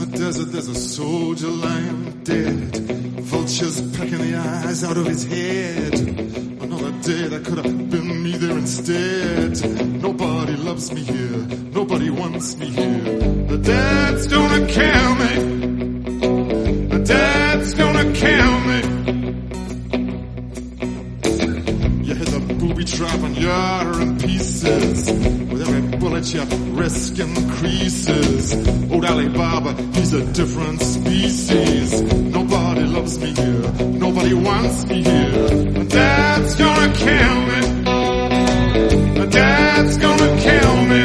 desert there's a soldier lying dead. Vultures pecking the eyes out of his head. Another day that could have been me there instead. Nobody loves me here, nobody wants me here. The dead's gonna kill me. The dead's gonna kill me. You hit the booby trap and you're in pieces. With every bullet your risk increases. Old Alibaba, he's a different species. Nobody loves me here, nobody wants me here. The dad's gonna kill me. The dad's gonna kill me.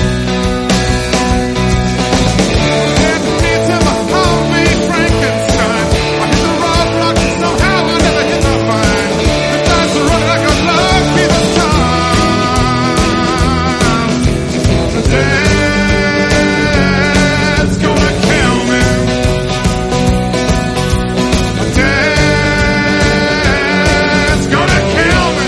Get me to the Harvey Frankenstein. I hit the roadblock and somehow I never hit the vine. The dice are running like a lucky this time. The dad's gonna kill me. The dad's gonna kill me.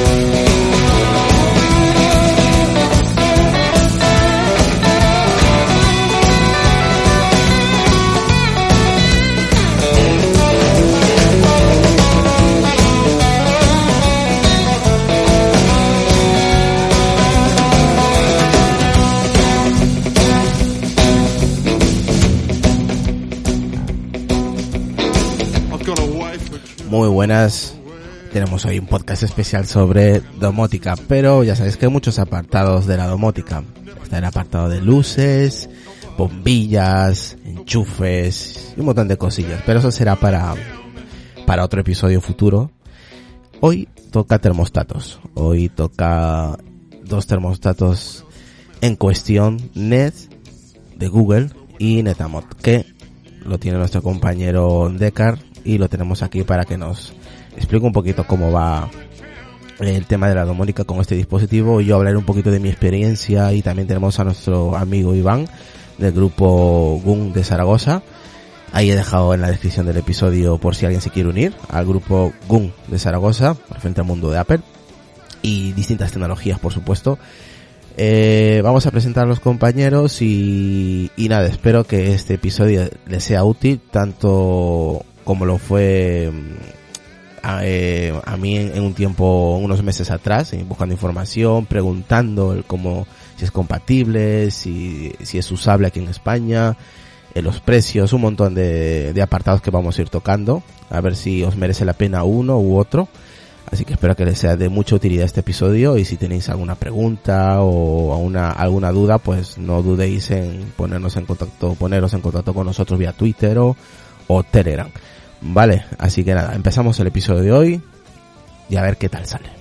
I've got a wife that Muy buenas, tenemos hoy un podcast especial sobre domótica, pero ya sabéis que hay muchos apartados de la domótica. Está el apartado de luces, bombillas, enchufes y un montón de cosillas, pero eso será para otro episodio futuro. Hoy toca termostatos, hoy toca dos termostatos en cuestión, Ned de Google y Netamot, que lo tiene nuestro compañero Decar y lo tenemos aquí para que nos explique un poquito cómo va el tema de la domótica con este dispositivo. Y yo hablaré un poquito de mi experiencia, y también tenemos a nuestro amigo Iván del grupo GUN de Zaragoza. Ahí he dejado en la descripción del episodio por si alguien se quiere unir al grupo GUN de Zaragoza, frente al mundo de Apple y distintas tecnologías, por supuesto. Vamos a presentar a los compañeros y nada, espero que este episodio les sea útil tanto como lo fue a mí en un tiempo, unos meses atrás, buscando información, preguntando cómo, si es compatible, si es usable aquí en España, los precios, un montón de apartados que vamos a ir tocando, a ver si os merece la pena uno u otro. Así que espero que les sea de mucha utilidad este episodio, y si tenéis alguna pregunta o alguna duda, pues no dudéis en poneros en contacto con nosotros vía Twitter o Telegram. Vale, así que nada, empezamos el episodio de hoy y a ver qué tal sale.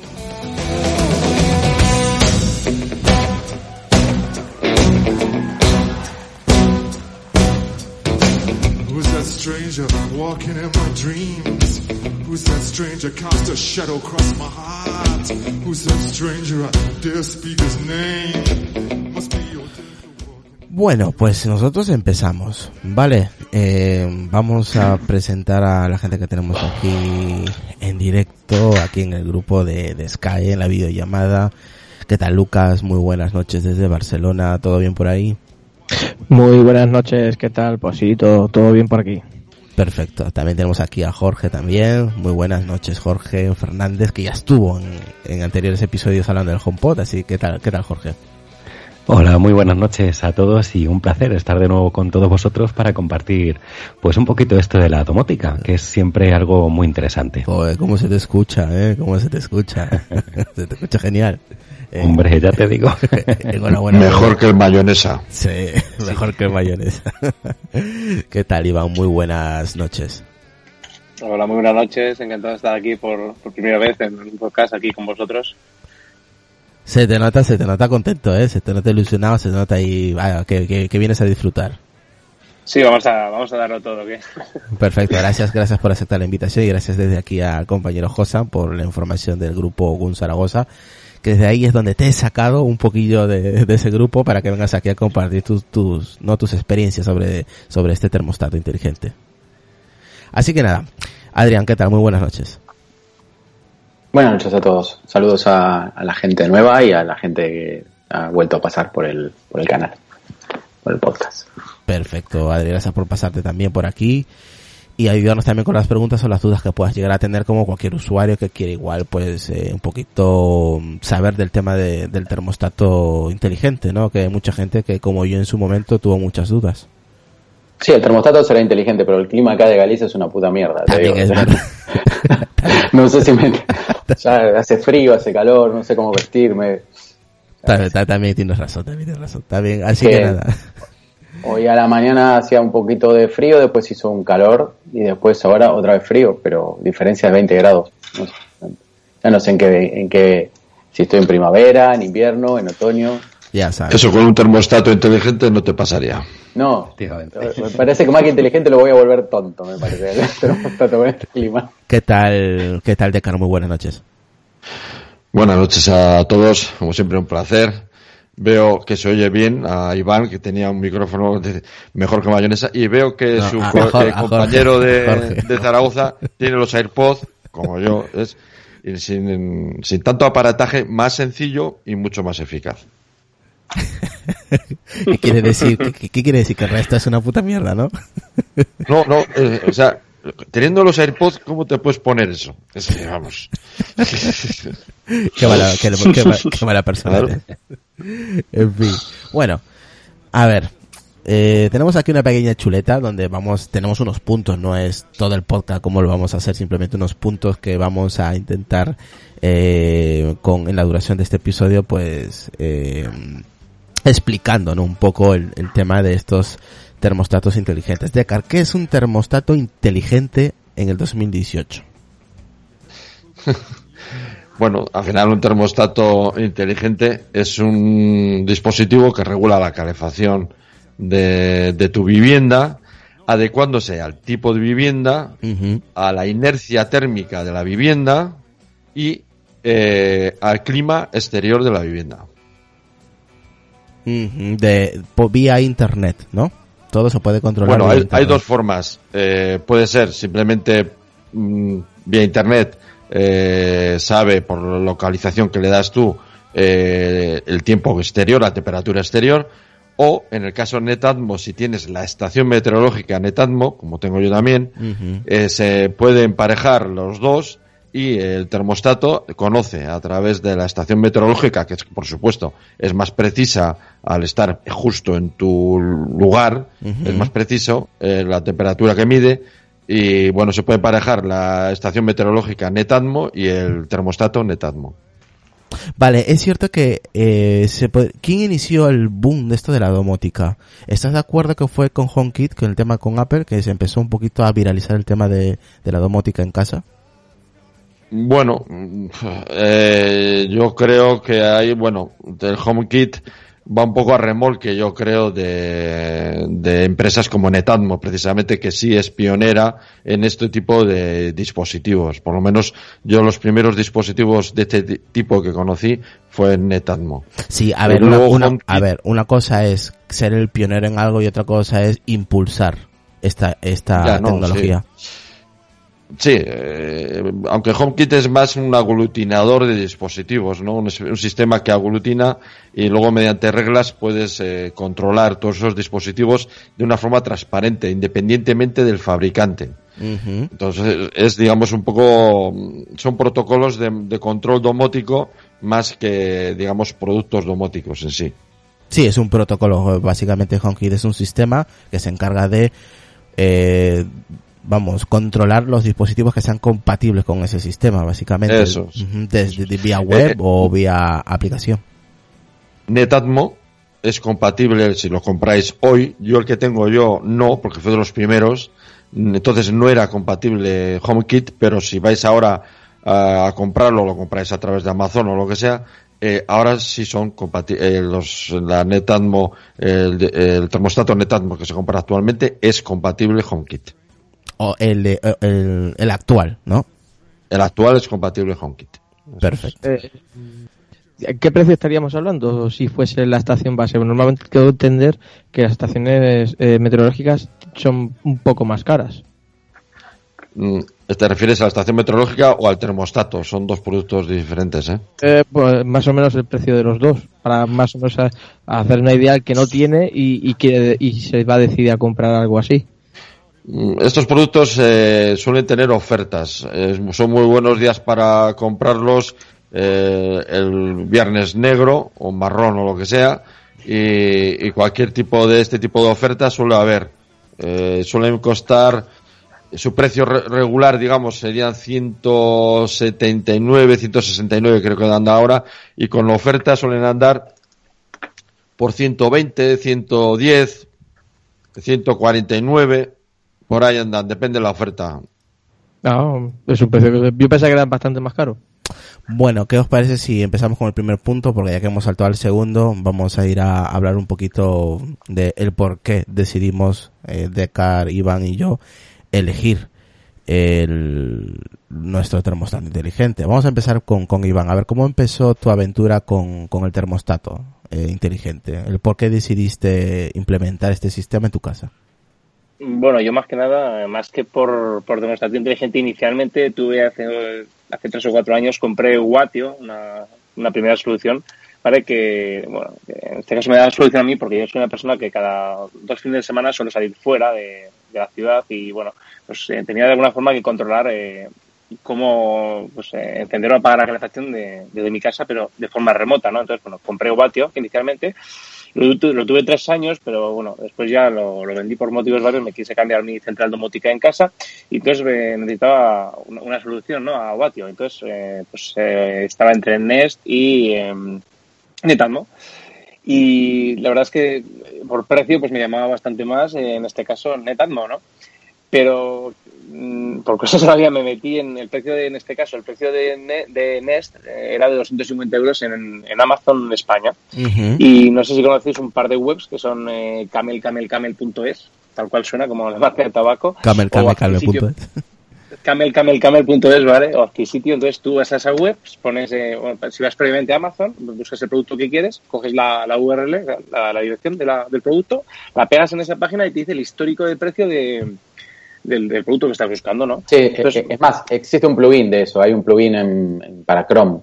Who's that stranger walking in my dreams? Who's that stranger cast a shadow across my heart? Who's that stranger I dare speak his name? Must be your Bueno, pues nosotros empezamos, ¿vale? Vamos a presentar a la gente que tenemos aquí en directo, aquí en el grupo de Sky, en la videollamada. ¿Qué tal, Lucas? Muy buenas noches desde Barcelona, ¿todo bien por ahí? Muy buenas noches, ¿qué tal? Pues sí, todo bien por aquí. Perfecto, también tenemos aquí a Jorge también. Muy buenas noches, Jorge Fernández, que ya estuvo en anteriores episodios hablando del HomePod, así que ¿qué tal, Jorge? Hola, muy buenas noches a todos y un placer estar de nuevo con todos vosotros para compartir pues un poquito esto de la domótica, que es siempre algo muy interesante. Joder, cómo se te escucha, ¿cómo se te escucha? Se te escucha genial. Hombre, ya te digo. Enhorabuena. Mejor que el mayonesa. Sí, mejor que el mayonesa. ¿Qué tal, Iván? Muy buenas noches. Hola, muy buenas noches. Encantado de estar aquí por primera vez en un podcast aquí con vosotros. Se te nota contento, se te nota ilusionado, se te nota ahí, que vienes a disfrutar. Sí, vamos a darlo todo, ¿qué? Perfecto, gracias por aceptar la invitación, y gracias desde aquí al compañero Josan por la información del grupo GUN Zaragoza, que desde ahí es donde te he sacado un poquillo de ese grupo para que vengas aquí a compartir tus experiencias sobre este termostato inteligente. Así que nada, Adrián, ¿qué tal? Muy buenas noches. Buenas noches a todos. Saludos a la gente nueva y a la gente que ha vuelto a pasar por el canal. el podcast. Perfecto, Adri, gracias por pasarte también por aquí y ayudarnos también con las preguntas o las dudas que puedas llegar a tener como cualquier usuario que quiere igual pues un poquito saber del tema del termostato inteligente, ¿no? Que hay mucha gente que como yo en su momento tuvo muchas dudas. Sí, el termostato será inteligente, pero el clima acá de Galicia es una puta mierda. También te digo. es verdad. No sé si ya hace frío, hace calor, no sé cómo vestirme. También tienes razón. Está bien, así que nada. Hoy a la mañana hacía un poquito de frío, después hizo un calor y después ahora otra vez frío, pero diferencia de 20 grados. No sé, ya no sé en qué, si estoy en primavera, en invierno, en otoño. Ya sabes. Eso con un termostato inteligente no te pasaría. No, me parece que más que inteligente lo voy a volver tonto, me parece, el termostato con este clima. ¿Qué tal, Decano? Muy buenas noches. Buenas noches a todos, como siempre un placer. Veo que se oye bien a Iván, que tenía un micrófono mejor que mayonesa, y veo que su compañero de Zaragoza tiene los AirPods, como yo, y sin tanto aparataje, más sencillo y mucho más eficaz. ¿Qué quiere decir? ¿Qué quiere decir? Que el resto es una puta mierda, ¿no? No, o sea, teniendo los AirPods, ¿cómo te puedes poner eso? Vamos. Qué mala persona. Claro. En fin. Bueno, a ver. Tenemos aquí una pequeña chuleta donde tenemos unos puntos, no es todo el podcast como lo vamos a hacer, simplemente unos puntos que vamos a intentar en la duración de este episodio, pues explicando, ¿no? Un poco el tema de estos termostatos inteligentes. Decar, ¿qué es un termostato inteligente en el 2018? Bueno, al final un termostato inteligente es un dispositivo que regula la calefacción de tu vivienda, adecuándose al tipo de vivienda, a la inercia térmica de la vivienda y al clima exterior de la vivienda. Vía internet, ¿no? Todo se puede controlar. Bueno, hay dos formas. Puede ser simplemente vía internet, sabe por la localización que le das tú el tiempo exterior, la temperatura exterior, o en el caso Netatmo, si tienes la estación meteorológica Netatmo, como tengo yo también, se puede emparejar los dos y el termostato conoce a través de la estación meteorológica, que por supuesto es más precisa al estar justo en tu lugar, es más preciso la temperatura que mide, y bueno, se puede emparejar la estación meteorológica Netatmo y el termostato Netatmo. Vale, es cierto que ¿quién inició el boom de esto de la domótica? ¿Estás de acuerdo que fue con HomeKit, con el tema con Apple, que se empezó un poquito a viralizar el tema de la domótica en casa? Bueno, yo creo que hay, del HomeKit va un poco a remolque, yo creo, de empresas como Netatmo, precisamente, que sí es pionera en este tipo de dispositivos. Por lo menos yo los primeros dispositivos de este tipo que conocí fue en Netatmo. Sí, a ver, una cosa es ser el pionero en algo y otra cosa es impulsar esta tecnología. Sí, aunque HomeKit es más un aglutinador de dispositivos, ¿no? Un sistema que aglutina y luego mediante reglas puedes controlar todos esos dispositivos de una forma transparente, independientemente del fabricante. Entonces es, digamos, un poco, son protocolos de control domótico más que, digamos, productos domóticos en sí. Sí, es un protocolo. Básicamente HomeKit es un sistema que se encarga de controlar los dispositivos que sean compatibles con ese sistema, básicamente. Eso. Desde vía web o vía aplicación. Netatmo es compatible si lo compráis hoy. Yo el que tengo no, porque fue de los primeros. Entonces no era compatible HomeKit, pero si vais ahora a comprarlo, lo compráis a través de Amazon o lo que sea, ahora sí son compatibles. La Netatmo, el termostato Netatmo que se compra actualmente es compatible HomeKit. O el actual, ¿no? El actual es compatible HomeKit. Perfecto. ¿Qué precio estaríamos hablando si fuese la estación base? Normalmente quiero entender que las estaciones meteorológicas son un poco más caras. ¿Te refieres a la estación meteorológica o al termostato? Son dos productos diferentes, ¿eh? Pues más o menos el precio de los dos, para más o menos hacer una idea al que no tiene y se va a decidir a comprar algo así. Estos productos suelen tener ofertas. Son muy buenos días para comprarlos el viernes negro o marrón o lo que sea, y cualquier tipo de este tipo de ofertas suele haber. Suelen costar, su precio regular, digamos, serían 179, 169 creo que anda ahora, y con la oferta suelen andar por 120, 110, 149, por ahí andan, depende de la oferta. No, es un precio que yo pensaba que era bastante más caro. Bueno, ¿qué os parece si empezamos con el primer punto? Porque ya que hemos saltado al segundo, vamos a ir a hablar un poquito de el por qué decidimos, Decar, Iván y yo, elegir nuestro termostato inteligente. Vamos a empezar con Iván. A ver, ¿cómo empezó tu aventura con el termostato inteligente? El por qué decidiste implementar este sistema en tu casa. Bueno, yo más que nada, más que por termostato inteligente, inicialmente tuve hace 3 o 4 años, compré Watio, una primera solución, ¿vale? Que, bueno, en este caso me da la solución a mí porque yo soy una persona que cada 2 fines de semana suelo salir fuera de la ciudad y, bueno, pues tenía de alguna forma que controlar cómo pues, encender o apagar la calefacción desde mi casa, pero de forma remota, ¿no? Entonces, bueno, compré Watio inicialmente. Lo tuve 3 años, pero bueno, después ya lo vendí por motivos varios, me quise cambiar mi central domótica en casa y entonces necesitaba una solución, ¿no? A Watio. Entonces, estaba entre Nest y Netatmo. Y la verdad es que por precio pues me llamaba bastante más, en este caso Netatmo, ¿no? Pero por cosas de la vida me metí en el precio en este caso, el precio de Nest era de 250 euros en Amazon España. Uh-huh. Y no sé si conocéis un par de webs que son camel.es, tal cual suena como la marca de tabaco. Camel.es. Camel.es, ¿vale? O Adquisitio. Entonces tú vas a esa web, pones, si vas previamente a Amazon, buscas el producto que quieres, coges la URL, la dirección del producto, la pegas en esa página y te dice el histórico de precio del producto que estás buscando, ¿no? Sí, entonces, es más, existe un plugin de eso, hay un plugin para Chrome,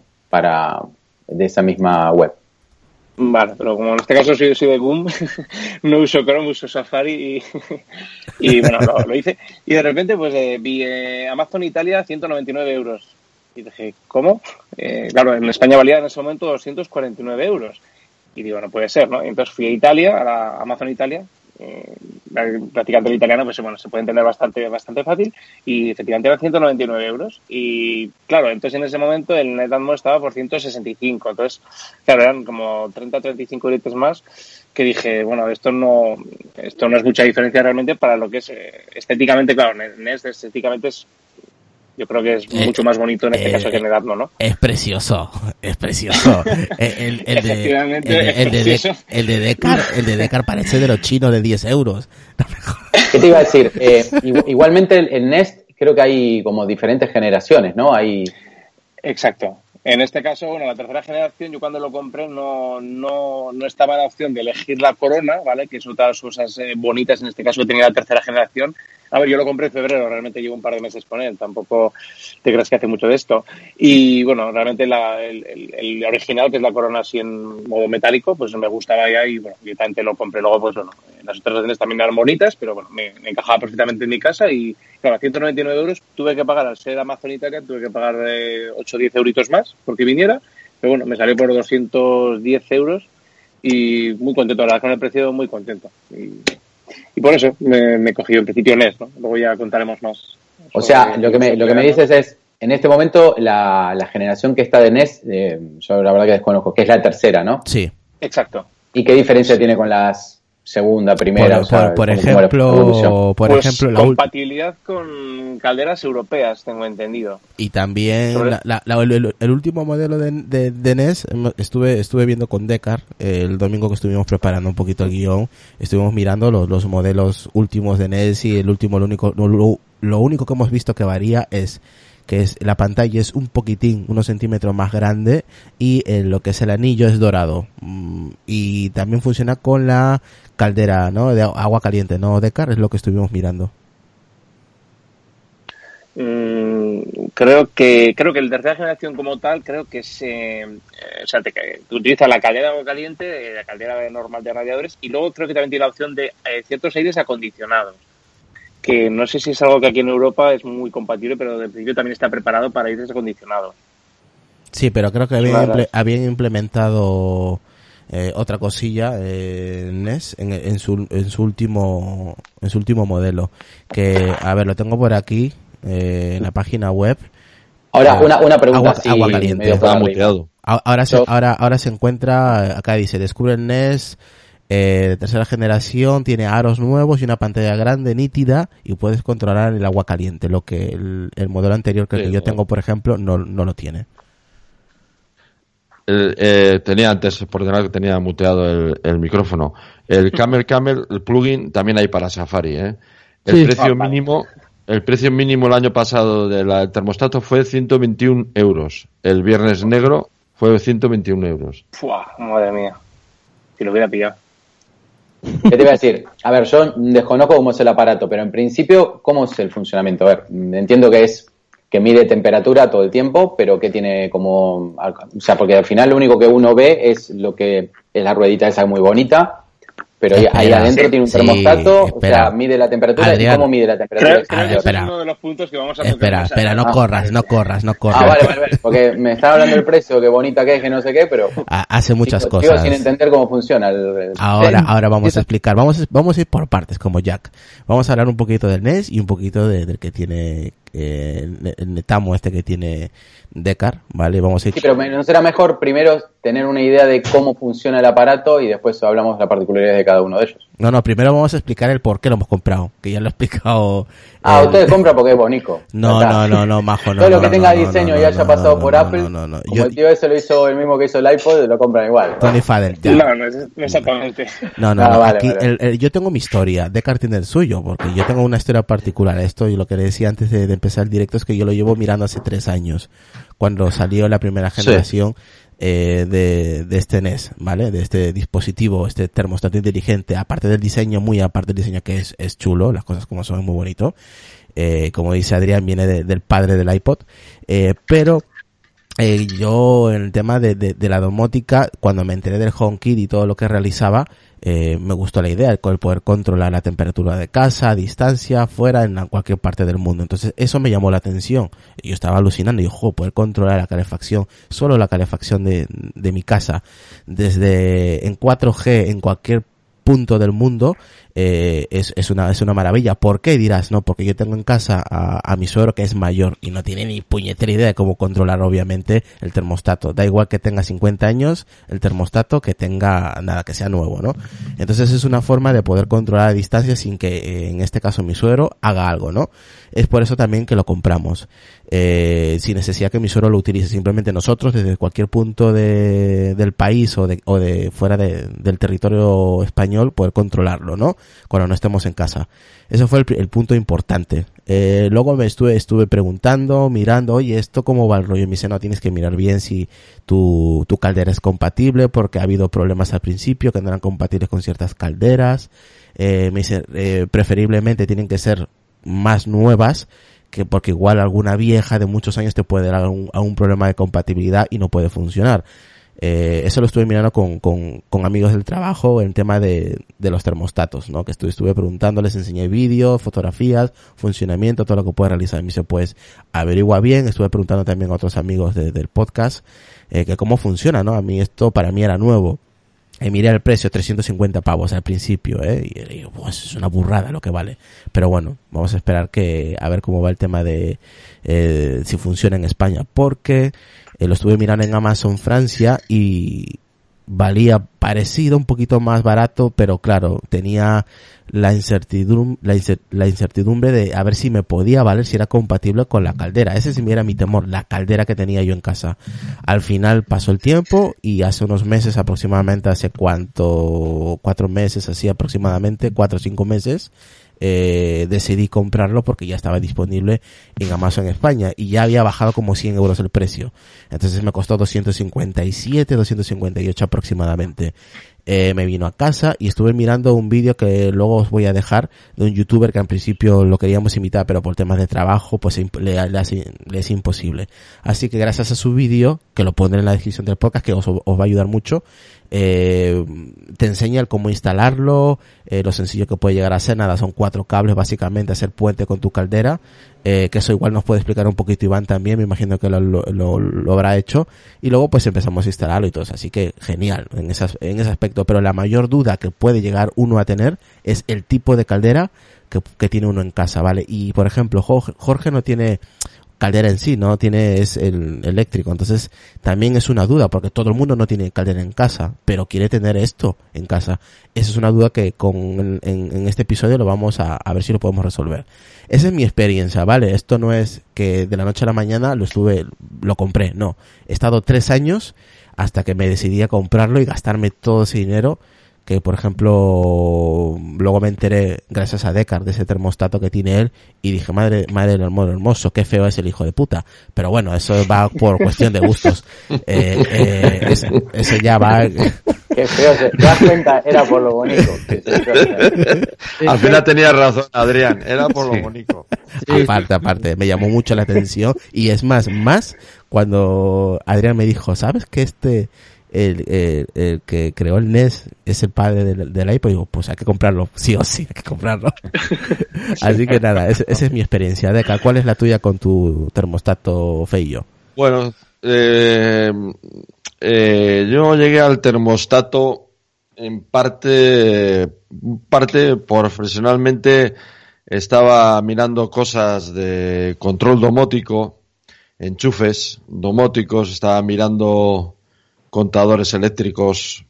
de esa misma web. Vale, pero como en este caso soy de Boom, no uso Chrome, uso Safari y bueno, lo hice. Y de repente pues vi Amazon Italia 199 euros. Y dije, ¿cómo? Claro, en España valía en ese momento 249 euros. Y digo, no puede ser, ¿no? Y entonces fui a Italia, a la Amazon Italia, practicando el italiano, pues bueno, se puede entender bastante fácil, y efectivamente eran 199 euros. Y claro, entonces en ese momento el Netatmo estaba por 165, entonces claro, eran como 30-35 euros más, que dije, bueno, esto no es mucha diferencia realmente para lo que es estéticamente. Claro, Nest estéticamente yo creo que es mucho más bonito en este caso que Netatmo, ¿no? Es precioso. El de Decar parece de los chinos de 10 euros. ¿Qué te iba a decir? Igualmente el Nest creo que hay como diferentes generaciones, ¿no? Exacto. En este caso, bueno, la tercera generación, yo cuando lo compré no estaba la opción de elegir la Corona, ¿vale? Que es otra de las cosas bonitas en este caso que tenía la tercera generación. A ver, yo lo compré en febrero, realmente llevo un par de meses con él, tampoco te creas que hace mucho de esto. Y bueno, realmente el original, que es la Corona así en modo metálico, pues me gustaba ya y bueno, directamente lo compré. Luego, pues bueno, las otras versiones también eran bonitas, pero bueno, me encajaba perfectamente en mi casa y claro, a 199 euros tuve que pagar, al ser Amazon Italia, tuve que pagar 8 o 10 euritos más porque viniera, pero bueno, me salió por 210 euros y muy contento, la verdad, con el precio muy contento. Y por eso me cogí en principio Nest, ¿no? Luego ya contaremos más. O sea, lo que me dices es, en este momento la generación que está de Nest, yo la verdad que desconozco, que es la tercera, ¿no? Sí. Exacto. ¿Y qué diferencia tiene con las segunda, primera? Por ejemplo, la compatibilidad con calderas europeas, tengo entendido. Y también el último modelo de NES estuve viendo con Decar el domingo que estuvimos preparando un poquito el guión, estuvimos mirando los modelos últimos de NES y lo único que hemos visto que varía es que la pantalla es un poquitín, unos centímetros más grande y lo que es el anillo es dorado. Y también funciona con la caldera, ¿no? De agua caliente, ¿no? Decar, es lo que estuvimos mirando. Creo que el de tercera generación como tal, creo que es, o sea, tú utilizas la caldera de agua caliente, la caldera normal de radiadores, y luego creo que también tiene la opción de ciertos aires acondicionados, que no sé si es algo que aquí en Europa es muy compatible, pero de principio también está preparado para aires acondicionados. Sí, pero creo que habían implementado otra cosilla NES en su último modelo, que a ver, lo tengo por aquí en la página web. Ahora una pregunta, agua caliente. Estaba muteado. Ahora se encuentra, acá dice, descubre el NES de tercera generación, tiene aros nuevos y una pantalla grande, nítida, y puedes controlar el agua caliente, lo que el modelo anterior que yo tengo, por ejemplo, no lo tiene. Tenía antes, por ordenador, que tenía muteado el micrófono. El Camel, el plugin, también hay para Safari, ¿eh? El precio mínimo el año pasado del termostato fue 121 euros. El Viernes Negro fue 121 euros. ¡Fua! Madre mía. Si lo hubiera pillado. ¿Qué te iba a decir? A ver, yo desconozco cómo es el aparato, pero en principio, ¿cómo es el funcionamiento? A ver, entiendo que mide temperatura todo el tiempo, pero que tiene como... O sea, porque al final lo único que uno ve es lo que es la ruedita esa muy bonita, pero ahí adentro tiene un termostato, o sea, mide la temperatura. Adrián, ¿y cómo mide la temperatura? Creo que ese es uno de los puntos que vamos a tocar. Espera, no corras. Vale, porque me estaba hablando del precio, qué bonita que es, que no sé qué, pero... Hace muchas cosas. Sigo sin entender cómo funciona. Ahora vamos a explicar, vamos a ir por partes, como Jack. Vamos a hablar un poquito del NES y un poquito del que tiene... el Netamo que tiene Decar, ¿vale? Vamos a ir... Sí, pero ¿no será mejor primero tener una idea de cómo funciona el aparato y después hablamos de las particularidades de cada uno de ellos? No, primero vamos a explicar el por qué lo hemos comprado, que ya lo he explicado. Ustedes compran porque es bonito. No, majo, no. Todo lo que tenga diseño y haya pasado por Apple, no. Como el tío ese lo hizo el mismo que hizo el iPod, lo compran igual. Tony Fadel. No exactamente. No, vale, aquí vale. yo tengo mi historia, Decar tiene el suyo, porque yo tengo una historia particular. Esto, y lo que le decía antes de empezar el directo, es que yo lo llevo mirando hace 3 años, cuando salió la primera generación de este NES, ¿vale? De este dispositivo, este termostato inteligente, aparte del diseño, muy aparte del diseño, que es chulo, las cosas como son, es muy bonito. Como dice Adrián, viene del padre del iPod, pero yo en el tema de la domótica, cuando me enteré del HomeKit y todo lo que realizaba, me gustó la idea, el poder controlar la temperatura de casa, a distancia, fuera, en cualquier parte del mundo. Entonces eso me llamó la atención. Yo estaba alucinando y poder controlar la calefacción, solo la calefacción de mi casa, desde en 4G, en cualquier punto del mundo, es una maravilla. ¿Por qué? Dirás, no, porque yo tengo en casa a mi suegro, que es mayor y no tiene ni puñetera idea de cómo controlar, obviamente, el termostato. Da igual que tenga 50 años el termostato, que tenga nada, que sea nuevo, ¿no? Entonces es una forma de poder controlar a distancia sin que, en este caso, mi suegro haga algo, ¿no? Es por eso también que lo compramos. Sin necesidad que mi suegro lo utilice, simplemente nosotros, desde cualquier punto del país o de fuera del territorio español, poder controlarlo, ¿no? Cuando no estemos en casa. Eso fue el punto importante. Luego me estuve preguntando, mirando, oye, ¿esto cómo va el rollo? Y me dice, no, tienes que mirar bien si tu caldera es compatible, porque ha habido problemas al principio que no eran compatibles con ciertas calderas. Me dice, preferiblemente tienen que ser más nuevas, porque igual alguna vieja de muchos años te puede dar algún problema de compatibilidad y no puede funcionar. Eso lo estuve mirando con amigos del trabajo, el tema de los termostatos, ¿no? Que estuve preguntando, les enseñé vídeos, fotografías, funcionamiento, todo lo que puede realizar. Y me dice, pues, averigua bien. Estuve preguntando también a otros amigos del podcast, que cómo funciona, ¿no? A mí esto, para mí era nuevo. Miré el precio, 350 pavos al principio, y digo, pues es una burrada lo que vale. Pero bueno, vamos a esperar a ver cómo va el tema de si funciona en España, porque lo estuve mirando en Amazon Francia y valía parecido, un poquito más barato, pero claro, tenía la incertidumbre de a ver si me podía valer, si era compatible con la caldera. Ese sí era mi temor, la caldera que tenía yo en casa. Al final pasó el tiempo y hace unos meses, aproximadamente, hace 4 meses, así aproximadamente, 4 o 5 meses, decidí comprarlo porque ya estaba disponible en Amazon España y ya había bajado como 100 euros el precio. Entonces me costó 257, 258 aproximadamente. me vino a casa y estuve mirando un vídeo que luego os voy a dejar de un youtuber que en principio lo queríamos imitar, pero por temas de trabajo pues le es imposible. Así que gracias a su vídeo, que lo pondré en la descripción del podcast, que os va a ayudar mucho, te enseña el cómo instalarlo, lo sencillo que puede llegar a ser. Nada, son 4 cables básicamente, hacer puente con tu caldera, que eso igual nos puede explicar un poquito Iván también, me imagino que lo habrá hecho, y luego pues empezamos a instalarlo y todo eso. Así que genial en ese aspecto, pero la mayor duda que puede llegar uno a tener es el tipo de caldera que tiene uno en casa, ¿vale? Y por ejemplo, Jorge no tiene caldera en sí, no tiene, es el eléctrico, entonces también es una duda, porque todo el mundo no tiene caldera en casa, pero quiere tener esto en casa. Esa es una duda que en este episodio lo vamos a ver si lo podemos resolver. Esa es mi experiencia, ¿vale? Esto no es que de la noche a la mañana lo compré, no. He estado 3 años hasta que me decidí a comprarlo y gastarme todo ese dinero, que por ejemplo luego me enteré gracias a Decar de ese termostato que tiene él y dije, madre del amor hermoso, qué feo es el hijo de puta. Pero bueno, eso va por cuestión de gustos. Ese ya va. Qué feo, te das cuenta, era por lo bonito. Al final tenías razón, Adrián, era por lo bonito. Aparte, me llamó mucho la atención, y es más cuando Adrián me dijo, ¿sabes que el que creó el NES es el padre del iPod? Digo, pues hay que comprarlo, sí o sí, hay que comprarlo. Así que nada, esa es mi experiencia. Deca, ¿cuál es la tuya con tu termostato Feio? Bueno, yo llegué al termostato en parte profesionalmente. Estaba mirando cosas de control domótico, enchufes domóticos, estaba mirando contadores eléctricos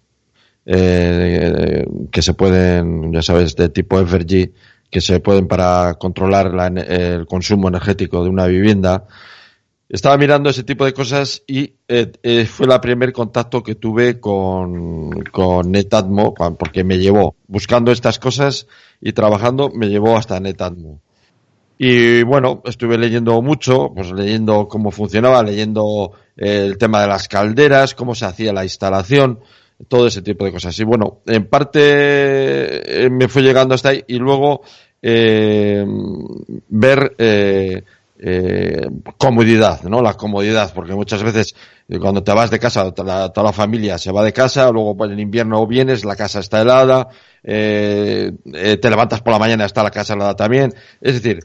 que se pueden, ya sabes, de tipo Evergy, que se pueden para controlar el consumo energético de una vivienda. Estaba mirando ese tipo de cosas y fue el primer contacto que tuve con Netatmo, porque me llevó, buscando estas cosas y trabajando, me llevó hasta Netatmo. Y bueno, estuve leyendo mucho, pues leyendo cómo funcionaba, leyendo el tema de las calderas, cómo se hacía la instalación, todo ese tipo de cosas. Y bueno, en parte me fue llegando hasta ahí, y luego ver comodidad, ¿no? La comodidad, porque muchas veces cuando te vas de casa, toda la familia se va de casa, luego pues, en invierno vienes, la casa está helada, te levantas por la mañana, está la casa helada también. Es decir,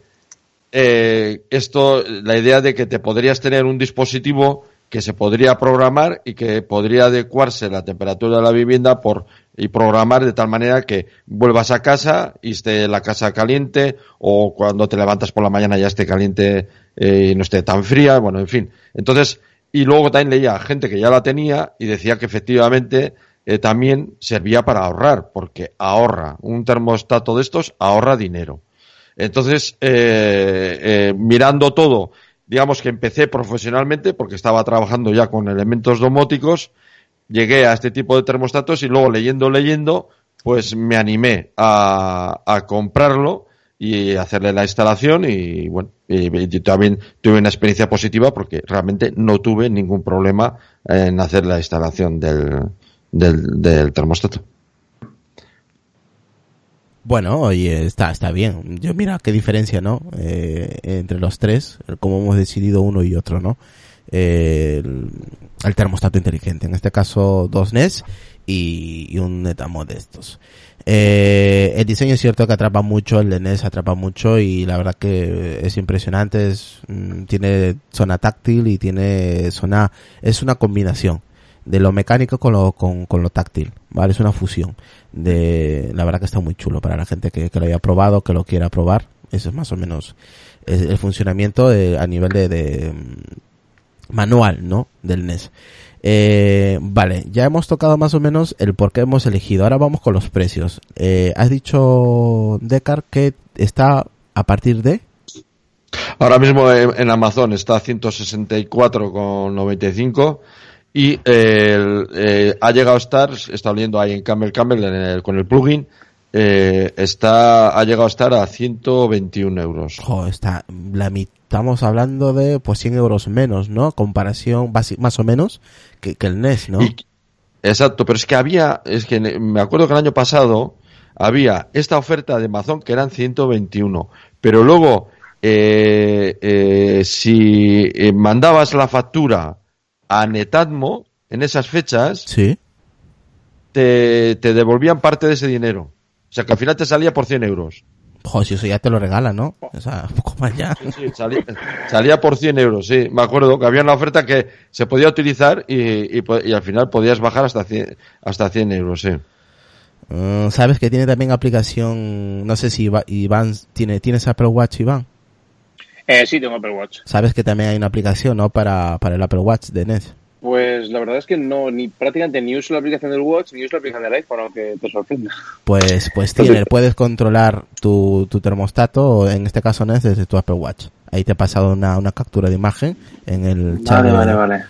la idea de que te podrías tener un dispositivo que se podría programar y que podría adecuarse la temperatura de la vivienda y programar de tal manera que vuelvas a casa y esté la casa caliente, o cuando te levantas por la mañana ya esté caliente y no esté tan fría, bueno, en fin. Entonces, y luego también leía gente que ya la tenía y decía que efectivamente también servía para ahorrar, porque un termostato de estos ahorra dinero. Entonces, mirando todo, digamos que empecé profesionalmente porque estaba trabajando ya con elementos domóticos, llegué a este tipo de termostatos y luego leyendo, pues me animé a comprarlo y hacerle la instalación, y bueno, y también tuve una experiencia positiva porque realmente no tuve ningún problema en hacer la instalación del termostato. Bueno, oye, está bien. Yo mira qué diferencia, ¿no? Entre los tres, como hemos decidido uno y otro, ¿no? El termostato inteligente, en este caso 2 NES y un Netatmo de estos. El diseño es cierto que atrapa mucho, el de NES atrapa mucho, y la verdad que es impresionante. Tiene zona táctil y es una combinación de lo mecánico con lo táctil, ¿vale? Es una fusión la verdad que está muy chulo para la gente que lo haya probado, que lo quiera probar. Eso es más o menos el funcionamiento a nivel de manual, ¿no? Del NES. Vale, ya hemos tocado más o menos el por qué hemos elegido. Ahora vamos con los precios. Has dicho, Decar, que está a partir de... Ahora mismo en Amazon está a 164,95 y ha llegado a estar, está leyendo ahí en Camel con el plugin, ha llegado a estar a 121 euros. Estamos hablando de pues 100 euros menos, ¿no? Comparación más o menos que el NES, ¿no? Exacto, pero es que me acuerdo que el año pasado había esta oferta de Amazon que eran 121, pero luego si mandabas la factura a Netatmo en esas fechas, Sí. te devolvían parte de ese dinero. O sea que al final te salía por 100 euros. Joder, si eso ya te lo regalan, ¿no? O sea, un poco más ya. Sí, salía por 100 euros, sí. Me acuerdo que había una oferta que se podía utilizar y al final podías bajar hasta 100 euros, sí. ¿Sabes que tiene también aplicación? No sé si Iván ¿tienes Apple Watch, Iván? Sí, tengo Apple Watch. ¿Sabes que también hay una aplicación, ¿no? Para el Apple Watch de NES. Pues la verdad es que no, prácticamente ni uso la aplicación del Watch, ni uso la aplicación del iPhone, aunque te sorprenda. Pues puedes controlar tu termostato, o en este caso NES, desde tu Apple Watch. Ahí te he pasado una captura de imagen en el chat Vale.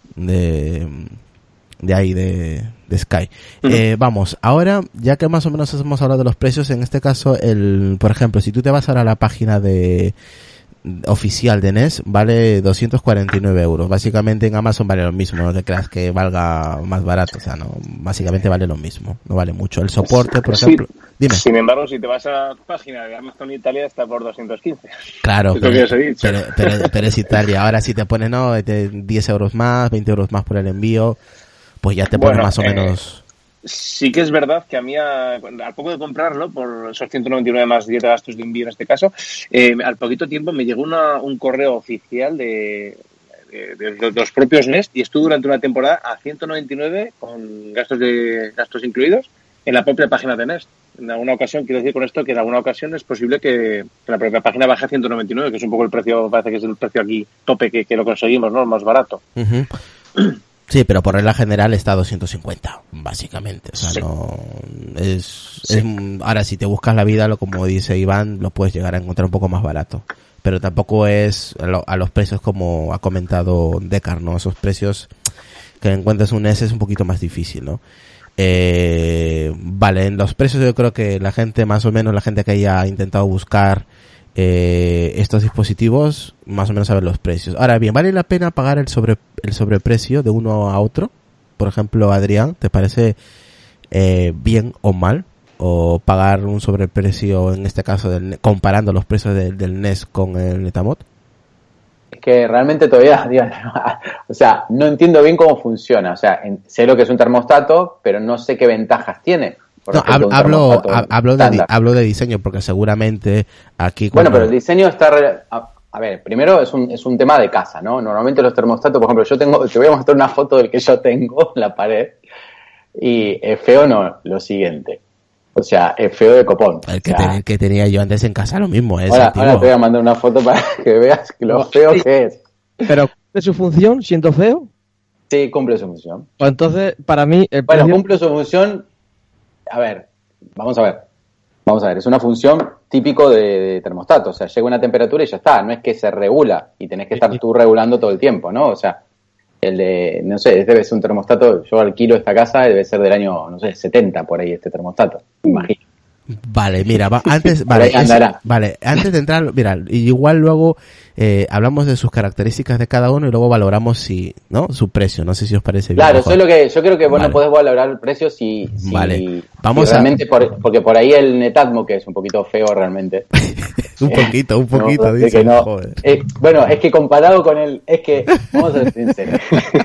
de ahí de Sky. Vamos, ahora, ya que más o menos hemos hablado de los precios, en este caso, por ejemplo, si tú te vas ahora a la página oficial de NES, vale 249 euros. Básicamente en Amazon vale lo mismo, no te creas que valga más barato, o sea, no, básicamente vale lo mismo, no vale mucho. El soporte, por ejemplo, dime. Sin embargo, si te vas a la página de Amazon Italia, está por 215. Claro, pero es Italia. Ahora si te pone, 10 euros más, 20 euros más por el envío, pues ya te pone más o menos. Sí que es verdad que a mí, al poco de comprarlo, por esos 199 más 10 de gastos de envío en este caso, al poquito tiempo me llegó un correo oficial de los propios NES y estuvo durante una temporada a 199 con gastos incluidos en la propia página de NES. En alguna ocasión, quiero decir con esto que en alguna ocasión es posible que la propia página baje a 199, que es un poco el precio, parece que es el precio aquí tope que lo conseguimos, ¿no? El más barato. Uh-huh. Sí, pero por regla general está a 250, básicamente. O sea, sí. No es ahora si te buscas la vida, como dice Iván, lo puedes llegar a encontrar un poco más barato. Pero tampoco es a los precios como ha comentado Decar, ¿no? Esos precios que encuentras un NES es un poquito más difícil, ¿no? Vale, en los precios yo creo que la gente, más o menos la gente que haya intentado buscar estos dispositivos, más o menos saben los precios. Ahora bien, ¿vale la pena pagar el sobreprecio de uno a otro? Por ejemplo, Adrián, ¿te parece bien o mal? ¿O pagar un sobreprecio, en este caso, comparando los precios del NES con el Netamod? Es que realmente todavía, o sea, no entiendo bien cómo funciona. O sea, sé lo que es un termostato, pero no sé qué ventajas tiene. No, hablo de diseño, porque seguramente aquí... Bueno, pero el diseño está... A ver, primero es un tema de casa, ¿no? Normalmente los termostatos, por ejemplo, te voy a mostrar una foto del que yo tengo en la pared, y es feo, lo siguiente. O sea, es feo de copón. El que tenía yo antes en casa, lo mismo. Ahora te voy a mandar una foto para que veas lo feo que es. ¿Pero cumple su función siendo feo? Sí, cumple su función. Pues entonces, para mí... cumple su función... A ver, vamos a ver, es una función típico de termostato, o sea, llega una temperatura y ya está, no es que se regula y tenés que estar tú regulando todo el tiempo, ¿no? O sea, no sé, debe ser un termostato, yo alquilo esta casa, debe ser del año, no sé, 70 por ahí este termostato, imagino. Vale, mira, antes de entrar, mira, igual luego hablamos de sus características de cada uno y luego valoramos su precio, no sé si os parece bien. Claro, yo creo que vos no podés valorar el precio si vamos si realmente porque por ahí el Netatmo, que es un poquito feo realmente. un poquito, dice, joder. Bueno, es que comparado con vamos a ser sinceros.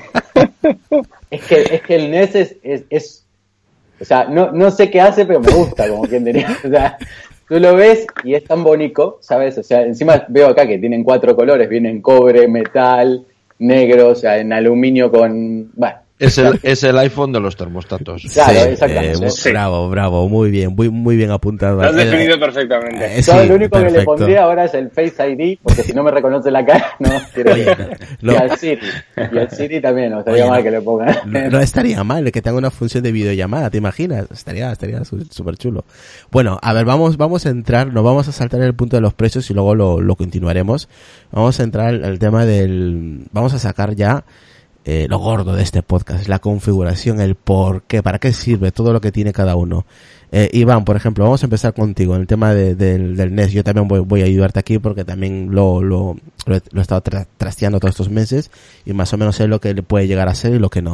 es que el NES es o sea, no sé qué hace, pero me gusta, como quien diría. O sea, tú lo ves y es tan bonito, ¿sabes? O sea, encima veo acá que tienen 4 colores, vienen cobre, metal, negro, o sea, en aluminio con... Bueno, es el iPhone de los termostatos. Claro, exactamente. Bravo, muy bien apuntado. Lo has definido perfectamente. Lo único que le pondría ahora es el Face ID, porque si no me reconoce la cara, no quiero ir. Y al Siri también, no estaría mal que le pongan. No estaría mal que tenga una función de videollamada, ¿te imaginas? Estaría súper chulo. Bueno, a ver, vamos a entrar, nos vamos a saltar en el punto de los precios y luego lo continuaremos. Vamos a entrar al tema vamos a sacar ya lo gordo de este podcast, la configuración, el por qué, para qué sirve, todo lo que tiene cada uno. Iván, por ejemplo, vamos a empezar contigo en el tema del NES. Yo también voy a ayudarte aquí porque también lo he estado trasteando todos estos meses y más o menos sé lo que le puede llegar a ser y lo que no.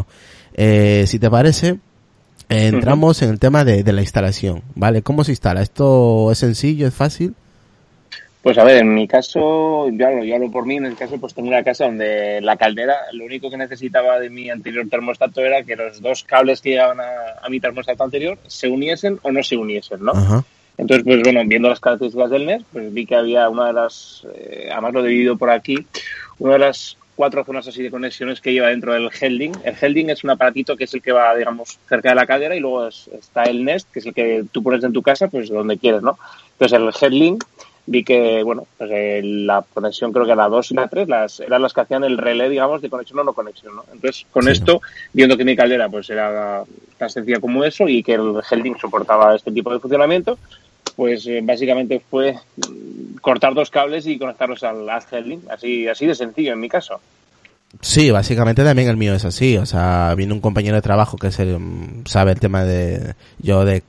Si te parece, entramos en el tema de la instalación, ¿vale? ¿Cómo se instala? ¿Esto es sencillo, es fácil? Pues a ver, en mi caso, yo hablo por mí, en el caso pues tengo una casa donde la caldera, lo único que necesitaba de mi anterior termostato era que los dos cables que llegaban a mi termostato anterior se uniesen o no se uniesen, ¿no? Ajá. Entonces, pues bueno, viendo las características del NES, pues vi que había una de las, además lo he dividido por aquí, una de las 4 zonas así de conexiones que lleva dentro del Headlink. El Headlink es un aparatito que es el que va, digamos, cerca de la caldera, y luego está el Nest, que es el que tú pones en tu casa, pues donde quieres, ¿no? Entonces el Headlink, vi que, bueno, pues la conexión creo que la 2 y la 3 eran las que hacían el relé, digamos, de conexión o no conexión, ¿no? Entonces, con esto, viendo que mi caldera pues era tan sencilla como eso y que el Headlink soportaba este tipo de funcionamiento, pues básicamente fue cortar 2 cables y conectarlos al Headlink, así de sencillo en mi caso. Sí, básicamente también el mío es así, o sea, viene un compañero de trabajo que sabe el tema de yo de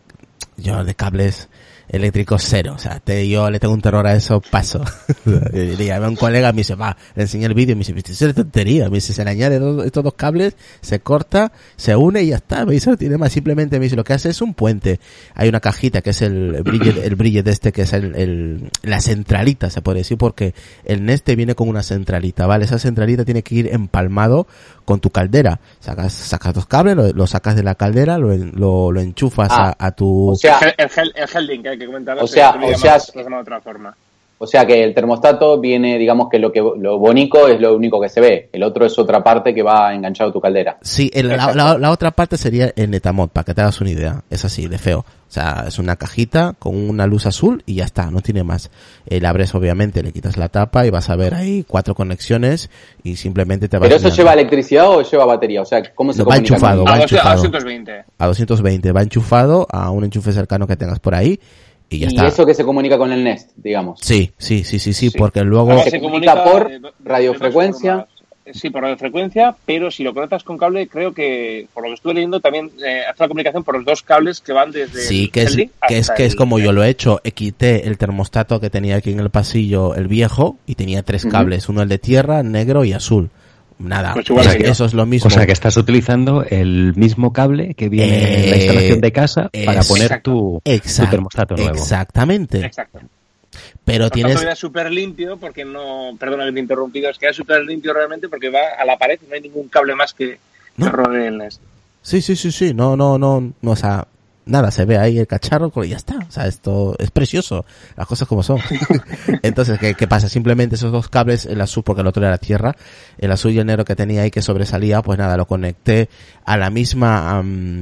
cables eléctricos cero, o sea, yo le tengo un terror a eso, paso. Le llamé a un colega, me dice, le enseñé el vídeo, me dice, esto es tontería, me dice, se le añade estos 2 cables, se corta, se une y ya está, me dice, no tiene más, simplemente me dice, lo que hace es un puente, hay una cajita que es el bridget este, que es la centralita, se puede decir, porque el Neste viene con una centralita, ¿vale? Esa centralita tiene que ir empalmado con tu caldera, sacas 2 cables, lo sacas de la caldera, lo enchufas a tu... O sea, el Headlink, hay que comentarlo, de otra forma. O sea que el termostato viene, digamos que lo bonito es lo único que se ve, el otro es otra parte que va enganchado a tu caldera. Sí, la otra parte sería el Netamod, para que te hagas una idea, es así, de feo. O sea, es una cajita con una luz azul y ya está, no tiene más. La abres obviamente, le quitas la tapa y vas a ver ahí 4 conexiones y simplemente te vas... ¿Pero eso lleva electricidad o lleva batería? O sea, ¿cómo se comunica? Va enchufado. A 220. A 220, va enchufado a un enchufe cercano que tengas por ahí. Y ya está. ¿Y eso que se comunica con el Nest, digamos? Sí, porque luego... Se comunica por radiofrecuencia. Sí, por radiofrecuencia, pero si lo conectas con cable, creo que, por lo que estuve leyendo, también hace la comunicación por los 2 cables que van desde... Sí, que es como yo lo he hecho. Quité el termostato que tenía aquí en el pasillo, el viejo, y tenía 3 cables. Uno el de tierra, negro y azul. Nada, pues igual eso es lo mismo. O sea que estás utilizando el mismo cable que viene en la instalación de casa para poner tu termostato nuevo. Exactamente. Exacto. Pero tienes... Queda súper limpio porque no... Perdona que te he interrumpido, es que queda súper limpio realmente porque va a la pared, no hay ningún cable más que rodee el Nest. Sí. No, o sea... Nada, se ve ahí el cacharro y ya está. O sea, esto es precioso. Las cosas como son. Entonces, ¿qué pasa? Simplemente esos 2 cables, el azul, porque el otro era tierra, el azul y el negro que tenía ahí que sobresalía, pues nada, lo conecté a la misma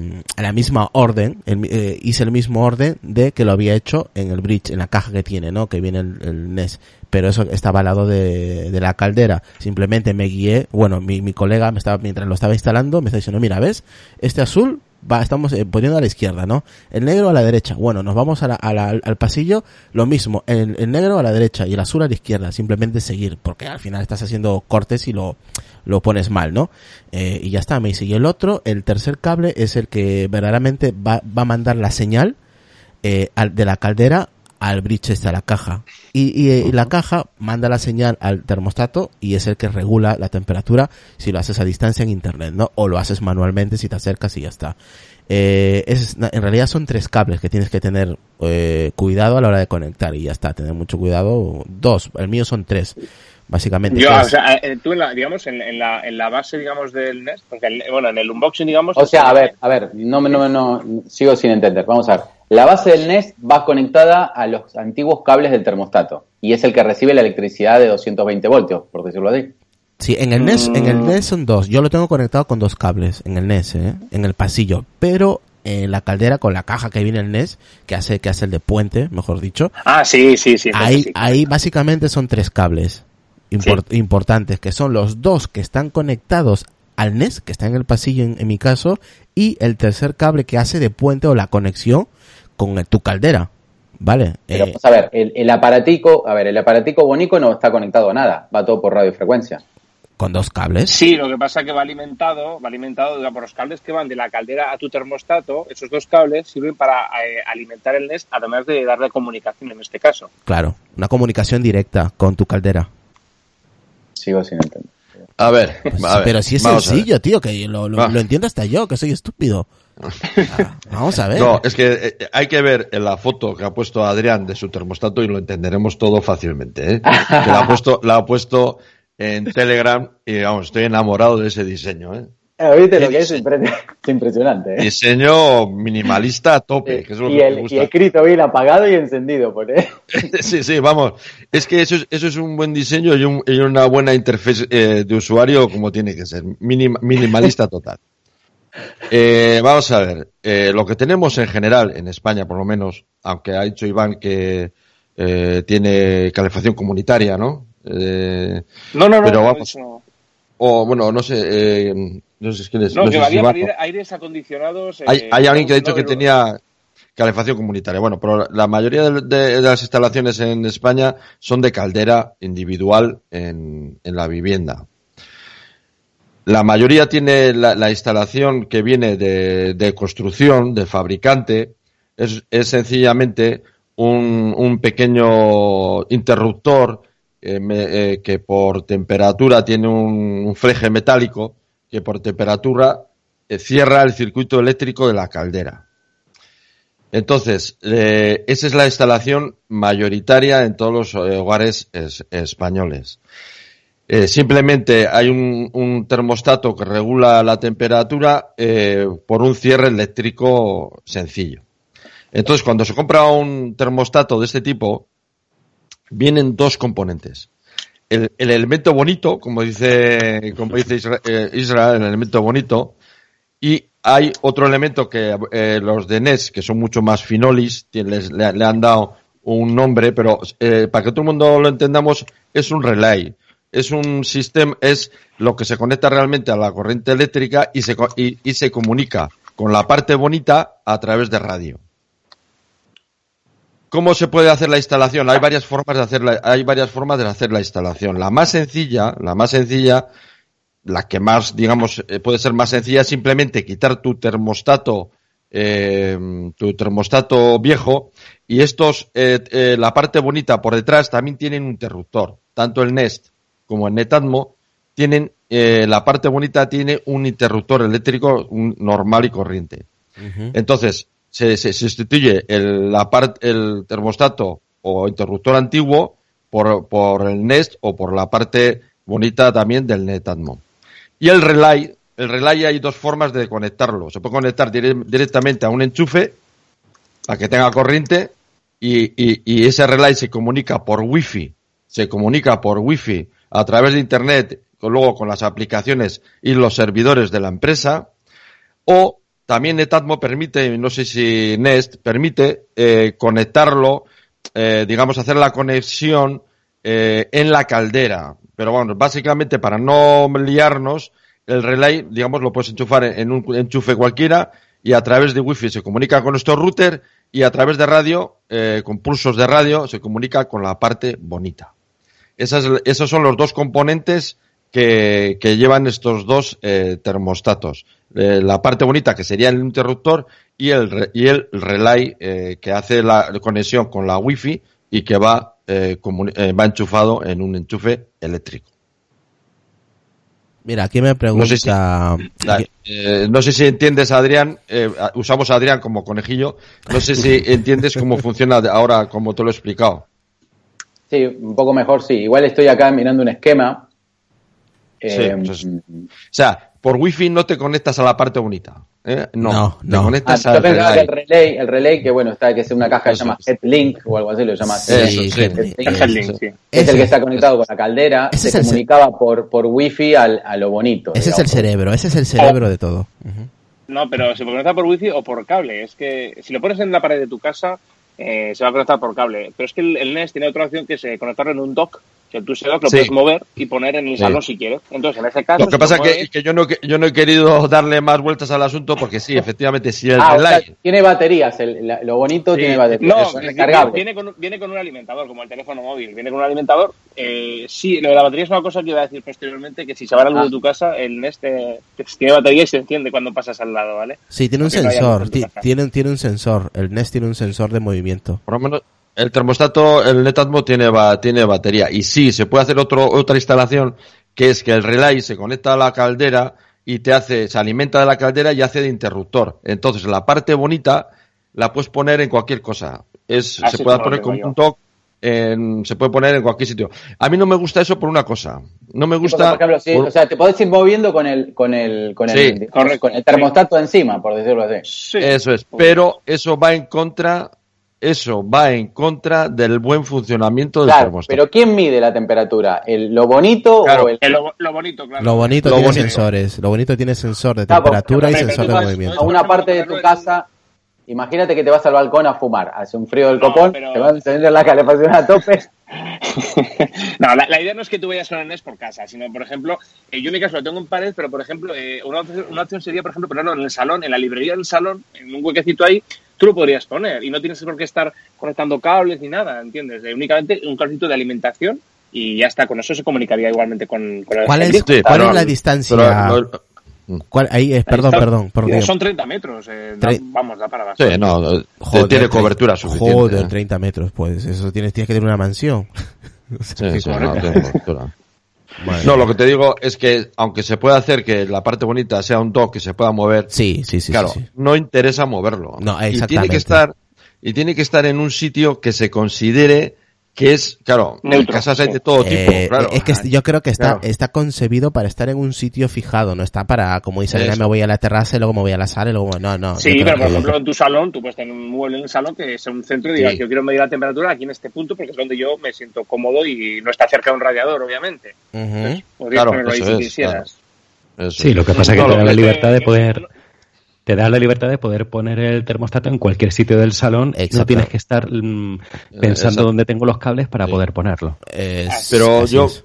orden, hice el mismo orden de que lo había hecho en el bridge, en la caja que tiene, ¿no? Que viene el NES. Pero eso estaba al lado de la caldera. Simplemente me guié, bueno, mi colega mientras lo estaba instalando, me está diciendo, mira, ¿ves? Este azul, estamos poniendo a la izquierda, ¿no? El negro a la derecha. Bueno, nos vamos al pasillo, lo mismo, el negro a la derecha y el azul a la izquierda. Simplemente seguir, porque al final estás haciendo cortes y lo pones mal, ¿no? Y ya está, me dice. Y el tercer cable es el que verdaderamente va a mandar la señal de la caldera al bridge a la caja. Y la caja manda la señal al termostato y es el que regula la temperatura si lo haces a distancia en internet, ¿no? O lo haces manualmente si te acercas y ya está. En realidad son 3 cables que tienes que tener cuidado a la hora de conectar y ya está, tener mucho cuidado. 2, el mío son 3. Básicamente. O sea, tú en la base, digamos, del NES, porque en el unboxing, digamos... O sea, a ver, no, sigo sin entender. Vamos a ver. La base del NES va conectada a los antiguos cables del termostato y es el que recibe la electricidad de 220 voltios, por decirlo así. Sí, en el NES son 2. Yo lo tengo conectado con 2 cables en el NES, en el pasillo, pero en la caldera con la caja que viene el NES, que hace el de puente, mejor dicho. Ah, sí. Ahí básicamente son 3 cables importantes, que son los 2 que están conectados al NES, que está en el pasillo en mi caso, y el tercer cable que hace de puente o la conexión con tu caldera, ¿vale? Pero vamos a ver, el aparatico bonito no está conectado a nada, va todo por radiofrecuencia. ¿Con 2 cables? Sí, lo que pasa es que va alimentado por los cables que van de la caldera a tu termostato. Esos 2 cables sirven para alimentar el NES, además de darle comunicación en este caso. Claro, una comunicación directa con tu caldera. Sigo sin entender. A ver, Pues, a ver, pero si es vamos a ver. sencillo, tío, que lo entiendo hasta yo, que soy estúpido. Vamos a ver. No, es que hay que ver en la foto que ha puesto Adrián de su termostato y lo entenderemos todo fácilmente, ¿eh? Que la ha puesto en Telegram y vamos, estoy enamorado de ese diseño, ¿eh? ¿Viste lo que es? Impresionante, ¿eh? Diseño minimalista a tope, que es lo que me gusta. Y escrito bien apagado y encendido, ¿eh? Sí, vamos. Es que eso es un buen diseño y una buena interfaz de usuario como tiene que ser. Minimalista total. Vamos a ver. Lo que tenemos en general, en España por lo menos, aunque ha dicho Iván que tiene calefacción comunitaria, ¿no? No. Pero vamos. No. O bueno, no sé. No sé quién es. No, No que sé si valía Iván, para aires acondicionados. hay alguien que ha dicho que tenía calefacción comunitaria. Bueno, pero la mayoría de las instalaciones en España son de caldera individual en la vivienda. La mayoría tiene la instalación que viene de construcción, de fabricante, es sencillamente un pequeño interruptor que por temperatura tiene un fleje metálico que por temperatura cierra el circuito eléctrico de la caldera. Entonces, esa es la instalación mayoritaria en todos los hogares españoles. Simplemente hay un termostato que regula la temperatura por un cierre eléctrico sencillo. Entonces, cuando se compra un termostato de este tipo, vienen dos componentes. El elemento bonito, como dice Israel, el elemento bonito, y hay otro elemento que los de Nest, que son mucho más finolis, le han dado un nombre, pero para que todo el mundo lo entendamos, es un relay. Es un sistema, es lo que se conecta realmente a la corriente eléctrica y se comunica con la parte bonita a través de radio. ¿Cómo se puede hacer la instalación? Hay varias formas de hacer la instalación. La más sencilla, la que más, digamos, puede ser más sencilla, es simplemente quitar tu termostato viejo y la parte bonita por detrás también tienen un interruptor. Tanto el Nest como el Netatmo tienen, la parte bonita tiene un interruptor eléctrico normal y corriente. Uh-huh. Entonces, se sustituye el termostato o interruptor antiguo por el Nest o por la parte bonita también del Netatmo. Y el relay hay dos formas de conectarlo. Se puede conectar directamente a un enchufe para que tenga corriente y ese relay se comunica por Wi-Fi a través de Internet, luego con las aplicaciones y los servidores de la empresa, o también Netatmo permite, no sé si Nest permite conectarlo, digamos, hacer la conexión en la caldera. Pero bueno, básicamente para no liarnos, el relay, digamos, lo puedes enchufar en un enchufe cualquiera y a través de Wi-Fi se comunica con nuestro router y a través de radio, con pulsos de radio, se comunica con la parte bonita. Esos son los dos componentes que llevan estos dos termostatos. La parte bonita, que sería el interruptor, y el relay que hace la conexión con la Wi-Fi y que va enchufado en un enchufe eléctrico. Mira, aquí me pregunta... No sé si entiendes, Adrián, usamos a Adrián como conejillo, no sé si entiendes cómo funciona ahora, como te lo he explicado. Sí, un poco mejor, sí. Igual estoy acá mirando un esquema. O sea, por Wi-Fi no te conectas a la parte bonita. No. Te conectas al relay. El relay, que bueno, que es una caja que se llama Headlink o algo así, lo llama así. Headlink, sí. Es el que está conectado con la caldera. Se comunicaba por Wi-Fi a lo bonito. Ese es el cerebro de todo. Uh-huh. No, pero se conecta por Wi-Fi o por cable. Es que si lo pones en la pared de tu casa, se va a conectar por cable. Pero es que el Nest tiene otra opción que es conectarlo en un dock. Que tú ese dock lo puedes mover y poner en el salón si quieres. Entonces, en ese caso... Lo que pasa es que yo no he querido darle más vueltas al asunto porque sí, efectivamente, si el relay... O sea, tiene baterías, lo bonito tiene baterías. No, es recargable. Viene con un alimentador, como el teléfono móvil. Viene con un alimentador. Sí, lo de la batería es una cosa que iba a decir posteriormente, que si se va la luz de tu casa, el Nest tiene batería y se enciende cuando pasas al lado, ¿vale? Sí, tiene un sensor. Tiene un sensor. El Nest tiene un sensor de movimiento. Por lo menos... El termostato, el Netatmo tiene batería y sí, se puede hacer otra instalación que es que el relay se conecta a la caldera y se alimenta de la caldera y hace de interruptor. Entonces la parte bonita la puedes poner en cualquier cosa. Se puede poner con un dock, se puede poner en cualquier sitio. A mí no me gusta eso por una cosa. No me gusta. Por ejemplo, o sea, te podés ir moviendo con el termostato encima, por decirlo así. Sí. Eso es. Pero eso va en contra del buen funcionamiento del termostato. Pero ¿quién mide la temperatura? ¿Lo bonito o el...? Lo bonito, claro. Lo bonito tiene sensores. Lo bonito tiene sensor de temperatura y sensor de movimiento. A una parte de tu casa, imagínate que te vas al balcón a fumar. Hace un frío del copón, te vas a encender la calefacción a tope. No, la idea no es que tú vayas con el NES por casa, sino, por ejemplo, yo en mi caso lo tengo en pared, pero, por ejemplo, una opción sería, por ejemplo, ponerlo en el salón, en la librería del salón, en un huequecito ahí. Tú lo podrías poner y no tienes por qué estar conectando cables ni nada, ¿entiendes? Únicamente un cablecito de alimentación y ya está. Con eso se comunicaría igualmente con el... ¿Cuál es la distancia? Perdón. Son 30 metros. Da para bastante. Sí, tiene cobertura suficiente. Joder, 30 metros, pues eso tienes que tener una mansión. Tiene cobertura. Bueno. No, lo que te digo es que aunque se pueda hacer que la parte bonita sea un dock que se pueda mover, claro, no interesa moverlo. No, exactamente. Y tiene que estar en un sitio que se considere que es, claro, en casas hay de todo tipo, claro. Es que yo creo que está concebido para estar en un sitio fijado, no está para, como dice Elena, me voy a la terraza y luego me voy a la sala y luego no. Sí, pero por ejemplo en tu salón, tú puedes tener un mueble en el salón que es un centro y digas, yo quiero medir la temperatura aquí en este punto porque es donde yo me siento cómodo y no está cerca de un radiador, obviamente. Entonces, podrías ponerlo ahí si quisieras. Claro. Sí, lo que pasa es que te da la libertad de poder... Te da la libertad de poder poner el termostato en cualquier sitio del salón. No tienes que estar pensando dónde tengo los cables para poder ponerlo. Pero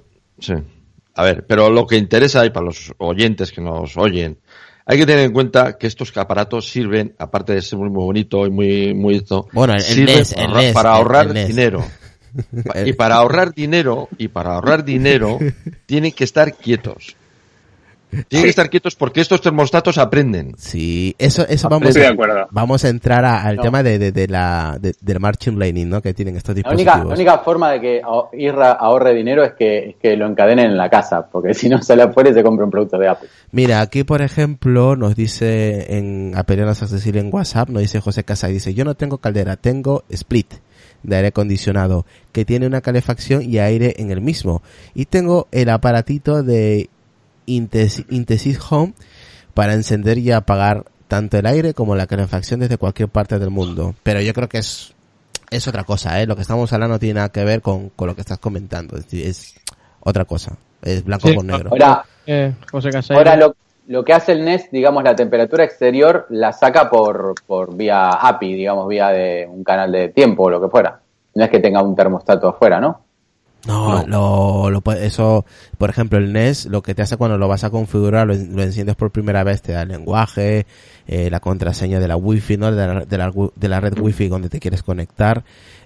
pero lo que interesa y para los oyentes que nos oyen, hay que tener en cuenta que estos aparatos sirven, aparte de ser muy bonito y muy esto, sirven para ahorrar dinero. Y para ahorrar dinero, tienen que estar quietos. Tienen que estar quietos porque estos termostatos aprenden. Sí, eso vamos a entrar al tema del machine learning, ¿no? Que tienen estos dispositivos. La única forma de que Isra ahorre dinero es que lo encadenen en la casa, porque si no sale afuera y se compra un producto de Apple. Mira, aquí por ejemplo nos dice en Apelianos Accesible en WhatsApp, nos dice José Casa, dice, yo no tengo caldera, tengo split de aire acondicionado que tiene una calefacción y aire en el mismo, y tengo el aparatito de Intesis Home para encender y apagar tanto el aire como la calefacción desde cualquier parte del mundo. Pero yo creo que es otra cosa, lo que estamos hablando no tiene nada que ver con lo que estás comentando, es otra cosa, es blanco con negro. Ahora lo que hace el NES, digamos, la temperatura exterior la saca por vía API, digamos, vía de un canal de tiempo o lo que fuera. No es que tenga un termostato afuera, ¿no? No, eso, por ejemplo, el NES, lo que te hace cuando lo vas a configurar, lo enciendes por primera vez, te da el lenguaje, la contraseña de la Wi-Fi, ¿no? De la red Wi-Fi donde te quieres conectar,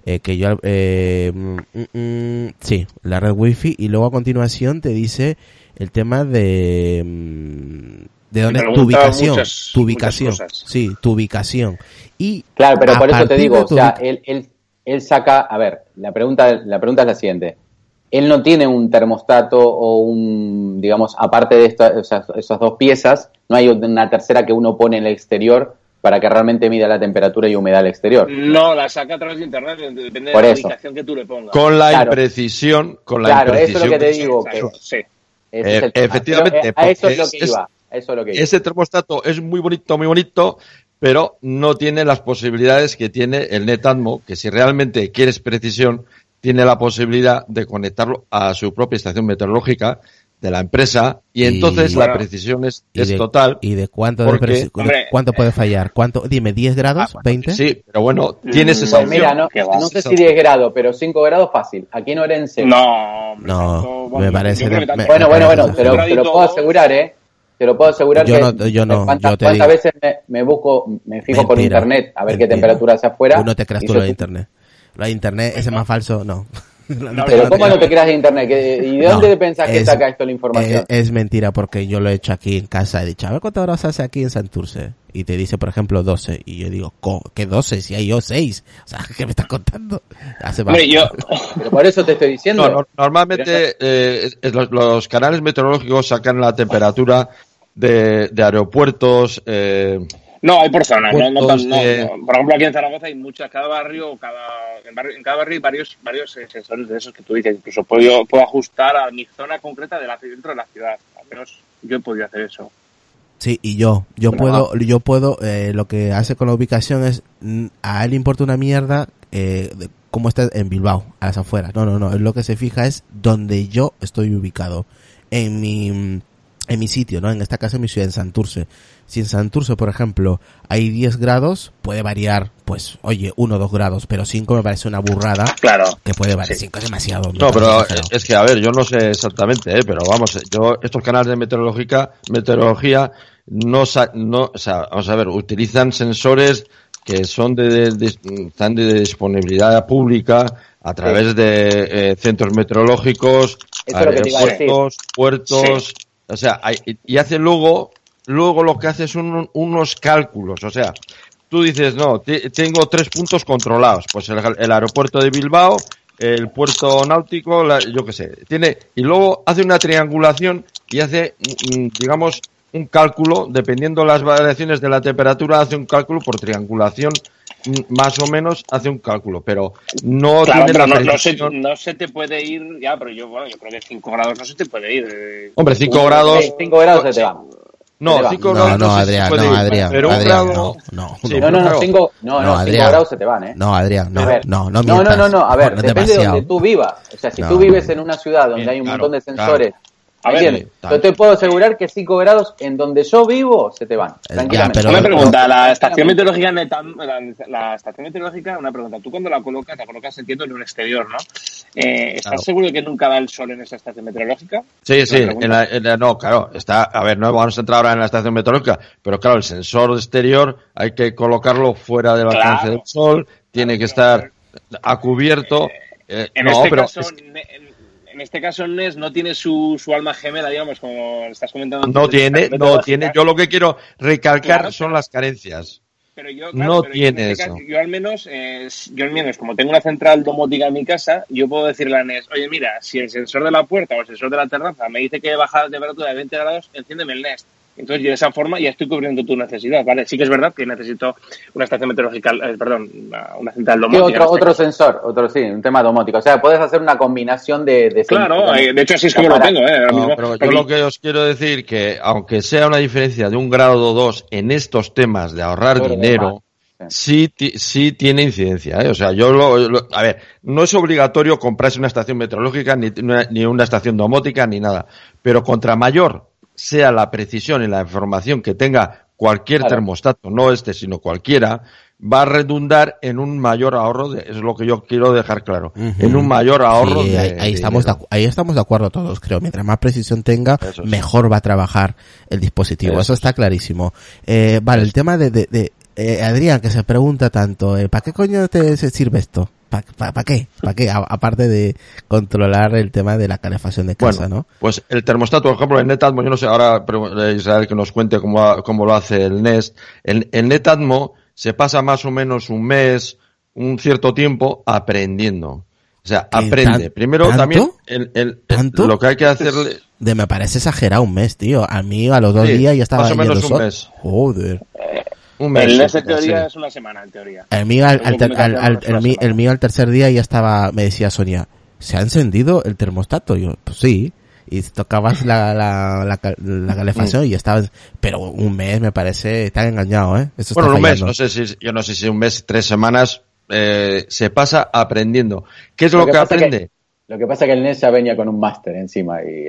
la red Wi-Fi, y luego a continuación te dice el tema de dónde tu ubicación, tu ubicación. Y claro, pero por eso te digo, o sea, él saca, a ver, la pregunta es la siguiente. Él no tiene un termostato o un, digamos, aparte de esas dos piezas, no hay una tercera que uno pone en el exterior para que realmente mida la temperatura y humedad al exterior. No, la saca a través de internet, depende de la ubicación que tú le pongas. Con la imprecisión. Claro, eso es lo que te digo. Efectivamente. A eso es lo que iba. Ese termostato es muy bonito, pero no tiene las posibilidades que tiene el Netatmo, que si realmente quieres precisión, tiene la posibilidad de conectarlo a su propia estación meteorológica de la empresa, y entonces la precisión es total. ¿Y de cuánto cuánto puede fallar? ¿Cuánto? Dime, ¿10 grados? ¿20? Sí, pero bueno, tienes esa opción. Mira, no sé si 10 grados, pero 5 grados fácil. Aquí en Orense. No, me parece... Bueno, te lo puedo asegurar, Te lo puedo asegurar. Yo no. ¿Cuántas veces me fijo por internet a ver qué temperatura hace afuera? Tú no te creas tú lo de internet. Lo de internet, ese más falso, no. Pero ¿cómo no te creas de internet? ¿Y de dónde pensás que saca esto la información? Es mentira, porque yo lo he hecho aquí en casa. He dicho, a ver cuántas horas hace aquí en Santurce. Y te dice, por ejemplo, 12. Y yo digo, ¿qué 12? Si hay yo 6. O sea, ¿qué me estás contando? Pero por eso te estoy diciendo. No, normalmente los canales meteorológicos sacan la temperatura de aeropuertos. No, hay por zonas, no. Por de... ejemplo, aquí en Zaragoza hay muchas, cada barrio, en cada barrio hay varios sensores de esos que tú dices. Incluso puedo ajustar a mi zona concreta dentro de la ciudad. Al menos yo he podido hacer eso. Sí, y yo puedo, lo que hace con la ubicación es, a él le importa una mierda, cómo está en Bilbao, a las afueras. No, lo que se fija es donde yo estoy ubicado. En mi sitio, ¿no? En esta casa, en mi ciudad, en Santurce. Si en Santurce, por ejemplo, hay 10 grados, puede variar, pues, oye, 1 o 2 grados, pero 5 me parece una burrada. Claro. Que puede variar, 5 es demasiado. No, pero es que, a ver, yo no sé exactamente, pero vamos, estos canales de meteorología, o sea, vamos a ver, utilizan sensores que son están de disponibilidad pública a través de centros meteorológicos, aeropuertos, puertos, sí. O sea, y hace luego lo que hace son unos cálculos, o sea, tú dices, no, tengo 3 puntos controlados, pues el aeropuerto de Bilbao, el puerto náutico, yo qué sé, y luego hace una triangulación y hace, digamos, un cálculo, dependiendo las variaciones de la temperatura, hace un cálculo por triangulación, más o menos hace un cálculo, pero no tiene la precisión. No se te puede ir, ya, pero yo creo que 5 grados no se te puede ir. Hombre, 5 grados... 5 grados se te van. No, 5 grados no, Adrián, pero un grado... No, 5 grados se te van, ¿eh? No, Adrián, no, a ver, no, a ver, depende de donde tú vivas. O sea, si tú vives en una ciudad donde hay un montón de sensores... A ver, yo te puedo asegurar que 5 grados en donde yo vivo se te van. Tranquilamente. Una pregunta, la estación meteorológica, una pregunta. Tú cuando la colocas, entiendo, en un exterior, ¿no? ¿Estás seguro de que nunca da el sol en esa estación meteorológica? Sí. No, claro, a ver, no vamos a entrar ahora en la estación meteorológica, pero claro, el sensor exterior hay que colocarlo fuera del alcance del sol, tiene que estar a cubierto. En este caso, NES no tiene su alma gemela, digamos, como estás comentando. No tiene. Yo lo que quiero recalcar son las carencias. Pero yo, tiene eso. Yo al menos, como tengo una central domótica en mi casa, yo puedo decirle a NES, oye, mira, si el sensor de la puerta o el sensor de la terraza me dice que baja la temperatura de 20 grados, enciéndeme el NES. Entonces, yo de esa forma ya estoy cubriendo tu necesidad, ¿vale? Sí que es verdad que necesito una estación meteorológica, una central domótica. Sí, otro sensor, un tema domótico. O sea, puedes hacer una combinación de claro, de hecho así es como lo tengo, No, pero yo lo que os quiero decir que, aunque sea una diferencia de 1 grado o 2 en estos temas de ahorrar dinero, sí tiene incidencia, ¿eh? O sea, a ver, no es obligatorio comprarse una estación meteorológica, ni una estación domótica, ni nada. Pero contra mayor sea la precisión y la información que tenga cualquier termostato, no sino cualquiera, va a redundar en un mayor ahorro, es lo que yo quiero dejar claro, en un mayor ahorro ahí estamos de acuerdo todos, creo. Mientras más precisión tenga, mejor va a trabajar el dispositivo. Eso está clarísimo. Vale, el tema de Adrián, que se pregunta tanto, ¿para qué coño te sirve esto? ¿Para qué? Aparte de controlar el tema de la calefacción de casa, ¿no? Pues el termostato, por ejemplo, el Netatmo, yo no sé, ahora Israel que nos cuente cómo lo hace el Nest. El Netatmo se pasa más o menos un mes, un cierto tiempo aprendiendo. O sea, aprende. Primero ¿tanto? También lo que hay que hacerle... Me parece exagerado un mes, tío. A mí a los 2 días ya estaba... Más o menos un mes. Joder. Un mes. El NES en teoría es una semana, en teoría. El mío al tercer día ya estaba, me decía Sonia, ¿se ha encendido el termostato? Yo, pues sí. Y tocabas la calefacción y estaba, pero un mes me parece, está engañado, ¿eh? Esto bueno, está un mes, yo no sé si un mes, 3 semanas, se pasa aprendiendo. ¿Qué es lo que aprende? Lo que pasa es que el NES ya venía con un máster encima y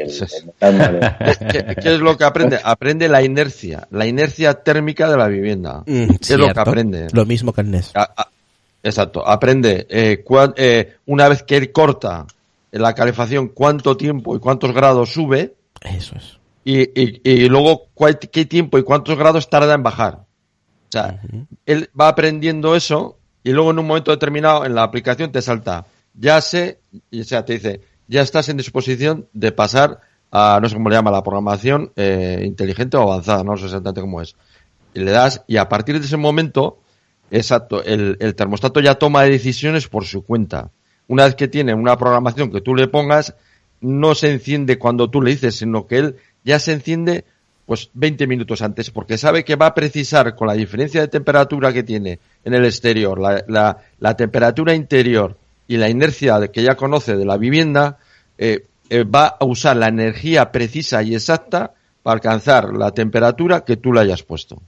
¿Qué es lo que aprende? Aprende la inercia térmica de la vivienda. Es lo que aprende. Lo mismo que el NES. Exacto. Aprende una vez que él corta la calefacción, cuánto tiempo y cuántos grados sube. Eso es. Y luego qué tiempo y cuántos grados tarda en bajar. O sea, él va aprendiendo eso y luego en un momento determinado en la aplicación te salta ya sé, o sea, te dice, ya estás en disposición de pasar a, no sé cómo le llama, la programación inteligente o avanzada, no sé exactamente cómo es. Y le das, y a partir de ese momento, exacto, el termostato ya toma decisiones por su cuenta. Una vez que tiene una programación que tú le pongas, no se enciende cuando tú le dices, sino que él ya se enciende pues 20 minutos antes, porque sabe que va a precisar, con la diferencia de temperatura que tiene en el exterior, la temperatura interior y la inercia que ya conoce de la vivienda, va a usar la energía precisa y exacta para alcanzar la temperatura que tú le hayas puesto.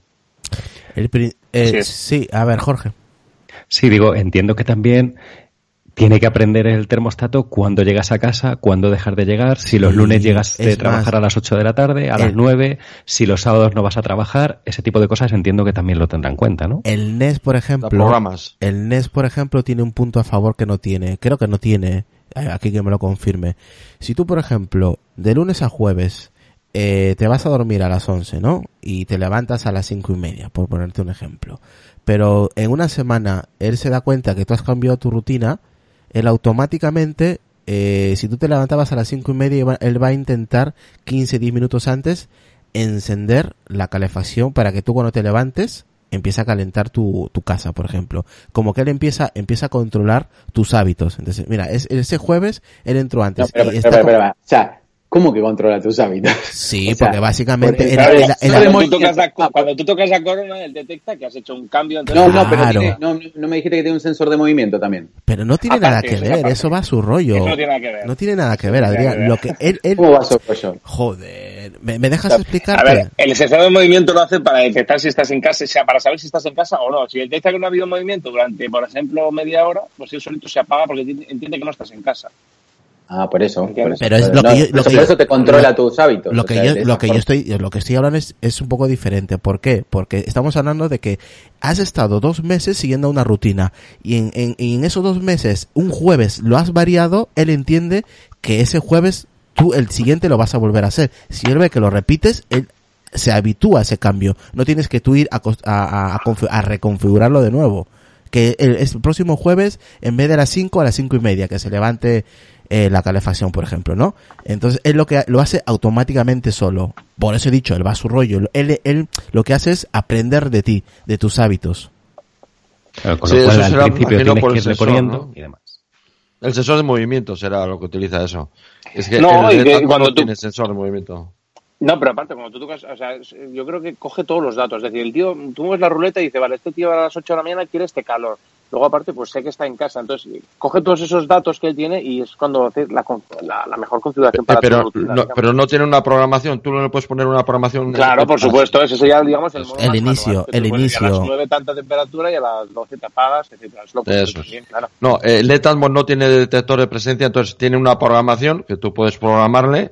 Sí, a ver, Jorge. Sí, digo, entiendo que también tiene que aprender el termostato cuándo llegas a casa, cuándo dejar de llegar, si los lunes llegas de trabajar a las 8 de la tarde, a las 9, si los sábados no vas a trabajar, ese tipo de cosas entiendo que también lo tendrá en cuenta, ¿no? El NES, por ejemplo, tiene un punto a favor que no tiene, creo que no tiene, aquí que me lo confirme. Si tú, por ejemplo, de lunes a jueves, te vas a dormir a las 11, ¿no? Y te levantas a las 5:30, por ponerte un ejemplo. Pero en una semana, él se da cuenta que tú has cambiado tu rutina, él automáticamente, si tú te levantabas a las 5:30, él va a intentar 15-10 minutos antes encender la calefacción para que tú cuando te levantes empiece a calentar tu casa, por ejemplo. Como que él empieza a controlar tus hábitos. Entonces, mira, ese jueves él entró antes. No, pero, o sea, ¿cómo que controla tus hábitos? Sí, o sea, porque básicamente... Cuando tú tocas la corona, él detecta que has hecho un cambio. Entonces... No, pero no me dijiste que tiene un sensor de movimiento también. Pero no tiene nada que ver, eso va a su rollo. Eso no tiene nada que ver. No tiene nada que ver, Adrián. Lo que él... ¿Cómo va a su rollo? Joder, ¿me dejas explicarte? A ver, el sensor de movimiento lo hace para detectar si estás en casa, o sea, para saber si estás en casa o no. Si detecta que no ha habido movimiento durante, por ejemplo, media hora, pues él solito se apaga porque entiende que no estás en casa. Ah, por eso. Pero es por eso te controla tus hábitos. Lo que estoy hablando es un poco diferente. ¿Por qué? Porque estamos hablando de que has estado 2 meses siguiendo una rutina y en esos 2 meses, un jueves lo has variado, él entiende que ese jueves tú el siguiente lo vas a volver a hacer. Si él ve que lo repites, él se habitúa a ese cambio. No tienes que tú ir a reconfigurarlo de nuevo. Que el próximo jueves, en vez de las 5, a las 5:30, que se levante la calefacción, por ejemplo, ¿no? Entonces, él lo hace automáticamente solo. Por eso he dicho, él va a su rollo. Él lo que hace es aprender de ti, de tus hábitos. Claro, con lo cual, al principio tienes que ir reponiendo, ¿no? Y demás. El sensor de movimiento será lo que utiliza eso. Es que cuando tú tienes sensor de movimiento. No, pero aparte, cuando tú tocas, o sea, yo creo que coge todos los datos. Es decir, el tío, tú mueves la ruleta y dice, vale, este tío a las 8 de la mañana quiere este calor. Luego, aparte, pues sé que está en casa. Entonces, coge todos esos datos que él tiene y es cuando hace la mejor configuración para tu rutina. Pero no tiene una programación. Tú no le puedes poner una programación. Claro, por supuesto. Eso sería, digamos, el modo el inicio. A las 9 tanta temperatura y a las 12 te apagas, etcétera. Es lo que eso es. Bien, claro. No, el Netatmo no tiene detector de presencia, entonces tiene una programación que tú puedes programarle.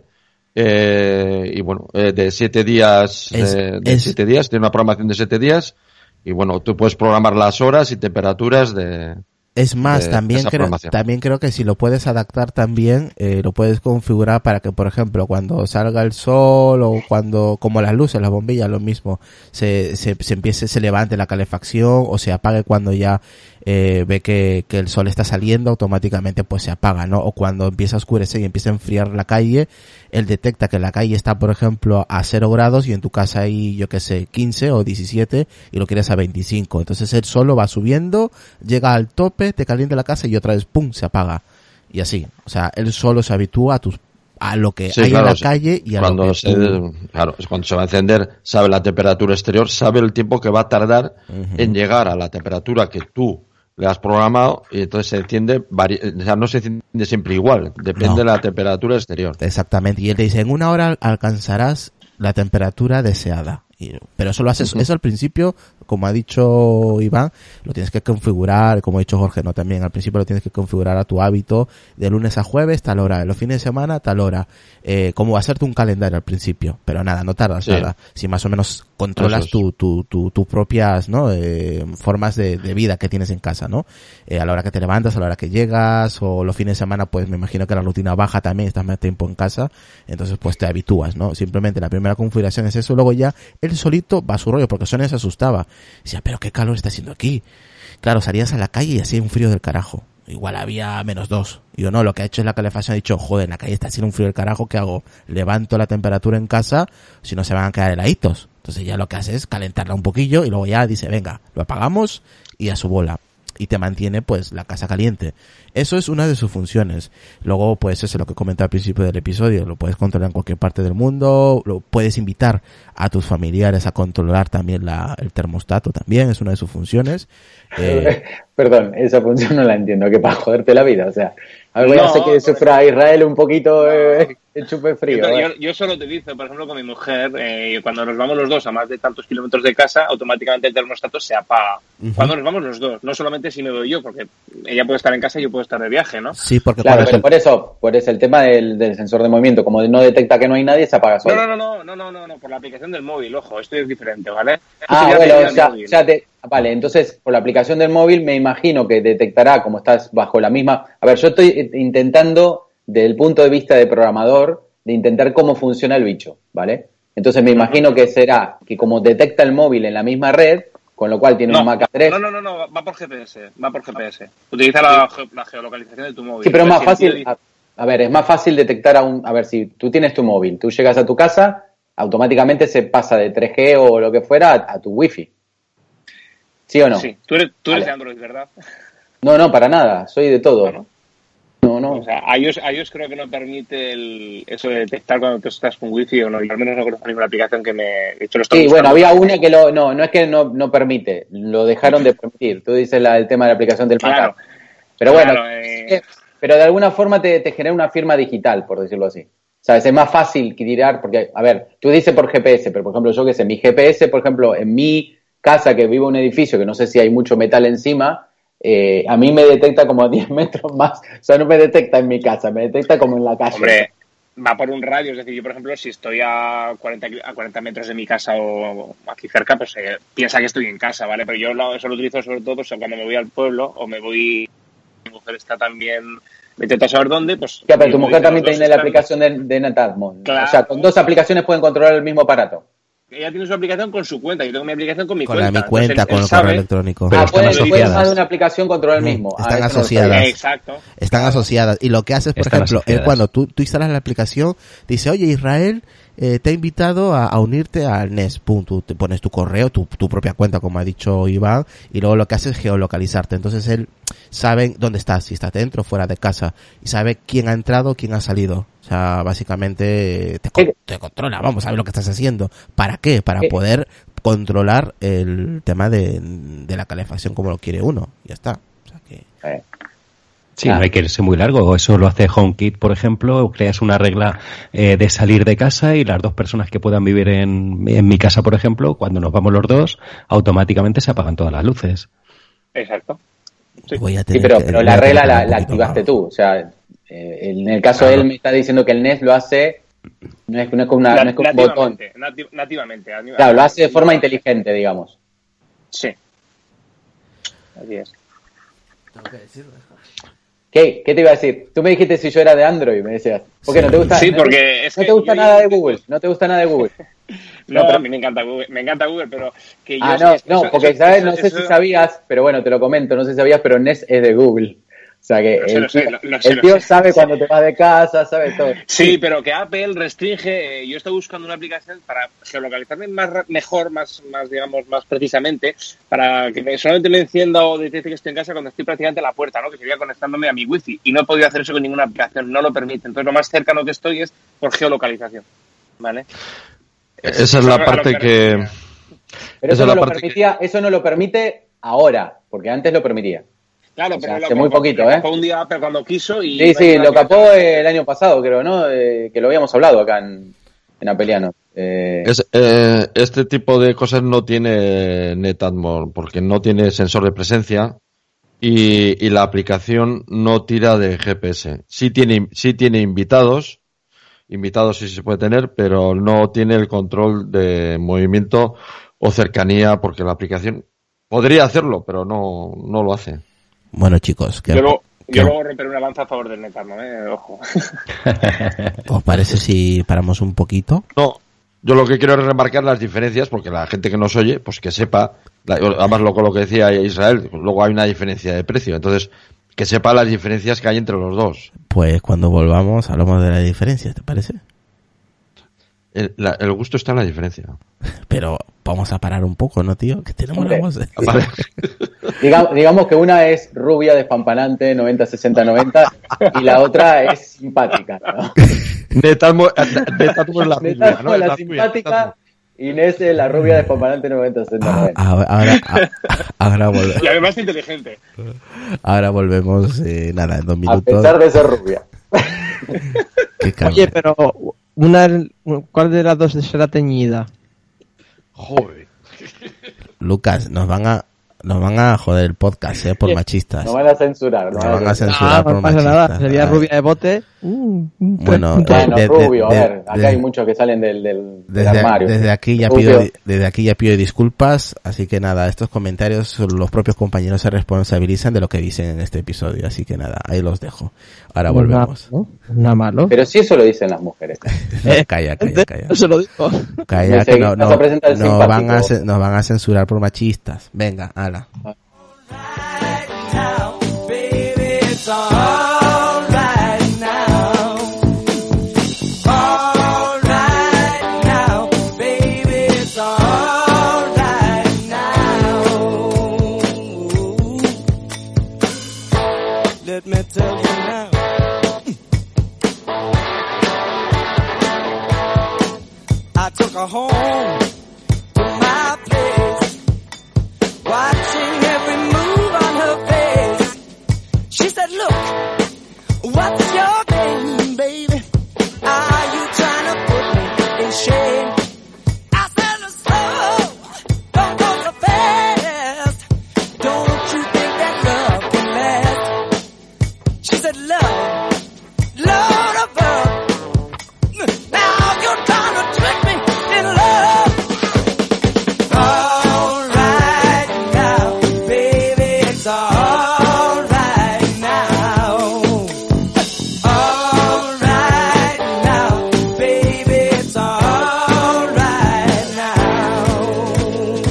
Y bueno, de 7 días, 7 días, tiene una programación de 7 días. Y bueno, tú puedes programar las horas y temperaturas de... Es más, también creo que si lo puedes adaptar también, lo puedes configurar para que, por ejemplo, cuando salga el sol o cuando, como las luces, las bombillas, lo mismo, se levante la calefacción o se apague cuando ya ve que el sol está saliendo, automáticamente pues se apaga, ¿no? O cuando empieza a oscurecer y empieza a enfriar la calle, él detecta que la calle está, por ejemplo, a 0 grados y en tu casa hay, yo qué sé, 15 o 17 y lo quieres a 25. Entonces él solo va subiendo, llega al tope, te calienta la casa y otra vez, ¡pum!, se apaga. Y así. O sea, él solo se habitúa a lo que hay en la calle y a cuando lo que... Claro, es cuando se va a encender, sabe la temperatura exterior, sabe el tiempo que va a tardar en llegar a la temperatura que tú le has programado y entonces se enciende, o sea, no se enciende siempre igual, depende de la temperatura exterior. Exactamente, y él te dice, en 1 hora alcanzarás la temperatura deseada. Pero eso lo haces, eso al principio, como ha dicho Iván, lo tienes que configurar, como ha dicho Jorge, no también, al principio lo tienes que configurar a tu hábito, de lunes a jueves, tal hora, los fines de semana, tal hora, como hacerte un calendario al principio, pero nada, no tardas nada, si más o menos controlas tus propias, ¿no? Formas de vida que tienes en casa, ¿no? A la hora que te levantas, a la hora que llegas, o los fines de semana, pues me imagino que la rutina baja también, estás más tiempo en casa, entonces pues te habitúas, ¿no? Simplemente la primera configuración es eso, luego ya él solito va a su rollo, porque Sonia se asustaba. Decía, pero qué calor está haciendo aquí. Claro, salías a la calle y hacía un frío del carajo. igual había -2. Y yo no, lo que ha hecho es la calefacción, ha dicho, joder, en la calle está haciendo un frío del carajo, ¿qué hago? Levanto la temperatura en casa, si no se van a quedar heladitos. Entonces ya lo que hace es calentarla un poquillo y luego ya dice, venga, lo apagamos y a su bola. Y te mantiene pues la casa caliente. Eso es una de sus funciones. Luego pues eso es lo que comenté al principio del episodio, lo puedes controlar en cualquier parte del mundo, lo puedes invitar a tus familiares a controlar también el termostato, también es una de sus funciones. Perdón, esa función no la entiendo, que para joderte la vida, o sea, algo ya sé que sufra a Israel un poquito el chupe frío. Yo solo utilizo, por ejemplo, con mi mujer, cuando nos vamos los dos a más de tantos kilómetros de casa, automáticamente el termostato se apaga. Uh-huh. Cuando nos vamos los dos, no solamente si me voy yo, porque ella puede estar en casa y yo puedo estar de viaje, ¿no? Sí, porque claro, pero por eso el tema del sensor de movimiento, como no detecta que no hay nadie, se apaga solo. No, por la aplicación del móvil, ojo, esto es diferente, ¿vale? Vale, entonces por la aplicación del móvil me imagino que detectará como estás bajo la misma... A ver, yo estoy intentando, desde el punto de vista de programador, de intentar cómo funciona el bicho, ¿vale? Entonces me imagino que será que como detecta el móvil en la misma red, con lo cual tiene un MAC A3... No, va por GPS. Utiliza la geolocalización de tu móvil. Sí, pero es más fácil... A ver, es más fácil detectar a ver, si tú tienes tu móvil, tú llegas a tu casa, automáticamente se pasa de 3G o lo que fuera a tu Wi-Fi. ¿Sí o no? Sí, tú eres de Android, ¿verdad? No, para nada, soy de todo. ¿No? No. O sea, iOS creo que no permite eso de detectar cuando tú estás con Wi-Fi o no. Yo al menos no conozco ninguna aplicación que me... De hecho, lo sí, bueno, había una que no es que no permite, lo dejaron de permitir. Tú dices el tema de la aplicación del Mac. Pero bueno, pero de alguna forma te genera una firma digital, por decirlo así. ¿Sabes? Es más fácil que tirar, porque, a ver, tú dices por GPS, pero por ejemplo, yo que sé, mi GPS, por ejemplo, en mi casa que vivo en un edificio que no sé si hay mucho metal encima, a mí me detecta como a 10 metros más, o sea, no me detecta en mi casa, me detecta como en la calle. Hombre, va por un radio, es decir, yo por ejemplo, si estoy a 40 metros de mi casa o aquí cerca, pues piensa que estoy en casa, ¿vale? Pero yo eso lo utilizo sobre todo pues, cuando me voy al pueblo o mi mujer está también... Me intenta saber dónde, pues... Ya, pero tu mujer también tiene la aplicación de Netatmo. Claro. O sea, con dos aplicaciones pueden controlar el mismo aparato. Ella tiene su aplicación con su cuenta, yo tengo mi aplicación con mi cuenta. Con mi cuenta, con el correo electrónico. Pero pueden usar una aplicación controlar el mismo. Están asociadas. Exacto. Están asociadas. Y lo que haces, por ejemplo, es cuando tú instalas la aplicación, dice, oye, Israel te ha invitado a unirte al NES. Pum, tú te pones tu correo, tu propia cuenta, como ha dicho Iván, y luego lo que hace es geolocalizarte. Entonces él sabe dónde estás, si estás dentro o fuera de casa, y sabe quién ha entrado, quién ha salido. O sea, básicamente te controla, vamos a ver lo que estás haciendo. ¿Para qué? Para poder controlar el tema de la calefacción como lo quiere uno. Ya está. O sea que... Sí, no hay que irse muy largo. Eso lo hace HomeKit, por ejemplo. Creas una regla de salir de casa y las dos personas que puedan vivir en mi casa, por ejemplo, cuando nos vamos los dos, automáticamente se apagan todas las luces. Exacto. Sí, pero la regla la activaste tú. O sea, en el caso de él me está diciendo que el NES lo hace, no es con un botón. Nativamente. Claro, lo hace de forma inteligente, digamos. Sí. Así es. Tengo que decirlo. ¿Qué te iba a decir? Tú me dijiste si yo era de Android, me decías. ¿Por qué no te gusta? Sí, porque no te gusta nada de Google. No te gusta nada de Google. No, pero a mí me encanta Google, pero que yo... porque sabes, no sé si sabías, pero bueno, te lo comento, no sé si sabías, pero NES es de Google. O sea que el tío sabe cuando te vas de casa, sabe todo. Sí, pero que Apple restringe. Yo estoy buscando una aplicación para geolocalizarme mejor, más digamos, más precisamente, para que solamente me encienda o detecte que estoy en casa cuando estoy prácticamente a la puerta, ¿no? Que sería conectándome a mi wifi. Y no he podido hacer eso con ninguna aplicación, no lo permite. Entonces lo más cercano que estoy es por geolocalización, ¿vale? Esa es la parte que... Pero eso no lo permite ahora, porque antes lo permitía. Claro, pero hace muy poquito, lo capó un día cuando quiso y... Sí, lo capó el año pasado, creo, ¿no? Que lo habíamos hablado acá en Apeliano. Este tipo de cosas no tiene Netatmo, porque no tiene sensor de presencia y la aplicación no tira de GPS. Sí tiene invitados sí se puede tener, pero no tiene el control de movimiento o cercanía, porque la aplicación podría hacerlo, pero no lo hace. Bueno, chicos, yo luego romperé una lanza a favor del Netatmo, ojo. ¿Os parece si paramos un poquito? No, yo lo que quiero es remarcar las diferencias, porque la gente que nos oye, pues que sepa, además lo que decía Israel, luego hay una diferencia de precio, entonces que sepa las diferencias que hay entre los dos. Pues cuando volvamos hablamos de las diferencias, ¿te parece? El gusto está en la diferencia. Pero vamos a parar un poco, ¿no, tío? Que tenemos la voz. Digamos que una es rubia, despampanante, 90, 60, 90, y la otra es simpática, ¿no? Netamo es la rubia, ¿no? La simpática, Inés es la rubia, despampanante, 90, 60, 90. Ahora volvemos. Y además inteligente. Ahora volvemos, nada, en 2 minutos. A pesar de ser rubia. Oye, pero ¿cuál de las dos será teñida? Joder. Lucas, nos van a joder el podcast, por machistas. Nos van a censurar. Nos van a censurar por no pasa machistas. nada. Sería rubia de bote. Bueno, rubio, a ver, acá hay muchos que salen del armario. Desde aquí ya pido disculpas, así que nada, estos comentarios los propios compañeros se responsabilizan de lo que dicen en este episodio, así que nada, ahí los dejo. Ahora volvemos. Nada malo. Pero si eso lo dicen las mujeres. Calla. No se lo digo. Calla, que nos van a censurar por machistas. Venga, ala. Let me tell you now. I took her home to my place, watching every move on her face. She said, look, what's your game, baby? Are you trying to put me in shame? I said, slow, don't go so fast. Don't you think that love can last? She said, love above. Now you're trying to trick me in love. All right now, baby, it's all right now. All right now, baby, it's all right now.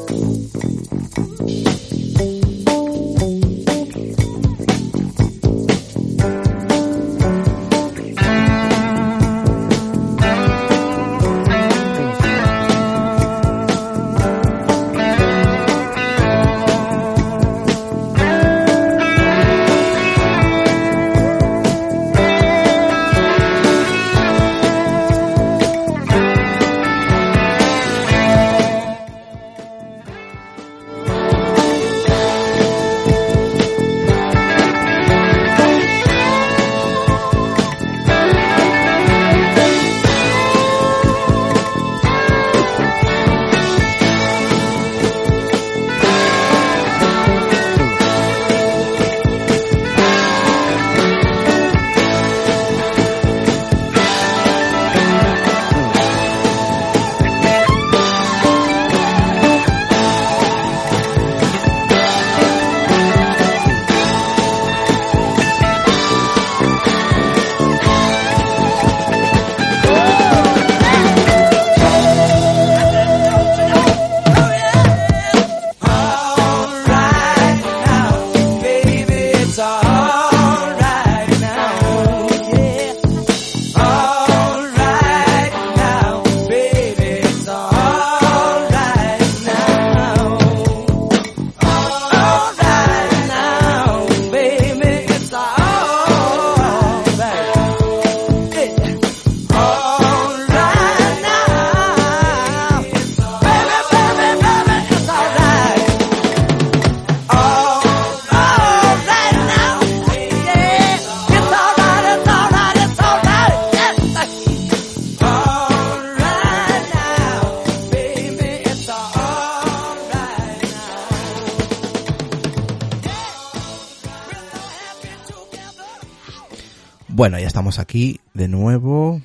Bueno, ya estamos aquí de nuevo.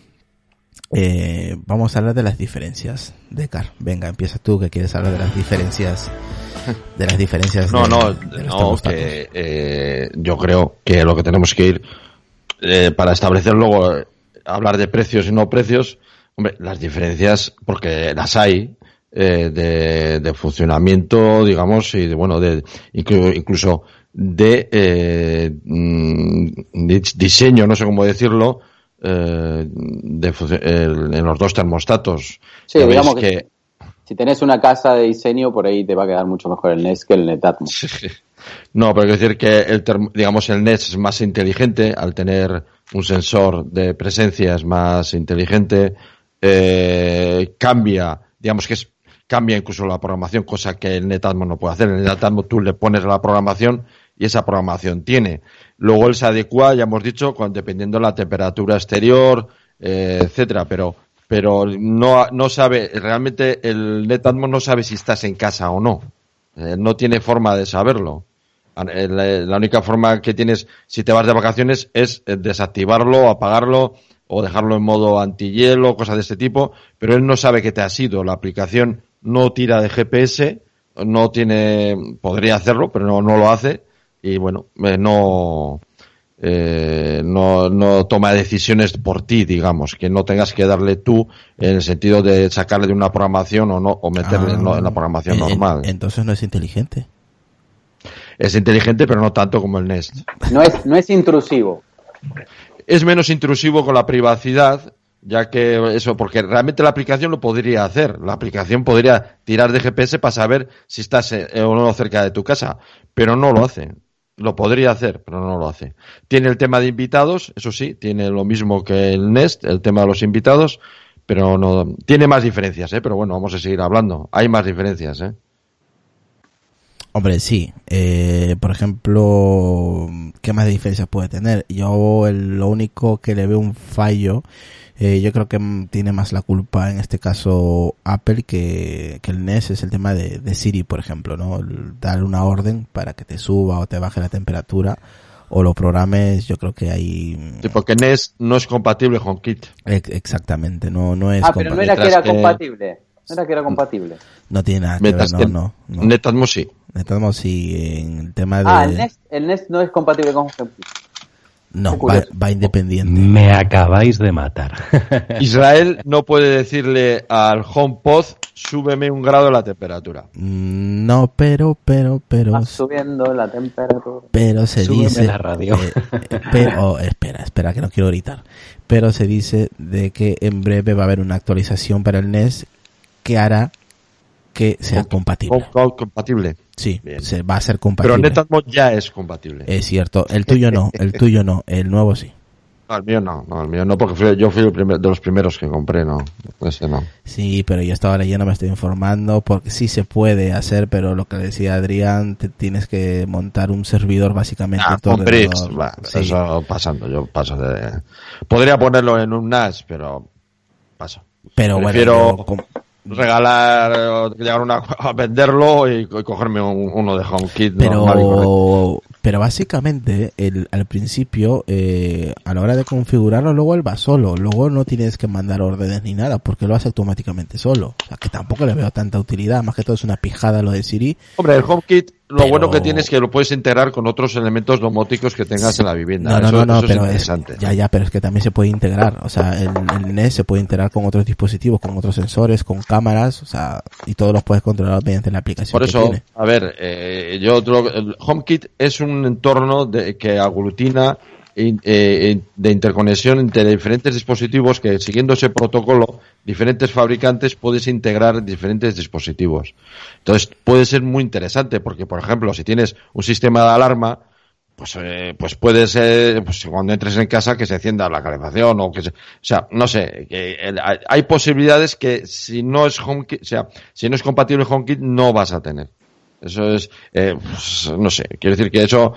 Vamos a hablar de las diferencias. Dekar, venga, empieza tú, que quieres hablar de las diferencias. De las diferencias. Yo creo que lo que tenemos que ir para establecer luego, hablar de precios y no precios, hombre, las diferencias, porque las hay, de funcionamiento, digamos, y de, bueno, de incluso de diseño, no sé cómo decirlo, en los dos termostatos. Sí, digamos que si tenés una casa de diseño, por ahí te va a quedar mucho mejor el Nest que el Netatmo. Sí. No, pero quiero decir que el Nest es más inteligente, al tener un sensor de presencia es más inteligente, cambia incluso la programación, cosa que el Netatmo no puede hacer. En el Netatmo tú le pones la programación y esa programación tiene. Luego él se adecua, ya hemos dicho, dependiendo de la temperatura exterior, etcétera, pero no sabe, realmente el Netatmo no sabe si estás en casa o no. No tiene forma de saberlo. La única forma que tienes si te vas de vacaciones es desactivarlo, apagarlo o dejarlo en modo antihielo, cosas de este tipo, pero él no sabe que te has ido. La aplicación no tira de GPS, podría hacerlo, pero no lo hace, y bueno, no toma decisiones por ti, digamos, que no tengas que darle tú en el sentido de sacarle de una programación o meterle en la programación normal. Entonces no es inteligente. Es inteligente, pero no tanto como el Nest. No es intrusivo. Es menos intrusivo con la privacidad, ya que porque realmente la aplicación lo podría hacer. La aplicación podría tirar de GPS para saber si estás o no cerca de tu casa, pero no lo hace. Lo podría hacer, pero no lo hace. Tiene el tema de invitados, eso sí, tiene lo mismo que el Nest, el tema de los invitados, pero no tiene más diferencias, pero bueno, vamos a seguir hablando. Hay más diferencias, Hombre, sí. Por ejemplo, ¿qué más de diferencias puede tener? Yo lo único que le veo un fallo, yo creo que tiene más la culpa en este caso Apple que el Nest, es el tema de Siri, por ejemplo, ¿no? Dar una orden para que te suba o te baje la temperatura o lo programes, yo creo que hay... Sí, porque Nest no es compatible con HomeKit. Exactamente, no es compatible. Pero no era que era compatible. No era que era compatible. No tiene nada que ver, no. Netatmo sí. Netatmo sí, en el tema de... el Nest no es compatible con HomeKit. No, va independiente. Me acabáis de matar. Israel no puede decirle al HomePod, súbeme 1 grado la temperatura. No, pero... Va subiendo la temperatura. Pero se súbeme dice... la radio. Espera, que no quiero gritar. Pero se dice de que en breve va a haber una actualización para el Nest que hará que sea compatible. Compatible. Sí, va a ser compatible. Pero Netatmo ya es compatible. Es cierto, el tuyo no, el nuevo sí. No, el mío no, porque yo fui de los primeros que compré, ese no. Sí, pero yo estaba leyendo, me estoy informando, porque sí se puede hacer, pero lo que decía Adrián, tienes que montar un servidor básicamente. Sí. Eso pasando, yo paso de... Podría ponerlo en un NAS, pero paso. Pero prefiero regalar, llegar a venderlo y cogerme uno de HomeKit normal. Pero básicamente al principio a la hora de configurarlo luego él va solo, luego no tienes que mandar órdenes ni nada porque lo hace automáticamente solo, o sea que tampoco le veo tanta utilidad, más que todo es una pijada lo de Siri. Hombre, el HomeKit lo bueno que tiene es que lo puedes integrar con otros elementos domóticos que tengas en la vivienda. Eso pero es interesante. Pero es que también se puede integrar, o sea, el Nest se puede integrar con otros dispositivos, con otros sensores, con cámaras, o sea, y todos los puedes controlar mediante la aplicación. Por eso, tiene. A ver, el HomeKit es un entorno que aglutina de interconexión entre diferentes dispositivos que, siguiendo ese protocolo, diferentes fabricantes puedes integrar diferentes dispositivos. Entonces puede ser muy interesante porque, por ejemplo, si tienes un sistema de alarma, pues puede ser, pues cuando entres en casa que se encienda la calefacción o que o sea, no sé, hay posibilidades que si no es HomeKit, o sea, si no es compatible HomeKit no vas a tener. Eso es, pues, no sé, quiero decir que eso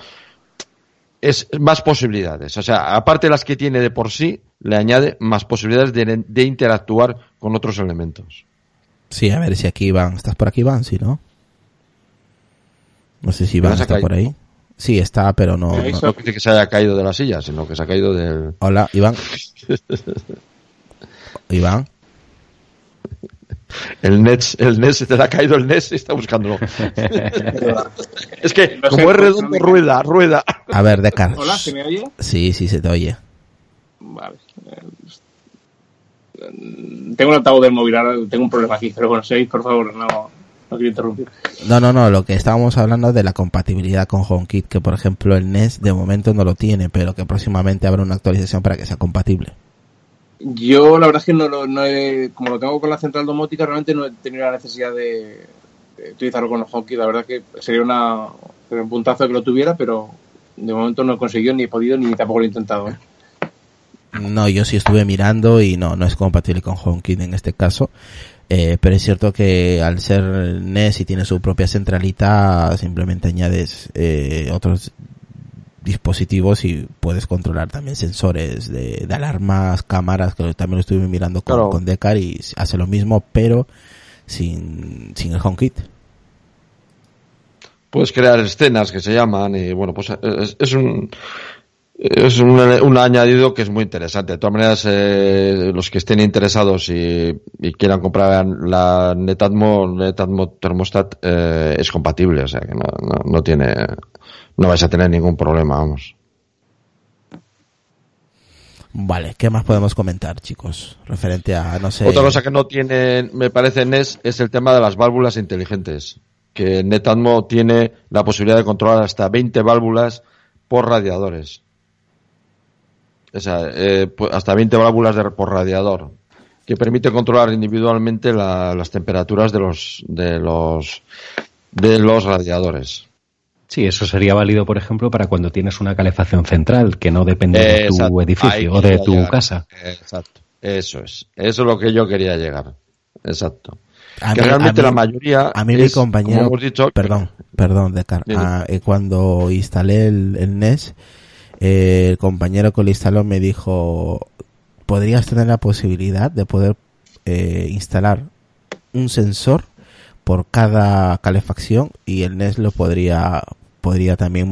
es más posibilidades. O sea, aparte de las que tiene de por sí, le añade más posibilidades de interactuar con otros elementos. Sí, a ver si aquí Iván. ¿Estás por aquí, Iván? Sí, ¿no? No sé si Iván está por ahí. Sí, está, pero no dice que se haya caído de la silla, sino que se ha caído del... Hola, Iván. Iván. El NES se te ha caído el NES y está buscándolo. Es que, no como es redondo, rueda. A ver, Decar. Hola, ¿se me oye? Sí, se te oye. Vale. Tengo un altavoz del móvil, ahora tengo un problema aquí, pero bueno, si por favor, no No quiero interrumpir. No, lo que estábamos hablando de la compatibilidad con HomeKit, que por ejemplo el NES de momento no lo tiene, pero que próximamente habrá una actualización para que sea compatible. Yo la verdad es que no he, como lo tengo con la central domótica, realmente no he tenido la necesidad de utilizarlo con los HomeKit. La verdad es que sería un puntazo que lo tuviera, pero de momento no he conseguido, ni he podido, ni tampoco lo he intentado. No, yo sí estuve mirando y no es compatible con HomeKit en este caso. Pero es cierto que al ser NES y tiene su propia centralita, simplemente añades otros dispositivos y puedes controlar también sensores de alarmas, cámaras, que también lo estuve mirando con Decar y hace lo mismo, pero sin el HomeKit. Puedes crear escenas que se llaman y bueno, pues es un añadido que es muy interesante. De todas maneras, los que estén interesados y quieran comprar la Netatmo Thermostat es compatible, o sea que no vais a tener ningún problema, vamos. Vale, ¿qué más podemos comentar, chicos? Referente a, no sé... Otra cosa que no tiene, me parece, NES, es el tema de las válvulas inteligentes. Que Netatmo tiene la posibilidad de controlar hasta 20 válvulas por radiadores. O sea, hasta 20 válvulas por radiador, que permite controlar individualmente las temperaturas de los radiadores. Sí, eso sería válido, por ejemplo, para cuando tienes una calefacción central que no depende de tu edificio o de tu casa. Exacto, eso es lo que yo quería llegar. Exacto. Realmente la mayoría. A mí mi compañero, como hemos dicho, perdón, Decar, cuando instalé el NES, el compañero que lo instaló me dijo, podrías tener la posibilidad de poder instalar un sensor por cada calefacción y el NES lo podría también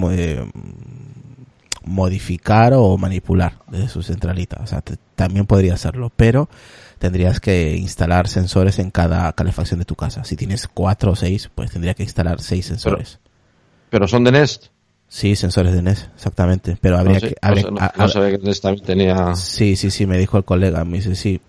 modificar o manipular desde su centralita. O sea, también podría hacerlo, pero tendrías que instalar sensores en cada calefacción de tu casa. Si tienes 4 o 6, pues tendría que instalar 6 sensores. ¿Pero son de NES? Sí, sensores de NES, exactamente. Pero habría que... No sabía que NES también tenía... Sí, me dijo el colega. Me dice, sí,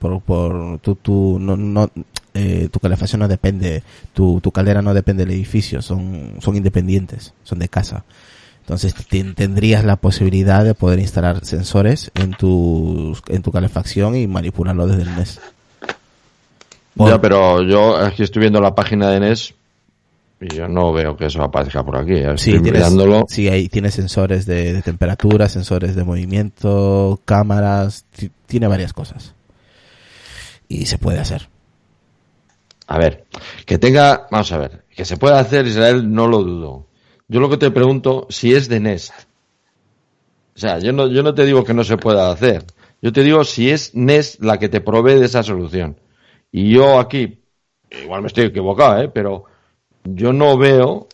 tu calefacción no depende, tu caldera no depende del edificio, son independientes, son de casa. Entonces tendrías la posibilidad de poder instalar sensores en tu calefacción y manipularlo desde el NES. Ya, pero yo aquí estoy viendo la página de NES y yo no veo que eso aparezca por aquí. Sí, ahí tiene sensores de temperatura, sensores de movimiento, cámaras, tiene varias cosas. Y se puede hacer. A ver, vamos a ver, que se puede hacer, Israel, no lo dudo. Yo lo que te pregunto, si es de Nest. O sea, yo no te digo que no se pueda hacer. Yo te digo si es Nest la que te provee de esa solución. Y yo aquí, igual me estoy equivocado, pero yo no veo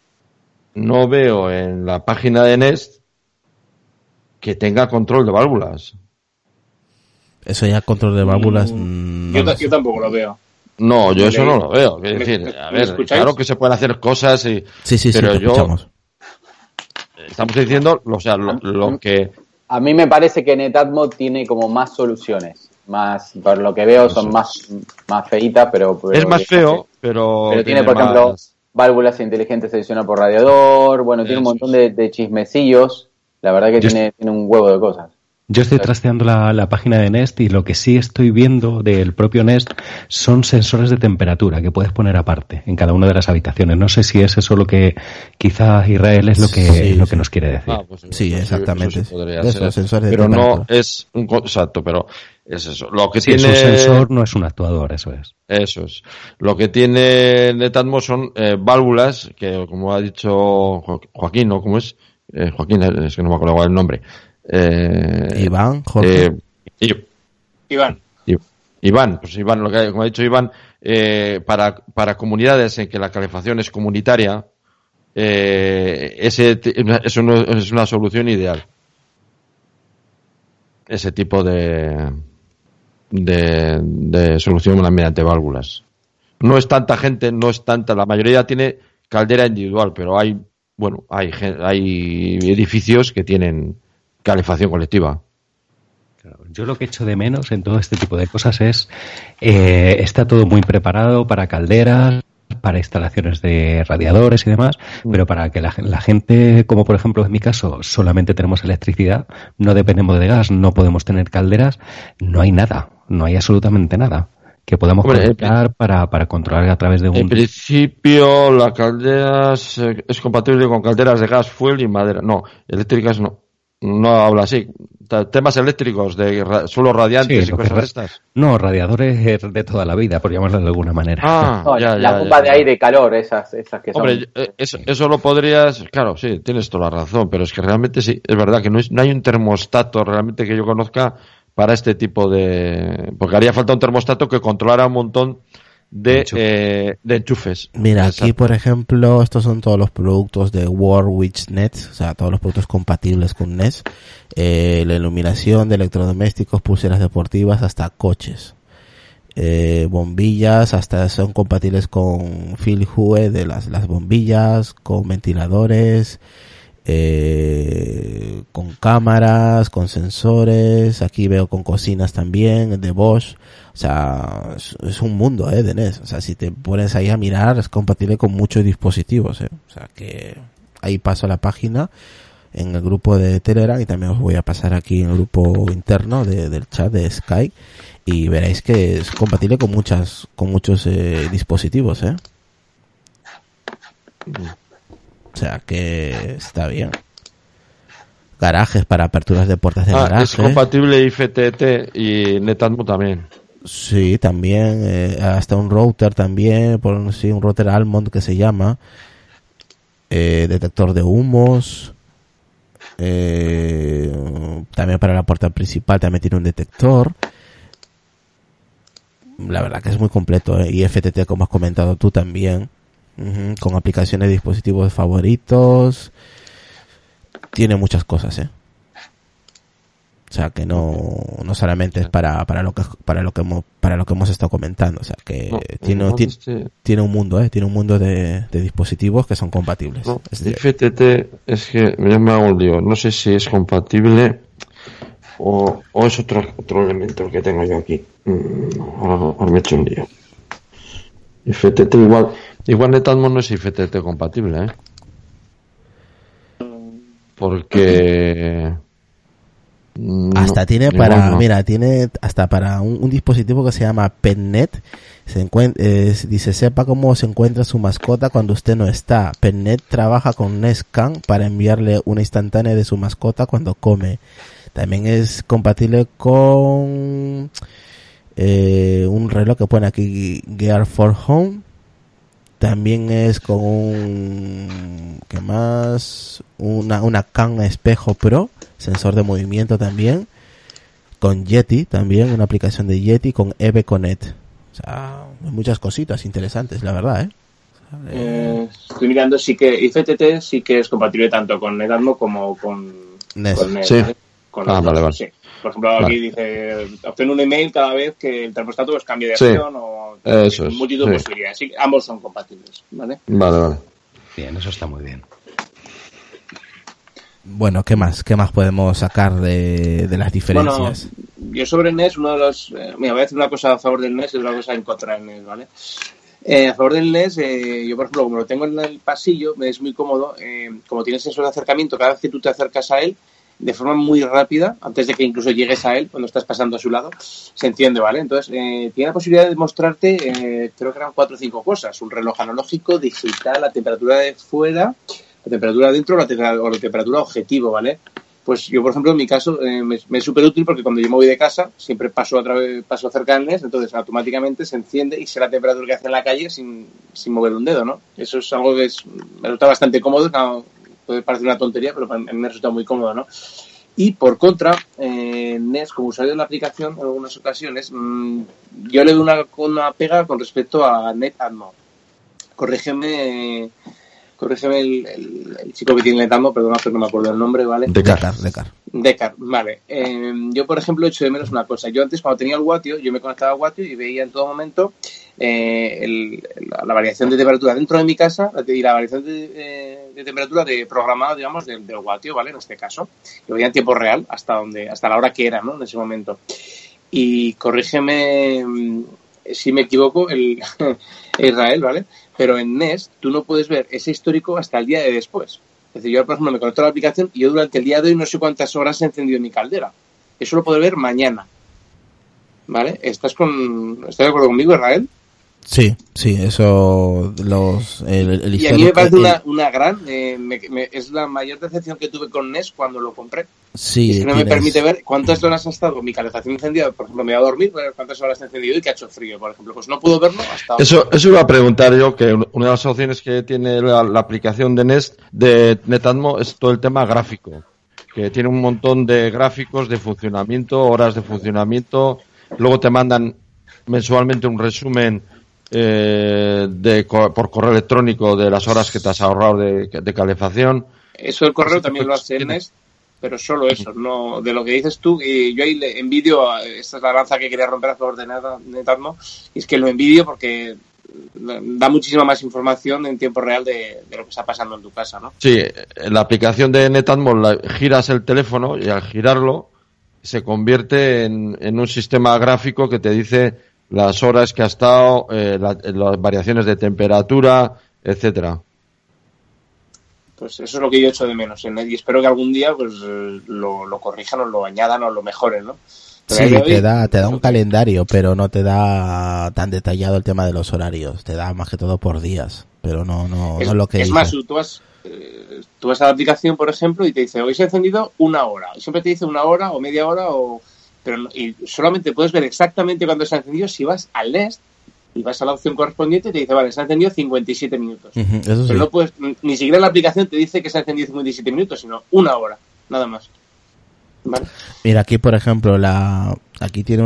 en la página de Nest que tenga control de válvulas. Eso ya, control de válvulas... Yo tampoco lo veo. No, yo eso no lo veo. Es decir, a ver, claro que se pueden hacer cosas pero estamos diciendo, o sea, lo que... A mí me parece que Netatmo tiene como más soluciones. Más, por lo que veo, son más feitas, pero es más feo, pero tiene, por ejemplo, válvulas inteligentes adicionales por radiador. Bueno, tiene un montón de chismecillos. La verdad que tiene un huevo de cosas. Yo estoy trasteando la página de Nest y lo que sí estoy viendo del propio Nest son sensores de temperatura que puedes poner aparte en cada una de las habitaciones. No sé si es eso lo que quizás Israel es lo que nos quiere decir. Pues sí, exactamente. Eso podría ser. Sensores pero no es un exacto, pero es eso. Lo que tiene es un sensor, no es un actuador, eso es. Eso es. Lo que tiene Netatmo son válvulas que, como ha dicho Joaquín, ¿no? ¿Cómo es? Joaquín, es que no me acuerdo el nombre. Iván, Jorge. Iván, como ha dicho Iván, para comunidades en que la calefacción es comunitaria, es una solución ideal. Ese tipo de solución mediante válvulas. No es tanta gente, la mayoría tiene caldera individual, pero hay edificios que tienen calefacción colectiva. Yo lo que echo de menos en todo este tipo de cosas es está todo muy preparado para calderas, para instalaciones de radiadores y demás, pero para que la gente, como por ejemplo en mi caso, solamente tenemos electricidad, no dependemos de gas, no podemos tener calderas, no hay nada, no hay absolutamente nada que podamos conectar para controlar a través de un... En principio, la caldera es compatible con calderas de gas, fuel y madera. No, eléctricas no. No habla así. Temas eléctricos de suelos radiantes y cosas de estas. No, radiadores de toda la vida, por llamarlo de alguna manera. La bomba de aire y calor, esas que son... Hombre, eso lo podrías... Claro, sí, tienes toda la razón, pero es que realmente sí, es verdad que no hay un termostato realmente que yo conozca para este tipo de... Porque haría falta un termostato que controlara un montón de enchufes. Mira, aquí por ejemplo, estos son todos los productos de Warwick Net, o sea, todos los productos compatibles con NES, la iluminación de electrodomésticos, pulseras deportivas, hasta coches, bombillas, hasta son compatibles con Phil Hue de las bombillas, con ventiladores, con cámaras, con sensores, aquí veo con cocinas también, de Bosch. O sea, es un mundo, de NES. O sea, si te pones ahí a mirar, es compatible con muchos dispositivos, O sea, que ahí paso a la página en el grupo de Telegram y también os voy a pasar aquí en el grupo interno del chat de Skype y veréis que es compatible con muchos dispositivos, O sea, que está bien. Garajes para aperturas de puertas de garaje. Es compatible IFTTT y NetAtmo también. Sí, también, hasta un router también, un router Almond que se llama, detector de humos, también para la puerta principal también tiene un detector. La verdad que es muy completo, y FTT como has comentado tú también, con aplicaciones de dispositivos favoritos, tiene muchas cosas, O sea, que no solamente es para lo que hemos estado comentando, o sea, que tiene un mundo, tiene un mundo de dispositivos que son compatibles. No, FTT es que me hago un lío, no sé si es compatible o es otro elemento que tengo yo aquí. Ahora me he hecho un lío. FTT igual NetAtmo no es IFTTT compatible, porque hasta tiene tiene hasta para un dispositivo que se llama PetNet. Dice, sepa cómo se encuentra su mascota cuando usted no está. PetNet trabaja con Nescan para enviarle una instantánea de su mascota cuando come. También es compatible con un reloj que pone aquí Gear for Home. También es con ¿qué más? Una Can Espejo Pro, sensor de movimiento también, con Yeti también, una aplicación de Yeti, con EV Connect. O sea, muchas cositas interesantes, la verdad, estoy mirando, sí que IFTTT sí que es compatible tanto con NetAtmo como con NES. Con NES, sí. Vale. Sí. Por ejemplo, aquí dice, obtén un email cada vez que el termostato os cambie de acción o multitud de posibilidades. Sí, ambos son compatibles, ¿vale? Vale. Bien, eso está muy bien. Bueno, ¿qué más podemos sacar de las diferencias? Bueno, yo sobre NES, uno de los... voy a decir una cosa a favor del NES y otra cosa en contra del NES, ¿vale? A favor del NES, yo por ejemplo, como lo tengo en el pasillo, me es muy cómodo, como tienes sensor de acercamiento, cada vez que tú te acercas a él, de forma muy rápida, antes de que incluso llegues a él, cuando estás pasando a su lado, se enciende, ¿vale? Entonces, tiene la posibilidad de mostrarte, creo que eran 4 o 5 cosas, un reloj analógico, digital, la temperatura de fuera, la temperatura dentro o la temperatura objetivo, ¿vale? Pues yo, por ejemplo, en mi caso, me es súper útil porque cuando yo me voy de casa, siempre paso cerca del NES, entonces automáticamente se enciende y sé la temperatura que hace en la calle sin mover un dedo, ¿no? Eso es algo que me resulta bastante cómodo, no, puede parecer una tontería, pero a mí me resulta muy cómodo, ¿no? Y por contra, NES, como usuario de la aplicación, en algunas ocasiones, yo le doy una pega con respecto a NetAtmo. Corrígeme el chico que tiene NetAtmo, perdona, pero no me acuerdo el nombre, ¿vale? Decar, vale. Yo, por ejemplo, echo de menos una cosa. Yo antes, cuando tenía el Watio, yo me conectaba a Watio y veía en todo momento la variación de temperatura dentro de mi casa y la variación de temperatura programada, digamos, del Watio, ¿vale? En este caso. Lo veía en tiempo real hasta la hora que era, ¿no? En ese momento. Y corrígeme... si me equivoco, el Israel, ¿vale? Pero en Nest tú no puedes ver ese histórico hasta el día de después. Es decir, yo, por ejemplo, me conecto a la aplicación y yo durante el día de hoy no sé cuántas horas he encendido mi caldera. Eso lo puedo ver mañana. ¿Vale? ¿Estás de acuerdo conmigo, Israel? Sí, eso el y a mí me parece una gran es la mayor decepción que tuve con Nest cuando lo compré. Sí, es que no me permite ver cuántas horas ha estado mi calefacción encendida. Por ejemplo, me voy a dormir, cuántas horas ha encendido y que ha hecho frío, por ejemplo. Pues no puedo verlo hasta ahora. Eso iba a preguntar yo, que una de las opciones que tiene la aplicación de Nest, de Netatmo, es todo el tema gráfico, que tiene un montón de gráficos de funcionamiento, horas de funcionamiento. Luego te mandan mensualmente un resumen por correo electrónico de las horas que te has ahorrado de calefacción. Eso el correo también lo hace Nest, pero solo eso, no de lo que dices tú. Y yo ahí le envidio, esta es la lanza que quería romper a favor de Netatmo, y es que lo envidio porque da muchísima más información en tiempo real de lo que está pasando en tu casa, ¿no? Sí, en la aplicación de Netatmo giras el teléfono y al girarlo se convierte en un sistema gráfico que te dice las horas que ha estado, las variaciones de temperatura, etcétera. Pues eso es lo que yo echo de menos y espero que algún día pues lo corrijan o lo añadan o lo mejoren, ¿no? Pero sí, te da un calendario, pero no te da tan detallado el tema de los horarios. Te da más que todo por días, pero no lo que es dice. Más, tú vas a la aplicación, por ejemplo, y te dice, hoy se ha encendido 1 hora. Y siempre te dice 1 hora o media hora y solamente puedes ver exactamente cuándo se ha encendido si vas al Nest y vas a la opción correspondiente y te dice, vale, se ha encendido 57 minutos. Eso pero sí. no puedes, ni siquiera la aplicación te dice que se ha encendido 57 minutos, sino 1 hora, nada más. ¿Vale? Mira, aquí por ejemplo, aquí tiene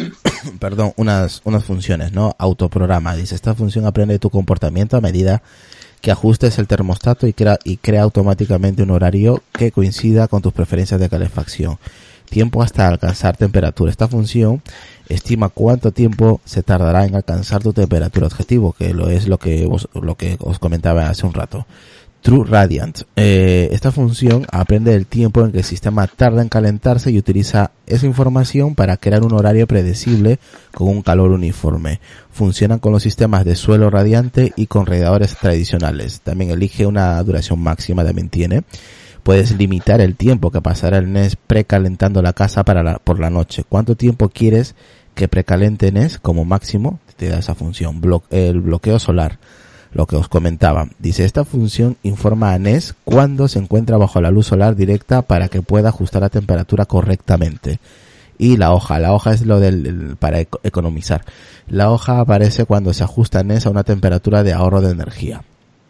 unas funciones, ¿no? Autoprograma. Dice, esta función aprende tu comportamiento a medida que ajustes el termostato y crea automáticamente un horario que coincida con tus preferencias de calefacción. Tiempo hasta alcanzar temperatura. Esta función estima cuánto tiempo se tardará en alcanzar tu temperatura objetivo, que es lo que os comentaba hace un rato. True Radiant. Esta función aprende el tiempo en que el sistema tarda en calentarse y utiliza esa información para crear un horario predecible con un calor uniforme. Funcionan con los sistemas de suelo radiante y con radiadores tradicionales. También elige una duración máxima, también tiene. Puedes limitar el tiempo que pasará el Nest precalentando la casa por la noche. ¿Cuánto tiempo quieres que precalente Nest? Como máximo te da esa función. El bloqueo solar, lo que os comentaba. Dice, esta función informa a Nest cuando se encuentra bajo la luz solar directa para que pueda ajustar la temperatura correctamente. Y la hoja es lo para economizar. La hoja aparece cuando se ajusta Nest a una temperatura de ahorro de energía.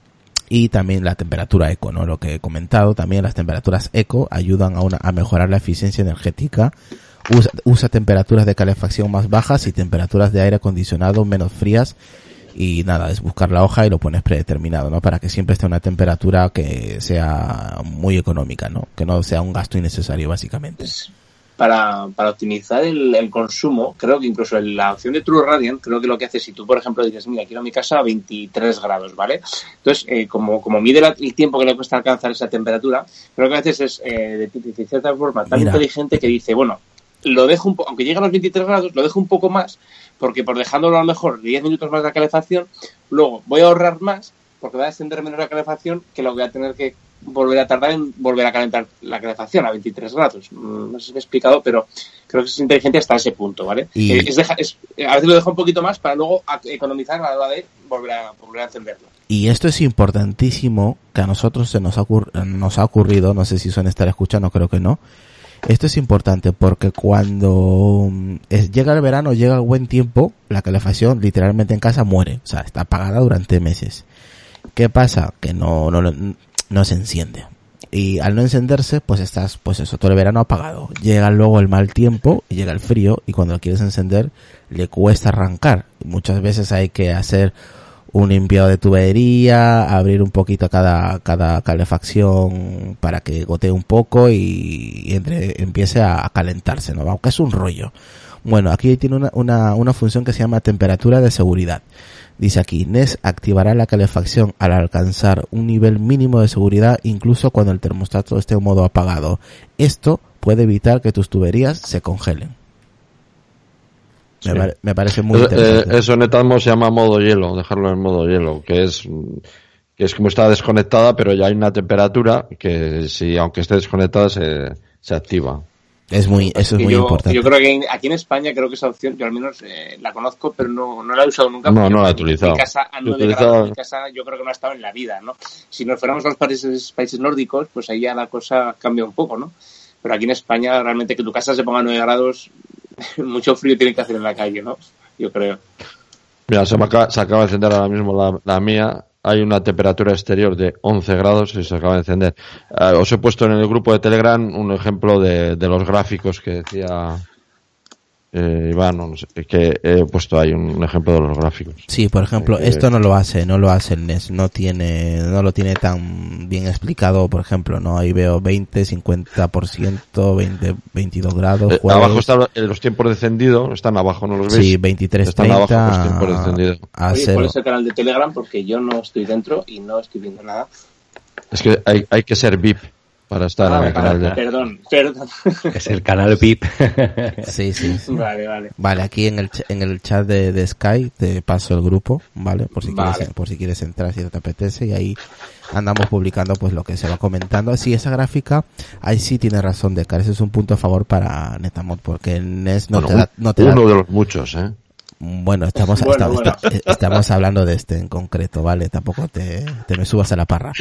Y también la temperatura eco, ¿no? Lo que he comentado, también las temperaturas eco ayudan a mejorar la eficiencia energética. Usa temperaturas de calefacción más bajas y temperaturas de aire acondicionado menos frías. Y nada, es buscar la hoja y lo pones predeterminado, ¿no? Para que siempre esté una temperatura que sea muy económica, ¿no? Que no sea un gasto innecesario, básicamente. Para optimizar el consumo, creo que incluso la opción de True Radiant, creo que lo que hace, si tú, por ejemplo, dices, mira, quiero mi casa a 23 grados, ¿vale? Entonces, como mide el tiempo que le cuesta alcanzar esa temperatura, creo que a veces es de cierta forma tan inteligente que dice, bueno, lo dejo aunque llegue a los 23 grados, lo dejo un poco más, porque por dejándolo a lo mejor 10 minutos más de calefacción, luego voy a ahorrar más, porque va a extender menos la calefacción, que lo voy a tener que volver a tardar en volver a calentar la calefacción a 23 grados. No sé si me he explicado, pero creo que es inteligente hasta ese punto, ¿vale? Y... a veces lo dejo un poquito más para luego economizar a la hora de volver a encenderlo. Y esto es importantísimo, que a nosotros nos ha ocurrido, no sé si suelen estar escuchando, creo que no. Esto es importante porque cuando llega el verano, llega el buen tiempo, la calefacción literalmente en casa muere. O sea, está apagada durante meses. ¿Qué pasa? Que no se enciende. Y al no encenderse, pues estás, pues eso, todo el verano apagado. Llega luego el mal tiempo, y llega el frío, y cuando lo quieres encender, le cuesta arrancar. Muchas veces hay que hacer un limpiado de tubería, abrir un poquito cada calefacción para que gotee un poco y empiece a calentarse, ¿no? Aunque es un rollo. Bueno, aquí tiene una función que se llama temperatura de seguridad. Dice aquí, Nest activará la calefacción al alcanzar un nivel mínimo de seguridad incluso cuando el termostato esté en modo apagado. Esto puede evitar que tus tuberías se congelen. Me parece muy interesante. Eso en Netatmo se llama modo hielo, dejarlo en modo hielo, que es como está desconectada, pero ya hay una temperatura que si aunque esté desconectada se activa. Eso es muy importante. Yo creo que aquí en España creo que esa opción, yo al menos la conozco, pero no la he usado nunca. No la he utilizado. En mi casa, a 9 grados, en mi casa yo creo que no ha estado en la vida, ¿no? Si nos fuéramos a los países nórdicos, pues ahí ya la cosa cambia un poco, ¿no? Pero aquí en España, realmente que tu casa se ponga a 9 grados, mucho frío tiene que hacer en la calle, ¿no? Yo creo. Mira, se acaba de encender ahora mismo la mía. Hay una temperatura exterior de 11 grados y se acaba de encender. Os he puesto en el grupo de Telegram un ejemplo de los gráficos que decía Iván, no sé, que he puesto ahí un ejemplo de los gráficos. Sí, por ejemplo, esto no lo hace el NES, no lo tiene tan bien explicado, por ejemplo, no, ahí veo 20, 50%, 20, 22 grados. Abajo están los tiempos de encendido, están abajo, ¿no los ves? Sí, 23, están 30, abajo los tiempos de encendido. Oye, ¿cuál es el canal de Telegram? Porque yo no estoy dentro y no estoy viendo nada. Es que hay que ser VIP para estar en el canal de... Perdón. Es el canal VIP. Sí. Vale. Vale, aquí en el chat de Sky te paso el grupo, ¿vale? Por si quieres entrar, si te apetece, y ahí andamos publicando pues lo que se va comentando. Sí, esa gráfica, ahí sí tiene razón de cara, ese es un punto a favor para Netamod, porque el NES no te da... Uno de los muchos, Bueno, estamos hablando de este en concreto, ¿vale? Tampoco te me subas a la parra.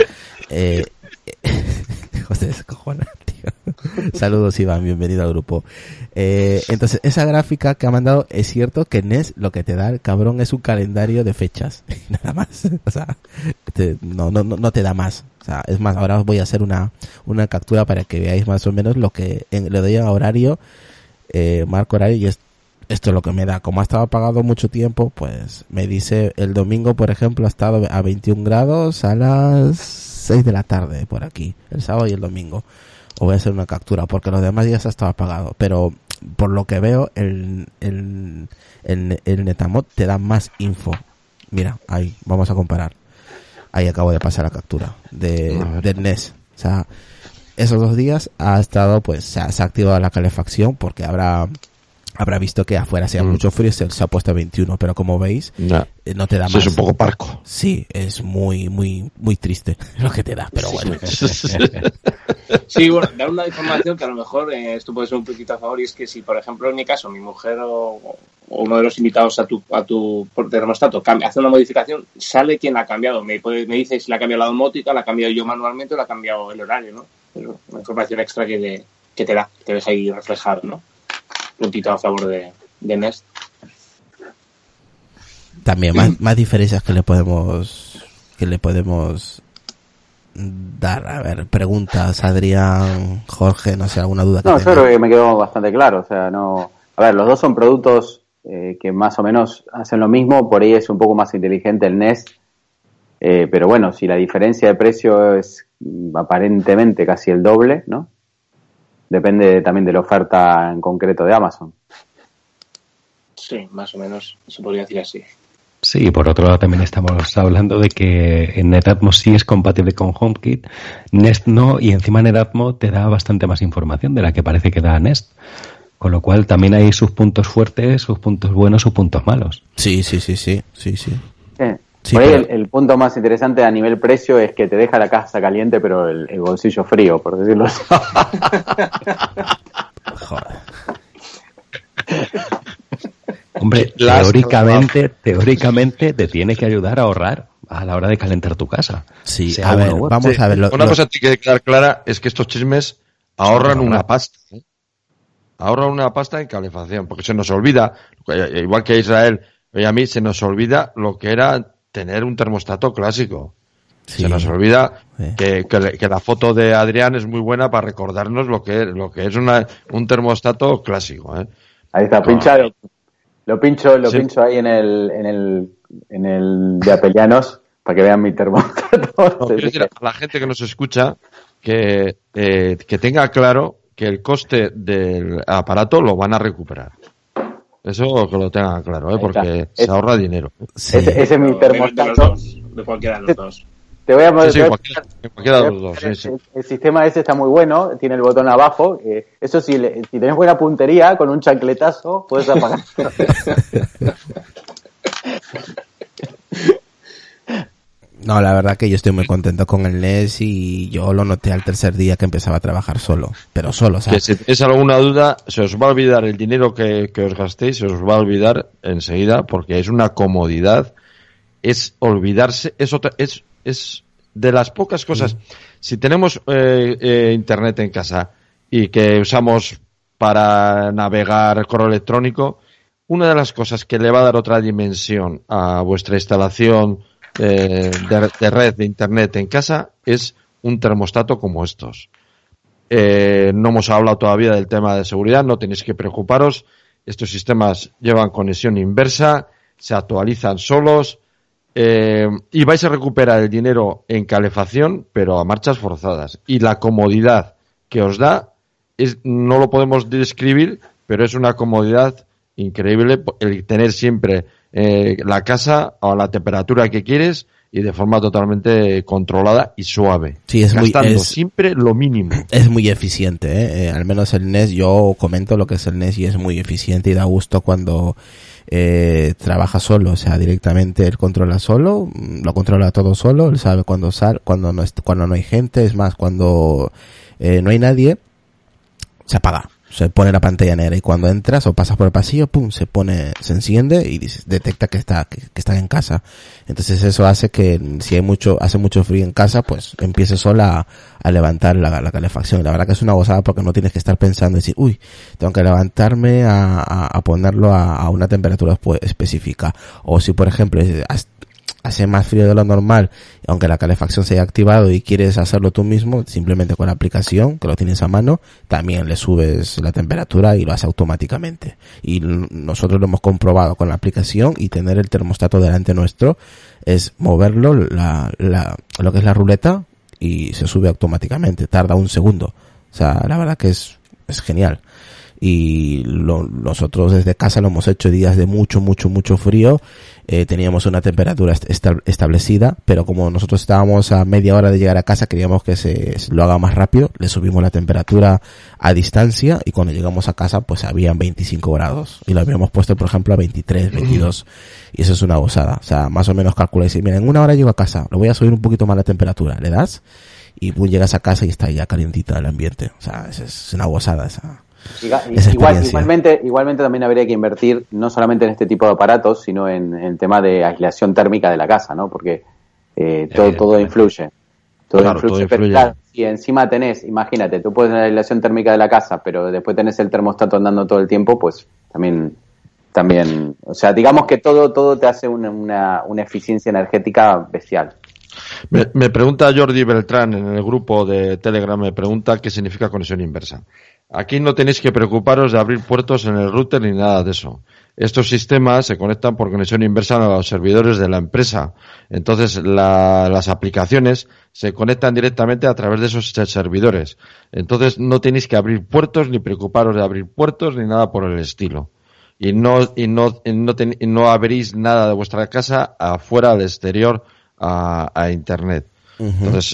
José, descojona, tío. Saludos, Iván, bienvenido al grupo. Entonces, esa gráfica que ha mandado, es cierto que NES lo que te da el cabrón es un calendario de fechas. Nada más. O sea, no te da más. O sea, es más, ahora os voy a hacer una captura para que veáis más o menos lo que le doy a horario, marco horario, y esto es lo que me da. Como ha estado apagado mucho tiempo, pues me dice el domingo, por ejemplo, ha estado a 21 grados a las 6 de la tarde por aquí, el sábado y el domingo. Os voy a hacer una captura porque los demás días ha estado apagado, pero por lo que veo el Netamod te da más info. Mira, ahí vamos a comparar. Ahí acabo de pasar la captura del NES. O sea, esos 2 días ha estado, pues se ha activado la calefacción porque habrá visto que afuera hacía mucho frío, se ha puesto a 21, pero como veis, no te da más. Es un poco parco. Sí, es muy, muy, muy triste lo que te da, pero bueno. Sí, bueno, dar una información que a lo mejor esto puede ser un poquito a favor, y es que si, por ejemplo, en mi caso, mi mujer o uno de los invitados a tu termostato hace una modificación, sale quien la ha cambiado. Me dice si la ha cambiado la domótica, la ha cambiado yo manualmente o la ha cambiado el horario, ¿no? Pero una información extra que te da, te ves ahí reflejado, ¿no? Puntito a favor de NES. También más diferencias que le podemos dar. A ver, preguntas, Adrián, Jorge, no sé, alguna duda que yo creo que me quedó bastante claro. O sea, a ver, los dos son productos que más o menos hacen lo mismo. Por ahí es un poco más inteligente el NES, pero bueno, si la diferencia de precio es aparentemente casi el doble, ¿no? Depende también de la oferta en concreto de Amazon. Sí, más o menos, se podría decir así. Sí, por otro lado también estamos hablando de que en Netatmo sí es compatible con HomeKit, Nest no, y encima Netatmo te da bastante más información de la que parece que da Nest. Con lo cual también hay sus puntos fuertes, sus puntos buenos, sus puntos malos. Sí. Por ahí el punto más interesante a nivel precio es que te deja la casa caliente, pero el bolsillo frío, por decirlo así. Joder. Hombre, teóricamente te tiene que ayudar a ahorrar a la hora de calentar tu casa. Sí, a ver, vamos a ver. Una cosa que tiene que quedar clara es que estos chismes ahorran una pasta. Ahorran una pasta en calefacción, porque se nos olvida, igual que a Israel y a mí, se nos olvida lo que era tener un termostato clásico. Sí. Se nos olvida que la foto de Adrián es muy buena para recordarnos lo que es un termostato clásico. Ahí está, pinchado. Lo pincho ahí en el de Apelianos para que vean mi termostato. Quiero decir a la gente que nos escucha que tenga claro que el coste del aparato lo van a recuperar. Eso que lo tengan claro, porque se ahorra dinero. Sí. Ese es mi termostato. De cualquiera de los dos. Te voy a mostrar. Cualquiera de los dos. Sí. El sistema ese está muy bueno, tiene el botón abajo. Eso si tenés buena puntería, con un chancletazo puedes apagar. No, la verdad que yo estoy muy contento con el NES y yo lo noté al tercer día que empezaba a trabajar solo, pero solo, o sea. Que si tenéis alguna duda, se os va a olvidar el dinero que os gastéis, se os va a olvidar enseguida, porque es una comodidad, es olvidarse, es de las pocas cosas. Si tenemos internet en casa y que usamos para navegar correo electrónico, una de las cosas que le va a dar otra dimensión a vuestra instalación de red de internet en casa es un termostato como estos. No hemos hablado todavía del tema de seguridad, no tenéis que preocuparos. Estos sistemas llevan conexión inversa, se actualizan solos y vais a recuperar el dinero en calefacción, pero a marchas forzadas. Y la comodidad que os da no lo podemos describir, pero es una comodidad increíble el tener siempre la casa a la temperatura que quieres y de forma totalmente controlada y suave. Sí, gastando siempre lo mínimo. Es muy eficiente, al menos el NES, yo comento lo que es el NES y es muy eficiente y da gusto cuando trabaja solo, o sea, directamente él controla solo, lo controla todo solo, él sabe cuando cuando no hay gente, es más, cuando no hay nadie, se apaga. Se pone la pantalla negra y cuando entras o pasas por el pasillo, pum, se enciende y detecta que estás en casa. Entonces eso hace que si hace mucho frío en casa, pues empiece sola a levantar la calefacción. La verdad que es una gozada porque no tienes que estar pensando y decir, uy, tengo que levantarme a ponerlo a una temperatura específica. O si por ejemplo hace más frío de lo normal, aunque la calefacción se haya activado y quieres hacerlo tú mismo, simplemente con la aplicación, que lo tienes a mano, también le subes la temperatura y lo hace automáticamente. Y nosotros lo hemos comprobado con la aplicación y tener el termostato delante nuestro es moverlo, lo que es la ruleta, y se sube automáticamente, tarda un segundo. O sea, la verdad que es genial. Y nosotros desde casa lo hemos hecho días de mucho frío. Teníamos una temperatura establecida, pero como nosotros estábamos a media hora de llegar a casa, queríamos que lo haga más rápido, le subimos la temperatura a distancia y cuando llegamos a casa pues habían 25 grados y lo habíamos puesto por ejemplo a 23, 22 y eso es una gozada. O sea, más o menos calculáis, mira, en una hora llego a casa, lo voy a subir un poquito más la temperatura, le das y pues llegas a casa y está ya calientita el ambiente. O sea, es una gozada esa. Igualmente también habría que invertir no solamente en este tipo de aparatos, sino en el tema de aislación térmica de la casa, ¿no? Porque todo influye. Todo influye. Pero claro, si encima tenés, imagínate, tú puedes tener la aislación térmica de la casa, pero después tenés el termostato andando todo el tiempo, pues también, o sea, digamos que todo te hace una eficiencia energética bestial. Me pregunta Jordi Beltrán en el grupo de Telegram, me pregunta qué significa conexión inversa. Aquí no tenéis que preocuparos de abrir puertos en el router ni nada de eso. Estos sistemas se conectan por conexión inversa a los servidores de la empresa. Entonces las aplicaciones se conectan directamente a través de esos servidores. Entonces no tenéis que abrir puertos ni preocuparos de abrir puertos ni nada por el estilo. Y no abrís nada de vuestra casa afuera al exterior a internet. Entonces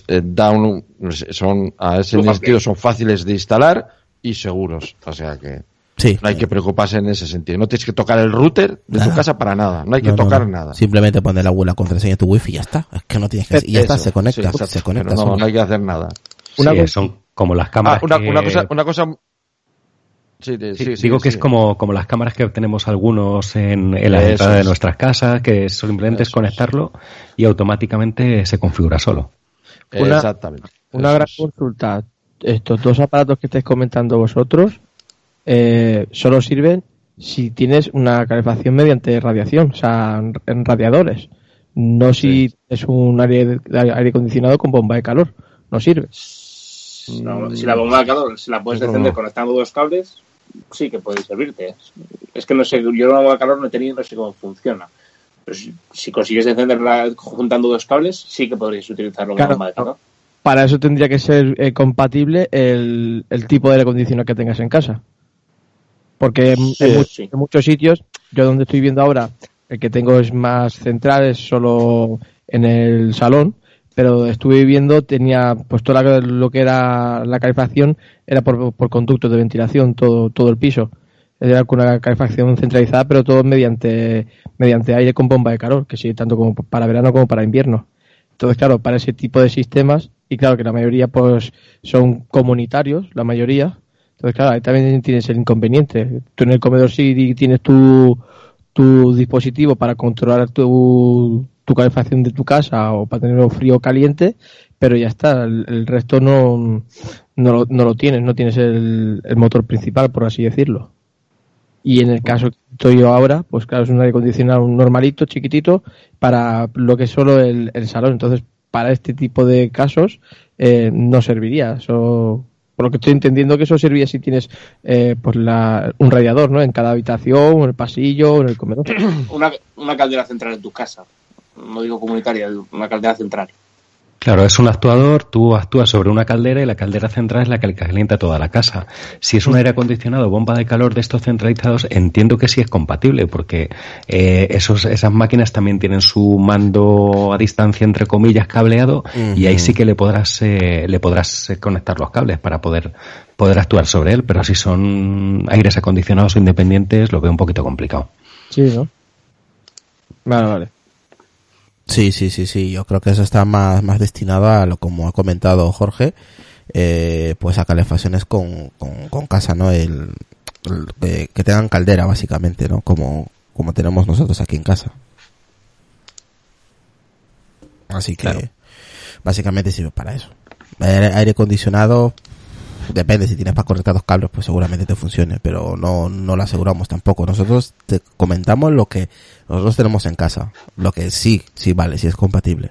a ese sentido son fáciles de instalar y seguros, o sea que no hay que preocuparse en ese sentido. No tienes que tocar el router de tu casa para nada, no hay que tocar nada. Simplemente poner la contraseña de tu wifi y ya está. Es que no tienes que y ya está, se conecta. No hay que hacer nada. Son como las cámaras. Una cosa. Digo que es como las cámaras que tenemos algunos en la entrada de nuestras casas, que simplemente es conectarlo y automáticamente se configura solo. Exactamente. Una gran consulta. Estos dos aparatos que estáis comentando vosotros solo sirven si tienes una calefacción mediante radiación, o sea, en radiadores. No si es un aire acondicionado con bomba de calor. No sirve. No, si la bomba de calor si la puedes encender conectando dos cables, sí que puede servirte. Es que no sé, yo la bomba de calor no he tenido, no sé cómo funciona. Pero si consigues encenderla juntando dos cables, sí que podrías utilizarlo con bomba de calor. Para eso tendría que ser compatible el tipo de aire acondicionado que tengas en casa. Porque en muchos sitios, yo donde estoy viendo ahora, el que tengo es más central, es solo en el salón, pero estuve viendo, tenía pues todo lo que era la calefacción era por conductos de ventilación, todo el piso. Era con una calefacción centralizada, pero todo mediante aire con bomba de calor, que sí, tanto como para verano como para invierno. Entonces, claro, para ese tipo de sistemas, y claro que la mayoría pues son comunitarios, la mayoría. Entonces, claro, ahí también tienes el inconveniente. Tú en el comedor sí tienes tu dispositivo para controlar tu calefacción de tu casa o para tenerlo frío o caliente, pero ya está, el resto no lo tienes, no tienes el motor principal, por así decirlo. Y en el caso que estoy yo ahora, pues claro, es un aire acondicionado normalito, chiquitito, para lo que es solo el salón. Entonces, para este tipo de casos, no serviría. Eso, por lo que estoy entendiendo, que eso serviría si tienes pues un radiador, ¿no? En cada habitación, en el pasillo, en el comedor. Una caldera central en tu casa. No digo comunitaria, una caldera central. Claro, es un actuador, tú actúas sobre una caldera y la caldera central es la que calienta toda la casa. Si es un aire acondicionado, bomba de calor de estos centralizados, entiendo que sí es compatible, porque esas máquinas también tienen su mando a distancia, entre comillas, cableado, y ahí sí que le podrás conectar los cables para poder actuar sobre él, pero si son aires acondicionados o independientes, lo veo un poquito complicado. Sí, ¿no? Vale. Sí, yo creo que eso está más destinado a lo como ha comentado Jorge, pues a calefacciones con casa, ¿no? Que tengan caldera, básicamente, ¿no? Como tenemos nosotros aquí en casa. Así que, claro, básicamente sirve para eso. Aire acondicionado, depende, si tienes para conectar dos cables, pues seguramente te funcione, pero no lo aseguramos tampoco. Nosotros te comentamos lo que nosotros tenemos en casa, lo que sí vale, sí es compatible.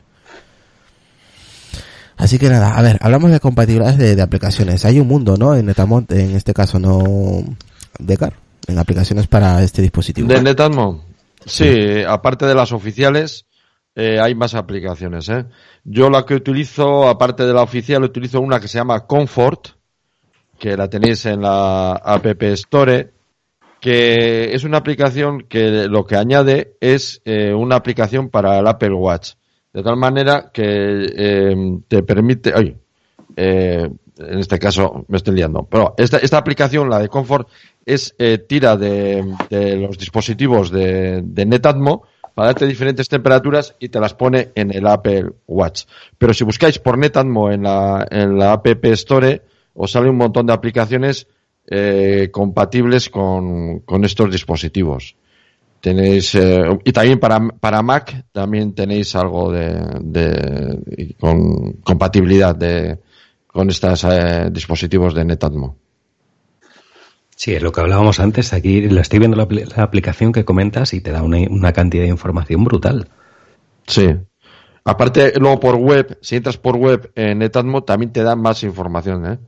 Así que nada, a ver, hablamos de compatibilidades de aplicaciones. Hay un mundo, ¿no? En Netamont, en este caso, no, Decar, en aplicaciones para este dispositivo. ¿De Netamont? Sí, aparte de las oficiales, hay más aplicaciones, ¿eh? Yo la que utilizo, aparte de la oficial, utilizo una que se llama Comfort, que la tenéis en la App Store, que es una aplicación que lo que añade es una aplicación para el Apple Watch, de tal manera que te permite, en este caso me estoy liando, pero esta aplicación, la de Comfort, tira de los dispositivos de Netatmo para darte diferentes temperaturas y te las pone en el Apple Watch. Pero si buscáis por Netatmo en la App Store, os sale un montón de aplicaciones compatibles con estos dispositivos. Tenéis y también para Mac también tenéis algo con compatibilidad con estos dispositivos de Netatmo. Sí, es lo que hablábamos antes. Aquí lo estoy viendo la aplicación que comentas y te da una cantidad de información brutal. Sí. Aparte, luego por web, si entras por web en Netatmo, también te da más información, ¿eh?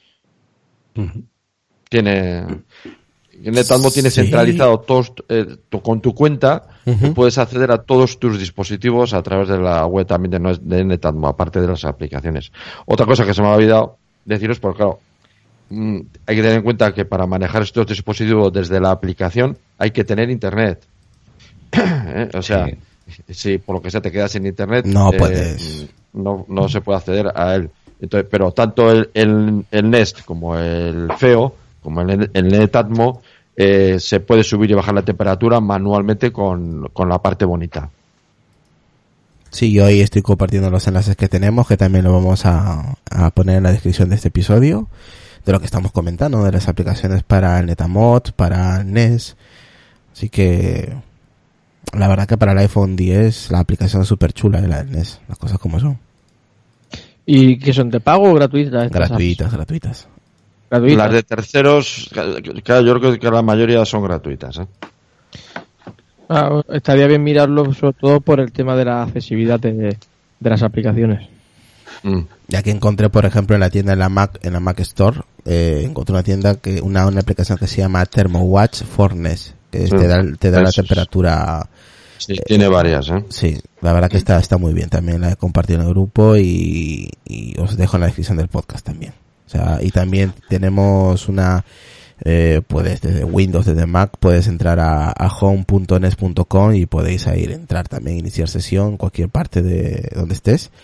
Netatmo tiene centralizado todos, con tu cuenta, puedes acceder a todos tus dispositivos a través de la web también de Netatmo, aparte de las aplicaciones. Otra cosa que se me ha olvidado deciros, porque claro, hay que tener en cuenta que para manejar estos dispositivos desde la aplicación hay que tener internet. O sea, si por lo que sea te quedas sin internet, no puedes. No se puede acceder a él. Entonces, pero tanto el Nest como el Feo, como el Netatmo, se puede subir y bajar la temperatura manualmente con la parte bonita. Sí, yo ahí estoy compartiendo los enlaces que tenemos, que también lo vamos a poner en la descripción de este episodio, de lo que estamos comentando, de las aplicaciones para el Netamot, para el Nest. Así que la verdad que para el iPhone 10 la aplicación es súper chula, la del Nest, las cosas como son. ¿Y que son de pago o gratuitas? Gratuitas. Las de terceros, claro, yo creo que la mayoría son gratuitas, ¿eh? Estaría bien mirarlo, sobre todo por el tema de la accesibilidad de las aplicaciones. Ya que encontré, por ejemplo, en la tienda, en la Mac Store, encontré una tienda una aplicación que se llama ThermoWatch for Nest, que te da la temperatura. Sí, tiene varias, ¿eh? Sí, la verdad que está muy bien. También la he compartido en el grupo y os dejo en la descripción del podcast también. O sea, y también tenemos puedes desde Windows, desde Mac, puedes entrar a home.nest.com y podéis ahí entrar también, iniciar sesión, cualquier parte de donde estés,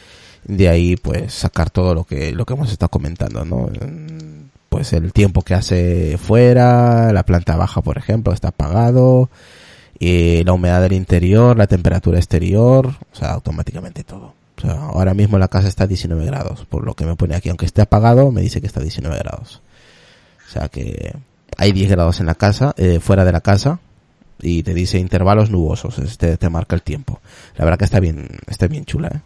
De ahí pues sacar todo lo que hemos estado comentando, ¿no? Pues el tiempo que hace fuera, la planta baja por ejemplo está apagado, y la humedad del interior, la temperatura exterior, o sea, automáticamente todo. O sea, ahora mismo la casa está a 19 grados, por lo que me pone aquí, aunque esté apagado, me dice que está a 19 grados. O sea que hay 10 grados en la casa, fuera de la casa, y te dice intervalos nubosos, te marca el tiempo. La verdad que está bien chula,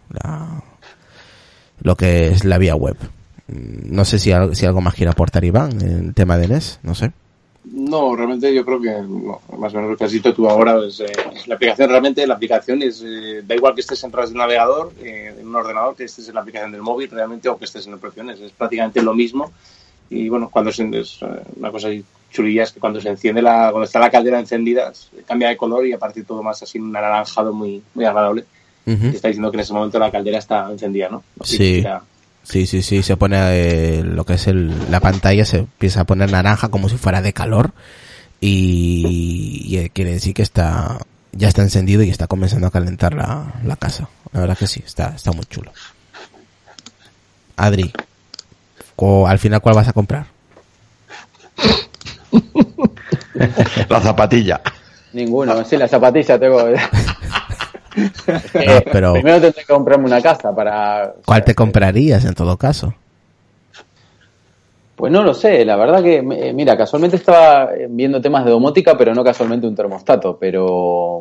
lo que es la vía web. No sé si algo más quiere aportar Iván en el tema de NES, no sé. No, realmente yo creo que no, más o menos lo que has dicho tú ahora es la aplicación es da igual que estés en través del navegador, en un ordenador, que estés en la aplicación del móvil realmente o que estés en el propio NES, es prácticamente lo mismo. Y bueno, cuando es una cosa chulilla es que cuando se enciende cuando está la caldera encendida cambia de color y aparte todo más así un anaranjado muy agradable. Te está diciendo que en ese momento la caldera está encendida, ¿no? Sí. Sí, se pone lo que es la pantalla, se empieza a poner naranja como si fuera de calor y quiere decir que ya está encendido y está comenzando a calentar la casa. La verdad que sí, está muy chulo. Adri, al final ¿cuál vas a comprar? La zapatilla. Ninguno, sí, la zapatilla tengo. Pero primero tendré que comprarme una casa para... ¿Cuál te comprarías en todo caso? Pues no lo sé, la verdad que, mira, casualmente estaba viendo temas de domótica, pero no casualmente un termostato, pero...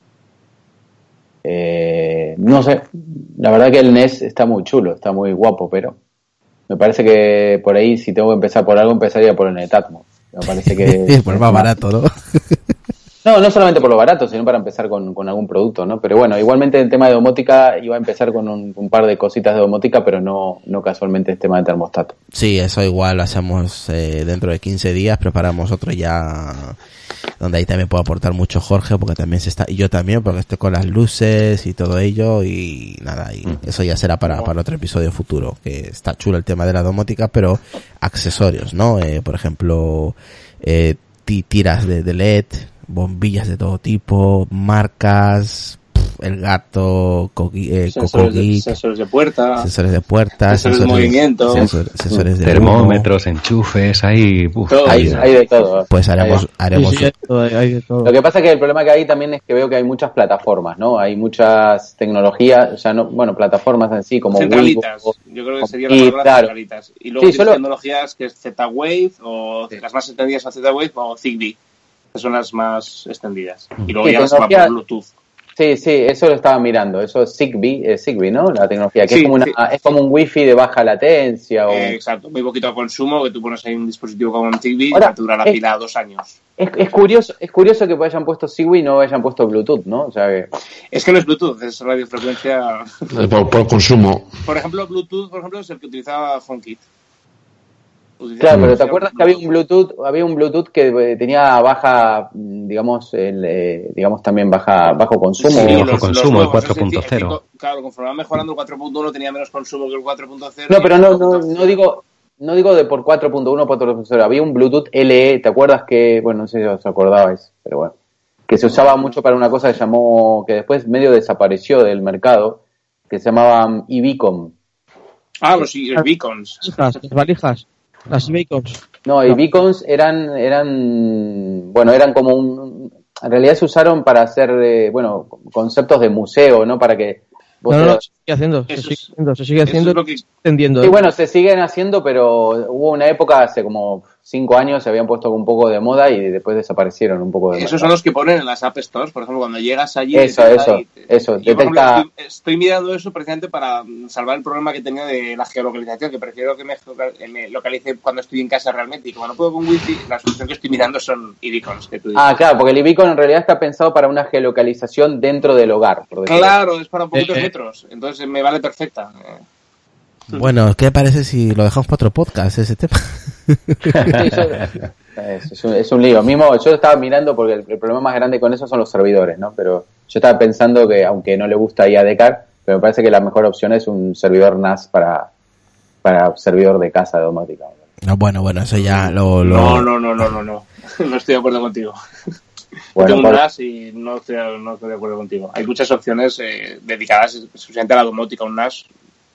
no sé, la verdad que el NES está muy chulo, está muy guapo, pero me parece que por ahí, si tengo que empezar por algo, empezaría por el Netatmo. Me parece que... Pues más barato, ¿no? No solamente por lo barato, sino para empezar con algún producto, ¿no? Pero bueno, igualmente el tema de domótica iba a empezar con un par de cositas de domótica, pero no casualmente el tema de termostato. Sí, eso igual lo hacemos dentro de 15 días, preparamos otro ya donde ahí también puedo aportar mucho Jorge, porque también y yo también, porque estoy con las luces y todo ello, y nada, y eso ya será para otro episodio futuro, que está chulo el tema de la domótica, pero accesorios, ¿no? Por ejemplo, tiras de LED, bombillas de todo tipo, marcas, el gato, sensores de puerta, sensores de movimiento, sensores de termómetros, enchufes, hay de todo. Pues haremos hay de todo. Lo que pasa es que el problema que hay también es que veo que hay muchas plataformas, ¿no? Hay muchas tecnologías, o sea, plataformas en sí como centralitas. Wii, yo creo que sería la palabra claro. centralitas. Y luego hay tecnologías que es Z-Wave o las más extendidas son Z-Wave o Zigbee, que son las más extendidas. Y luego ya las van por Bluetooth. Sí, eso lo estaba mirando. Eso es Zigbee, ¿no? La tecnología, que es como un wifi de baja latencia. Exacto, muy poquito consumo, que tú pones ahí un dispositivo como un Zigbee y te dura la pila 2 años. Es curioso que hayan puesto Zigbee y no hayan puesto Bluetooth, ¿no? O sea que... Es que no es Bluetooth, es radiofrecuencia... Por consumo. Por ejemplo, Bluetooth, es el que utilizaba HomeKit. Claro, pero ¿te acuerdas que había un Bluetooth que tenía baja, digamos también bajo consumo? Sí, bajo consumo, el 4.0. Claro, conforme va mejorando el 4.1 tenía menos consumo que el 4.0. No, pero no digo de por 4.1 o 4.0. Había un Bluetooth LE, ¿te acuerdas que, bueno, no sé si os acordabais, pero bueno, que se usaba mucho para una cosa que después medio desapareció del mercado, que se llamaban iBeacon. Los beacons. Las valijas. Las beacons. No, y beacons eran como en realidad se usaron para hacer, conceptos de museo, ¿no? Para que... se sigue haciendo, extendiendo. Sí, bueno, se siguen haciendo, pero hubo una época, hace como 5 años, se habían puesto un poco de moda y después desaparecieron un poco de moda. Esos son los que ponen en las App Stores, por ejemplo, cuando llegas allí... Eso. Yo, por ejemplo, estoy mirando eso precisamente para salvar el problema que tenía de la geolocalización, que prefiero que me localice cuando estoy en casa realmente. Y como no puedo con Wi-Fi, la solución que estoy mirando son iBeacons, que tú dices. Claro, porque el iBeacon en realidad está pensado para una geolocalización dentro del hogar. Claro, es para un poquitos metros, entonces me vale perfecta. Bueno, ¿qué parece si lo dejamos para otro podcast, ese tema? Es un lío. Mismo, yo estaba mirando porque el problema más grande con eso son los servidores, ¿no? Pero yo estaba pensando que, aunque no le gusta IADCAR, pero me parece que la mejor opción es un servidor NAS para servidor de casa domótica. Bueno, eso ya lo... No. No estoy de acuerdo contigo. Bueno, tengo un NAS y no estoy de acuerdo contigo. Hay muchas opciones dedicadas exclusivamente a la domótica. Un NAS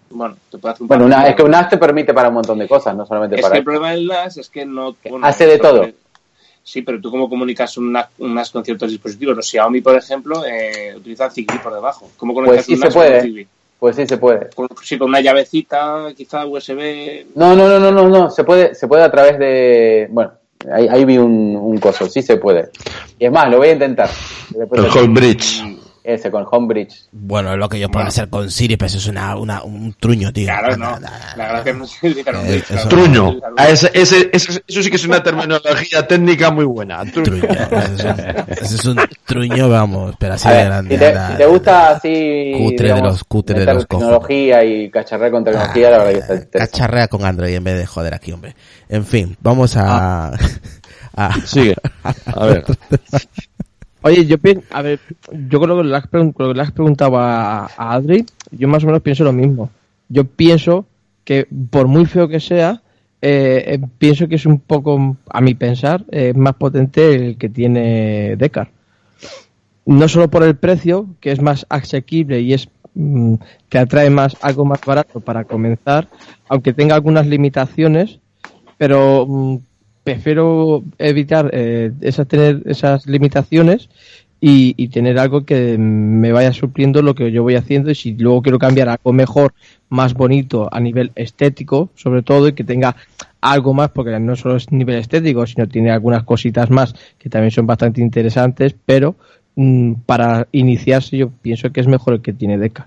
Bueno, te puede hacer Bueno, es que un NAS te permite para un montón de cosas, no solamente para... Es que el problema del NAS es que no... Bueno, hace de todo. Sí, pero tú cómo comunicas un NAS con ciertos dispositivos. Los Xiaomi, por ejemplo, utilizan Zigbee por debajo. ¿Cómo conectas un NAS con Zigbee? Pues sí se puede. Sí, con una llavecita, quizá USB... No. Se puede a través de... Bueno, ahí vi un coso. Sí se puede. Y es más, lo voy a intentar. El Homebridge. Ese, con Homebridge. Bueno, lo que yo puedo hacer con Siri, pues es un truño, tío. Claro, no. La gracia no es utilizar un bridge. Truño. Eso sí que es una terminología técnica muy buena. Truño. Ese es un truño, vamos, pero así de grande. Si te gusta así... Cutre de los cojones. Tecnología y cacharrea con tecnología, la verdad que está interesante. Cacharrea con Android en vez de joder aquí, hombre. En fin, vamos a... Sigue. A ver. Oye, yo creo que lo que le has preguntado a Adri, yo más o menos pienso lo mismo. Yo pienso que, por muy feo que sea, pienso que es un poco, a mi pensar, más potente el que tiene Decar. No solo por el precio, que es más asequible y es te atrae más algo más barato para comenzar, aunque tenga algunas limitaciones, pero... prefiero evitar tener esas limitaciones y tener algo que me vaya supliendo lo que yo voy haciendo, y si luego quiero cambiar a algo mejor, más bonito a nivel estético sobre todo, y que tenga algo más, porque no solo es nivel estético, sino tiene algunas cositas más que también son bastante interesantes, pero para iniciarse yo pienso que es mejor el que tiene Deca.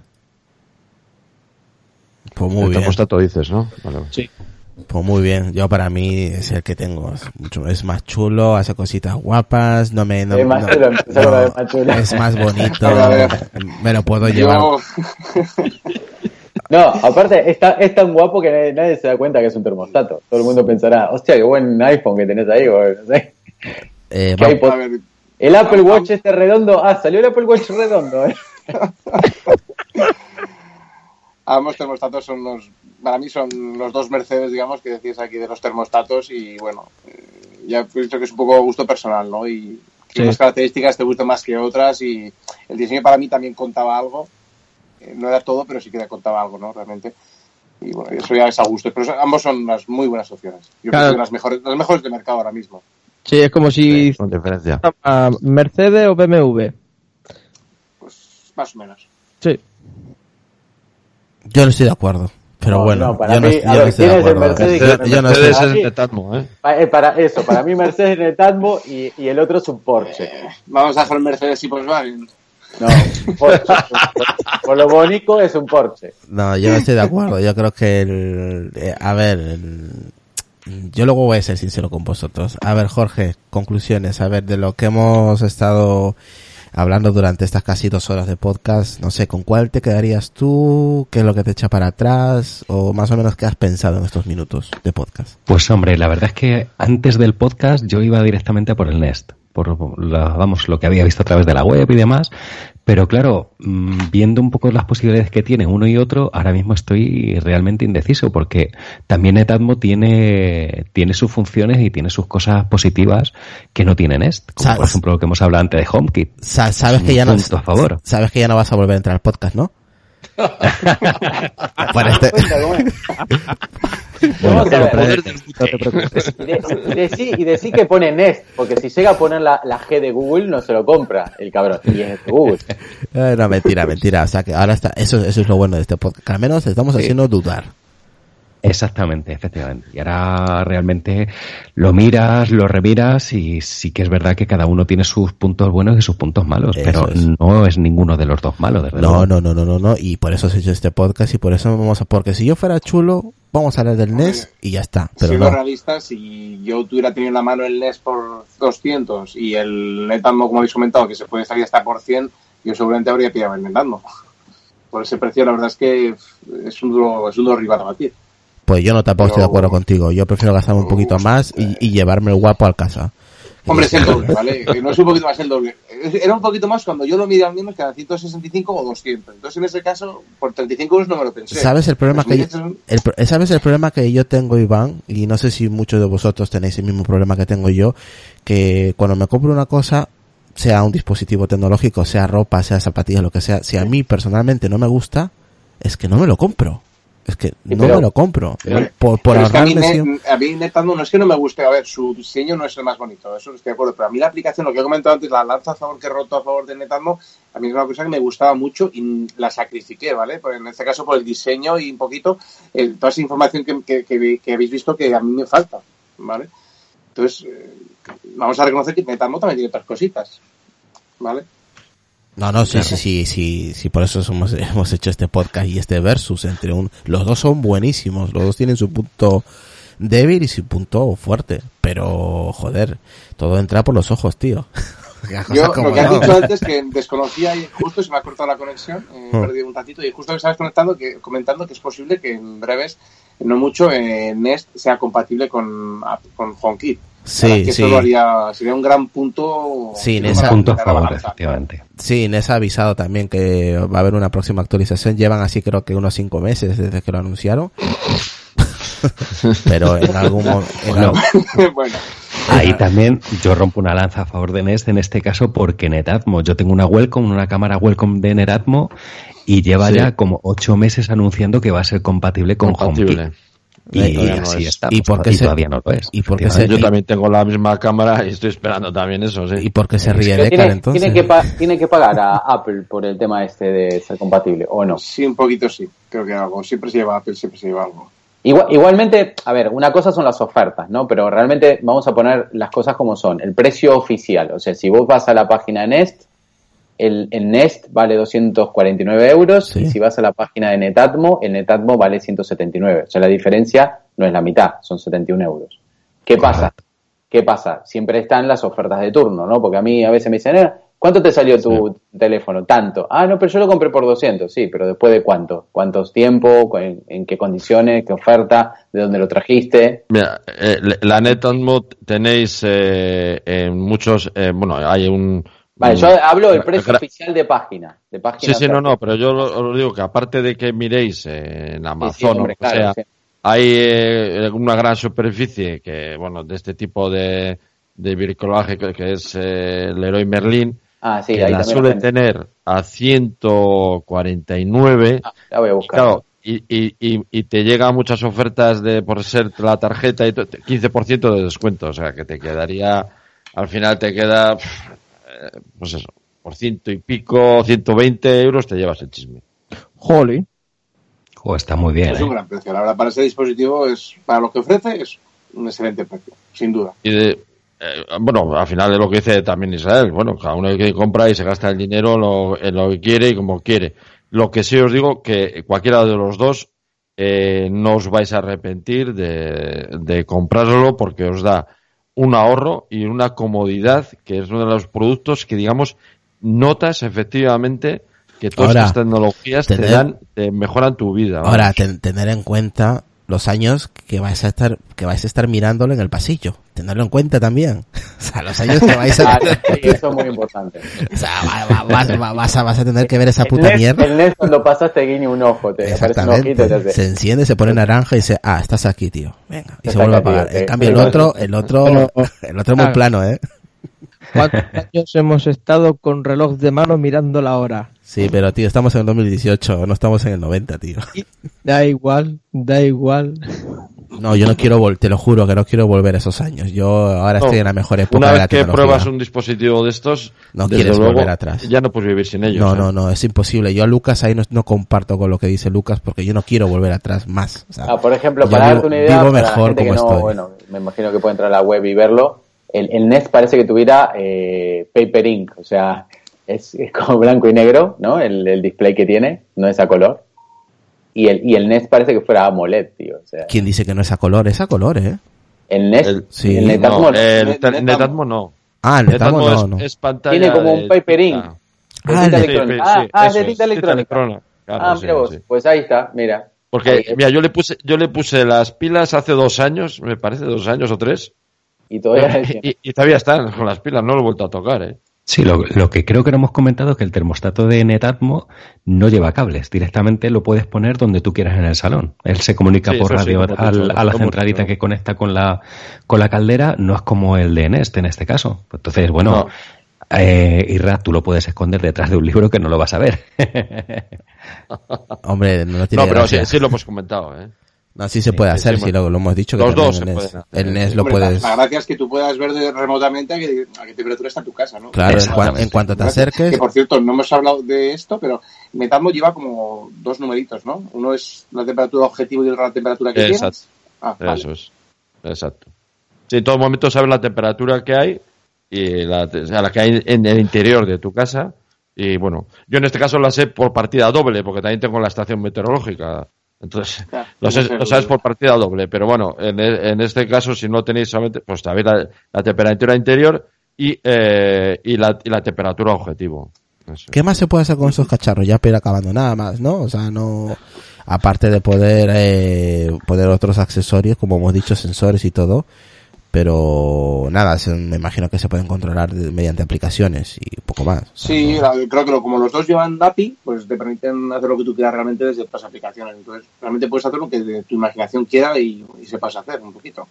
Pues muy bien. El termostato dices, ¿no? Vale. Sí. Pues muy bien, yo para mí es el que tengo, es más chulo, hace cositas guapas, es más bonito, me lo puedo llevar. No, aparte es tan guapo que nadie se da cuenta que es un termostato. Todo el mundo pensará, hostia, qué buen iPhone que tenés ahí, o no sé. El Apple Watch este redondo, salió el Apple Watch redondo. Ambos termostatos para mí son los dos Mercedes, digamos, que decís aquí de los termostatos, y bueno, ya he visto que es un poco gusto personal, ¿no? Y sí, unas características te gustan más que otras, y el diseño para mí también contaba algo. No era todo, pero sí que contaba algo, ¿no? Realmente. Y bueno, eso ya es a gusto. Pero ambos son unas muy buenas opciones. Yo creo que las mejores del mercado ahora mismo. Sí, es como si... Con diferencia. ¿Mercedes o BMW? Pues más o menos. Sí. Yo no estoy de acuerdo, pero bueno, para mí, Mercedes es el Netatmo, para mí Mercedes es el Netatmo y el otro es un Porsche. Vamos a dejar Mercedes y Volkswagen. No, por lo bonito es un Porsche. No, yo no estoy de acuerdo. Yo creo que yo luego voy a ser sincero con vosotros. A ver, Jorge, conclusiones, a ver, de lo que hemos estado hablando durante estas casi 2 horas de podcast, no sé, ¿con cuál te quedarías tú? ¿Qué es lo que te echa para atrás? O más o menos, ¿qué has pensado en estos minutos de podcast? Pues hombre, la verdad es que antes del podcast yo iba directamente a por el Nest, por lo que había visto a través de la web y demás, pero claro, viendo un poco las posibilidades que tiene uno y otro, ahora mismo estoy realmente indeciso, porque también Netatmo tiene sus funciones y tiene sus cosas positivas que no tiene Nest, como por ejemplo lo que hemos hablado antes de HomeKit. Sabes que ya no vas a volver a entrar al podcast, ¿no? Y decir que pone Nest, porque si llega a poner la G de Google no se lo compra el cabrón, y es de Google. No, mentira, o sea que ahora está, eso es lo bueno de este podcast, que al menos estamos haciendo dudar. Exactamente, efectivamente. Y ahora realmente lo miras, lo remiras, y sí que es verdad que cada uno tiene sus puntos buenos y sus puntos malos, pero no es ninguno de los dos malos, desde luego. No, y por eso se ha hecho este podcast, y por eso porque si yo fuera chulo, vamos a hablar del NES y ya está. Pero siendo realistas, si yo tuviera tenido en la mano el NES por 200 y el Netatmo, como habéis comentado, que se puede salir hasta por 100, yo seguramente habría pillado el Netatmo. Por ese precio, la verdad es que es un duro rival a batir. Pues yo tampoco estoy de acuerdo contigo. Yo prefiero gastarme un poquito más y llevarme el guapo al casa. Hombre, es el doble, ¿vale? No es un poquito más el doble. Era un poquito más cuando yo lo miré al menos que eran 165 o 200. Entonces, en ese caso, por 35 euros no me lo pensé. ¿Sabes el problema ¿Sabes el problema que yo tengo, Iván? Y no sé si muchos de vosotros tenéis el mismo problema que tengo yo, que cuando me compro una cosa, sea un dispositivo tecnológico, sea ropa, sea zapatillas, lo que sea, si a mí personalmente no me gusta, es que no me lo compro. Es que no me lo compro. Por ahorrarme. A mí Netatmo no es que no me guste, a ver, su diseño no es el más bonito, eso estoy de acuerdo, pero a mí la aplicación, lo que he comentado antes, la lanza a favor que he roto a favor de Netatmo, a mí es una cosa que me gustaba mucho y la sacrifiqué, ¿vale? Pues en este caso por el diseño y un poquito toda esa información que habéis visto que a mí me falta, ¿vale? Entonces, vamos a reconocer que Netatmo también tiene otras cositas, ¿vale? No, sí, por eso hemos hecho este podcast y este versus entre los dos son buenísimos, los dos tienen su punto débil y su punto fuerte, pero joder, todo entra por los ojos, tío. Yo lo que has dicho antes que desconocía y justo se me ha cortado la conexión, he perdido un ratito y justo que estabas comentando que es posible que en breves, no mucho, Nest sea compatible con HomeKit. Sí, que sí. Sería un gran punto. Sí, punto a favor, efectivamente. Sí, Nest ha avisado también que va a haber una próxima actualización. Llevan así creo que unos 5 meses desde que lo anunciaron. Pero en algún momento... Bueno. Ahí también yo rompo una lanza a favor de Nest en este caso porque Netatmo, yo tengo una cámara Wacom de Netatmo y lleva ya como 8 meses anunciando que va a ser compatible con HomeKit. Y así no estamos, ¿Y por qué todavía no lo es. ¿Y por qué yo también tengo la misma cámara y estoy esperando también eso, sí. ¿Y por qué se ríe Decar entonces? ¿Tiene que pagar a Apple por el tema este de ser compatible o no? Sí, un poquito sí, creo que algo. Siempre se lleva Apple, siempre se lleva algo. Igualmente, a ver, una cosa son las ofertas, ¿no? Pero realmente vamos a poner las cosas como son. El precio oficial, o sea, si vos vas a la página de Nest, el Nest vale 249 euros, sí. Y si vas a la página de Netatmo, el Netatmo vale 179. O sea, la diferencia no es la mitad, son 71 euros. ¿Qué pasa? Siempre están las ofertas de turno, ¿no? Porque a mí a veces me dicen, ¿cuánto te salió tu teléfono? Tanto. No, pero yo lo compré por 200. Sí, pero ¿después de cuánto? ¿Cuántos tiempo? ¿En qué condiciones? ¿Qué oferta? ¿De dónde lo trajiste? Mira, la Netatmo tenéis en muchos... hay un... Vale, yo hablo del precio oficial de página. Sí, no, pero yo os digo que aparte de que miréis en Amazon, hombre, claro, hay una gran superficie que, de este tipo de bricolaje que es Leroy Merlin, que la suele tener a 149. La voy a buscar. Claro, y te llegan muchas ofertas por ser la tarjeta y 15% de descuento, o sea que te quedaría, al final te queda... pues eso, por 100 y pico, 120 euros te llevas el chisme. Jolly. Está muy bien. Es un gran precio. La verdad, para ese dispositivo, para lo que ofrece, es un excelente precio, sin duda. Y al final es lo que dice también Israel. Cada uno que compra y se gasta el dinero en lo que quiere y como quiere. Lo que sí os digo que cualquiera de los dos no os vais a arrepentir de comprároslo porque os da un ahorro y una comodidad que es uno de los productos que, digamos, notas efectivamente que todas estas tecnologías te mejoran tu vida. ¿Vale? Ahora, tener en cuenta los años que vais a estar mirándolo en el pasillo. Tenerlo en cuenta también. O sea, los años que vais a... Eso es muy importante. O sea, vas a tener que ver esa puta mierda. El NES cuando pasas te guiñe un ojo, te aparece un ojito. Se enciende, se pone naranja y dice, estás aquí, tío. Venga, y se vuelve a apagar. En cambio el otro es muy plano, ¿eh? ¿Cuántos años hemos estado con reloj de mano mirando la hora? Sí, pero tío, estamos en el 2018, no estamos en el 90, tío. Da igual. No, yo no quiero te lo juro que no quiero volver a esos años. Yo ahora estoy en la mejor época de la tecnología. Una vez que pruebas un dispositivo de estos, no quieres volver atrás. Ya no puedes vivir sin ellos. No, es imposible. Yo a Lucas ahí no comparto con lo que dice Lucas porque yo no quiero volver atrás más. O sea, por ejemplo, para darte una idea, vivo para mejor la gente como que estoy. Me imagino que puede entrar a la web y verlo. El NES parece que tuviera paper ink, o sea, es como blanco y negro, ¿no? El display que tiene, no es a color. Y el NES parece que fuera AMOLED, tío. O sea, ¿quién dice que no es a color? Es a color, ¿eh? El NES, sí. El Netatmo el Netatmo no. El Netatmo no. Es pantalla. Tiene como un paper ink. Es de tinta electrónica. Claro, mira vos, pues ahí está, mira. Porque, mira, yo le puse las pilas hace 2 años, me parece, 2 años o 3. Y todavía y todavía están con las pilas, no lo he vuelto a tocar, ¿eh? Sí, lo que creo que no hemos comentado es que el termostato de Netatmo no lleva cables, directamente lo puedes poner donde tú quieras en el salón. Él se comunica por radio a la centralita que conecta con la caldera, no es como el de Nest en este caso. Entonces, Irra, tú lo puedes esconder detrás de un libro que no lo vas a ver. Hombre, no tiene pero gracia. sí lo hemos comentado, No, sí se puede hacer, sí lo hemos dicho. Los que dos se en pueden hacer. el NES lo Hombre, puedes... La gracia es que tú puedas ver remotamente a qué temperatura está tu casa, ¿no? Claro, en cuanto te acerques... Que por cierto, no hemos hablado de esto, pero Metatmo lleva como 2 numeritos, ¿no? Uno es la temperatura objetivo y otro la temperatura que tienes. Vale. Eso es. Exacto. Sí, en todo momento sabes la temperatura que hay y la que hay en el interior de tu casa. Y bueno, yo en este caso la sé por partida doble, porque también tengo la estación meteorológica. Entonces, lo sabes por partida doble. Pero bueno, en este caso, si no tenéis solamente, pues sabéis la temperatura interior y la temperatura objetivo. Eso. ¿Qué más se puede hacer con esos cacharros? Ya para ir acabando, nada más, ¿no? O sea, no... Aparte de poder otros accesorios, como hemos dicho, sensores y todo, pero nada, me imagino que se pueden controlar mediante aplicaciones y poco más. Sí, creo que como los dos llevan API, pues te permiten hacer lo que tú quieras realmente desde otras aplicaciones. Entonces, realmente puedes hacer lo que tu imaginación quiera y sepas hacer un poquito.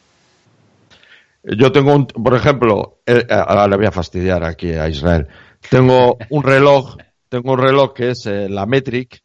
Yo tengo por ejemplo, ahora le voy a fastidiar aquí a Israel. Tengo un reloj que es la Metric,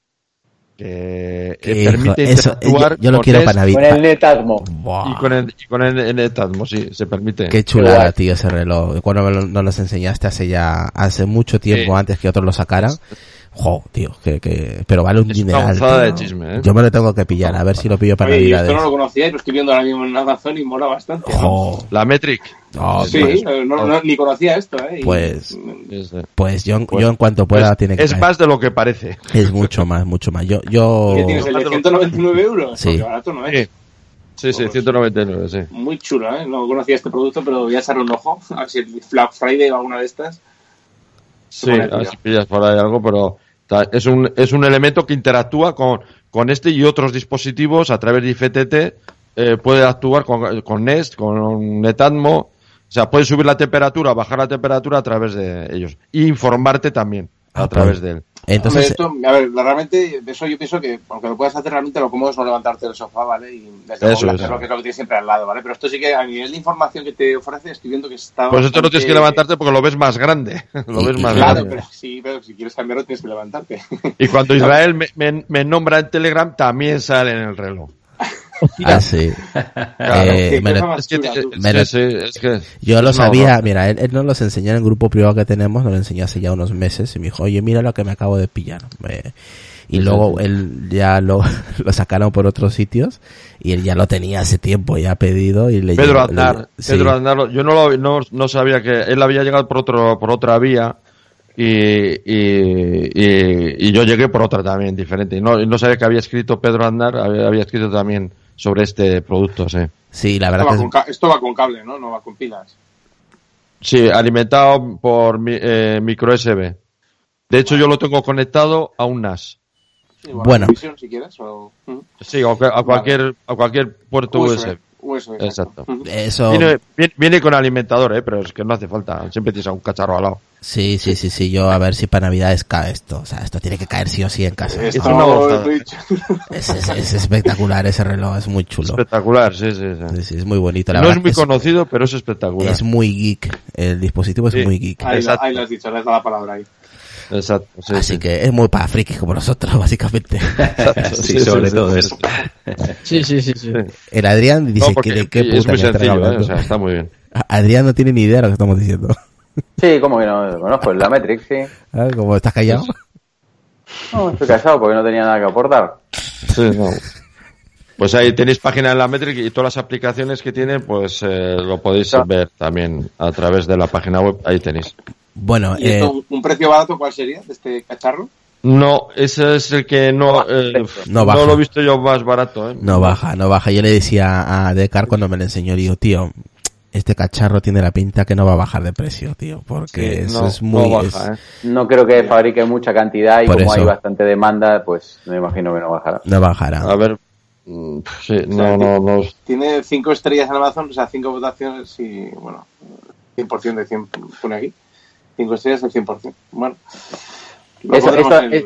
que permite interactuar yo lo quiero para Navidad. Con el Netatmo. Y con el Netatmo, sí, se permite. Qué chulada, tío, ese reloj. Cuando nos los enseñaste hace mucho tiempo antes que otros lo sacaran. Jo, tío, pero vale un dineral. De chisme, Yo me lo tengo que pillar, a ver si lo pillo para Navidad. Esto no lo conocía y lo estoy viendo ahora mismo en Amazon y mola bastante. Jo. La Metric. Oh, sí, ni conocía esto, Pues yo en cuanto pueda tiene que es caer. más de lo que parece. Es mucho más. Yo ¿Qué tienes, el de 199 euros? Sí. Porque barato no es. Sí, 199, sí. Muy chulo, No conocía este producto, pero voy a echarle un ojo. A ver si el Black Friday o alguna de estas. Sí, a ver si pillas por ahí algo, pero es un elemento que interactúa con este y otros dispositivos a través de IFTT. Puede actuar con Nest, con Netatmo. O sea, puedes subir la temperatura, bajar la temperatura a través de ellos. Y informarte también a través de él. Entonces, realmente, eso yo pienso que, aunque lo puedas hacer, realmente lo cómodo es no levantarte del sofá, ¿vale? Y desde luego hacer lo que tienes siempre al lado, ¿vale? Pero esto sí que, a nivel de información que te ofrece, estoy viendo que está... Pues esto no tienes que levantarte porque lo ves más grande. Claro, pero si quieres cambiarlo tienes que levantarte. Y cuando Israel me nombra en Telegram, también sale en el reloj. Sí. Yo lo sabía, mira, él nos los enseñó en el grupo privado que tenemos, nos lo enseñó hace ya unos meses y me dijo, oye, mira lo que me acabo de pillar. Y luego él ya lo sacaron por otros sitios y él ya lo tenía hace tiempo ya pedido y Pedro Aznar, yo no sabía que él había llegado por otra vía y yo llegué por otra también diferente y no sabía que había escrito Pedro Aznar, había escrito también sobre este producto, sí. Sí, la verdad esto va con cable, ¿no? No va con pilas. Sí, alimentado por micro USB. De hecho, yo lo tengo conectado a un NAS. Sí, bueno. Visión, si quieres, o... Sí, a cualquier puerto USB. Exacto. Eso... Viene con alimentador, pero es que no hace falta. Siempre tienes un cacharro al lado. Sí. Yo a ver si para Navidades cae esto. O sea, esto tiene que caer sí o sí en casa. Es una gozada. Es espectacular ese reloj, es muy chulo. Espectacular, sí. Es muy bonito. No es muy conocido, pero es espectacular. Es muy geek. El dispositivo es muy geek. Ahí lo has dicho, le has dado la palabra ahí. Exacto. Así que es muy para frikis como nosotros, básicamente. Sobre todo eso. Sí. El Adrián dice que de qué puta es muy sencillo, o sea, está muy bien. Adrián no tiene ni idea de lo que estamos diciendo. Sí, como que no lo conozco, la Metric, sí. ¿Cómo estás callado? No, estoy callado porque no tenía nada que aportar. Sí, no. Pues ahí tenéis página en la Metric y todas las aplicaciones que tiene, pues lo podéis ver también a través de la página web, ahí tenéis. Bueno, ¿Y esto, un precio barato cuál sería de este cacharro? No, ese es el que no baja. No lo he visto yo más barato, No baja. Yo le decía a Decar cuando me lo enseñó, digo, tío, este cacharro tiene la pinta que no va a bajar de precio, tío, porque eso es muy... No baja, No creo que fabrique mucha cantidad y como hay bastante demanda, pues me imagino que no bajará. No bajará. A ver, sí, no. Tiene 5 estrellas en Amazon, o sea, 5 votaciones y, bueno, 100% de 100 pone aquí. 5 estrellas del 100%. Bueno.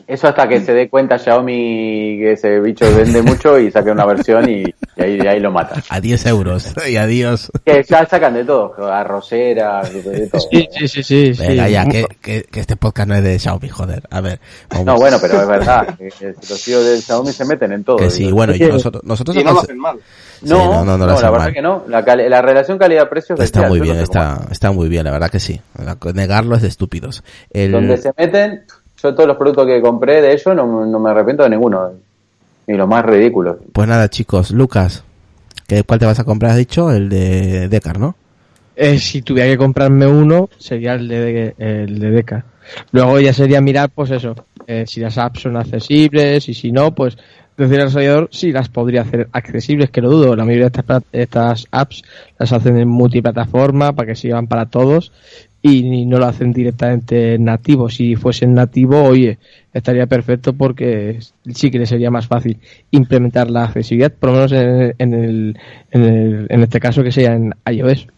Eso hasta que se dé cuenta Xiaomi que ese bicho vende mucho y saque una versión y ahí lo matan. A 10 euros y adiós. Que ya sacan de todo, arroceras, de todo. Sí. Venga, ya, que este podcast no es de Xiaomi, joder. A ver. Vamos. No, bueno, pero es verdad. Que los tíos de Xiaomi se meten en todo. Que sí, bueno, y nosotros Y no lo hacen mal. No, lo la hacen verdad mal. que no. La relación calidad-precio es Está bestial. muy Yo bien, no sé cómo. está muy bien, la verdad que sí. Negarlo es de estúpidos. Donde se meten, yo todos los productos que compré de ellos no me arrepiento de ninguno. Ni los más ridículos. Pues nada, chicos, Lucas, ¿cuál te vas a comprar? Has dicho el de Decar, ¿no? Si tuviera que comprarme uno, sería el de Deca. Luego ya sería mirar, pues eso, si las apps son accesibles y si no, pues decir al desarrollador si las podría hacer accesibles, que lo dudo. La mayoría de estas apps las hacen en multiplataforma para que sirvan para todos y no lo hacen directamente nativo. Si fuesen nativo, oye, estaría perfecto porque sí que le sería más fácil implementar la accesibilidad, por lo menos en este caso que sea en iOS.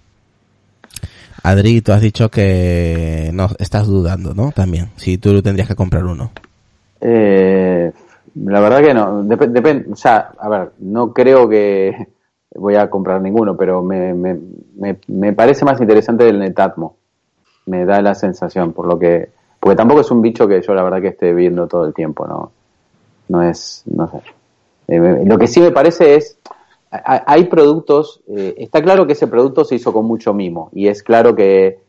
Adri, tú has dicho que no estás dudando, ¿no? También, si tú tendrías que comprar uno. La verdad que no. Depende. O sea, a ver, no creo que voy a comprar ninguno, pero me parece más interesante el Netatmo. Me da la sensación, porque tampoco es un bicho que yo la verdad que esté viendo todo el tiempo, no sé. Lo que sí me parece es, hay productos, está claro que ese producto se hizo con mucho mimo, y es claro que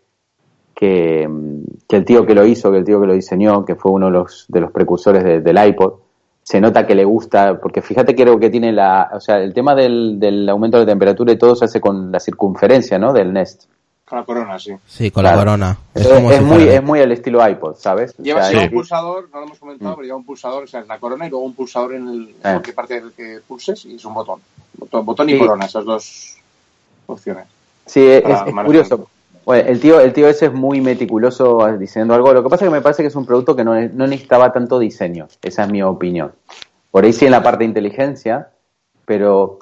el tío que lo hizo, que el tío que lo diseñó, que fue uno de los precursores del iPod, se nota que le gusta, porque fíjate que creo que tiene el tema del aumento de temperatura y todo se hace con la circunferencia, ¿no? Del Nest. Con la corona, sí. Sí, con la corona. Es muy el estilo iPod, ¿sabes? Lleva un pulsador, no lo hemos comentado, pero lleva un pulsador, o sea, es la corona y luego un pulsador en cualquier parte del que pulses y es un botón. Botón y corona, esas dos opciones. Sí, es curioso. Bueno, el tío ese es muy meticuloso diseñando algo. Lo que pasa es que me parece que es un producto que no necesitaba tanto diseño. Esa es mi opinión. Por ahí sí en la parte de inteligencia, pero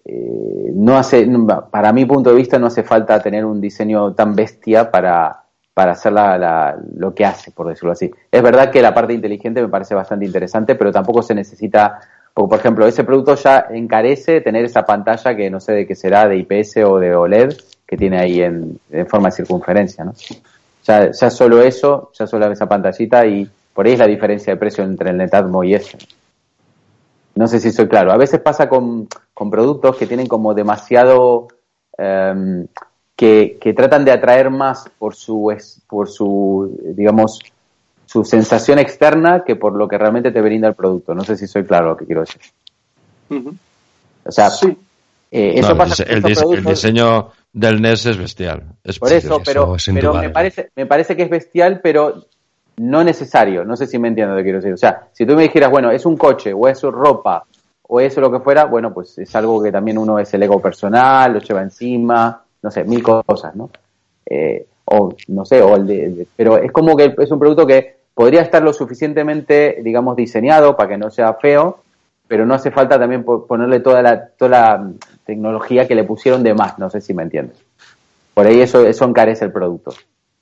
para mi punto de vista no hace falta tener un diseño tan bestia para hacer lo que hace, por decirlo así. Es verdad que la parte inteligente me parece bastante interesante, pero tampoco se necesita, porque por ejemplo ese producto ya encarece tener esa pantalla que no sé de qué será, de IPS o de OLED, que tiene ahí en forma de circunferencia, ¿no? Ya solo eso, ya solo esa pantallita, y por ahí es la diferencia de precio entre el Netatmo y ese. No sé si soy claro. A veces pasa con productos que tienen como demasiado que tratan de atraer más por su digamos su sensación externa que por lo que realmente te brinda el producto. No sé si soy claro lo que quiero decir. Uh-huh. O sea, sí. Eso pasa el diseño del NES es bestial. Es por eso, pero me parece que es bestial, pero no necesario. No sé si me entiendo lo que quiero decir. O sea, si tú me dijeras, bueno, es un coche, o es ropa, o es lo que fuera, bueno, pues es algo que también uno es el ego personal, lo lleva encima, no sé, mil cosas, ¿no? O, no sé, pero es como que es un producto que podría estar lo suficientemente, digamos, diseñado para que no sea feo, pero no hace falta también ponerle toda la tecnología que le pusieron de más, no sé si me entiendes. Por ahí eso encarece el producto.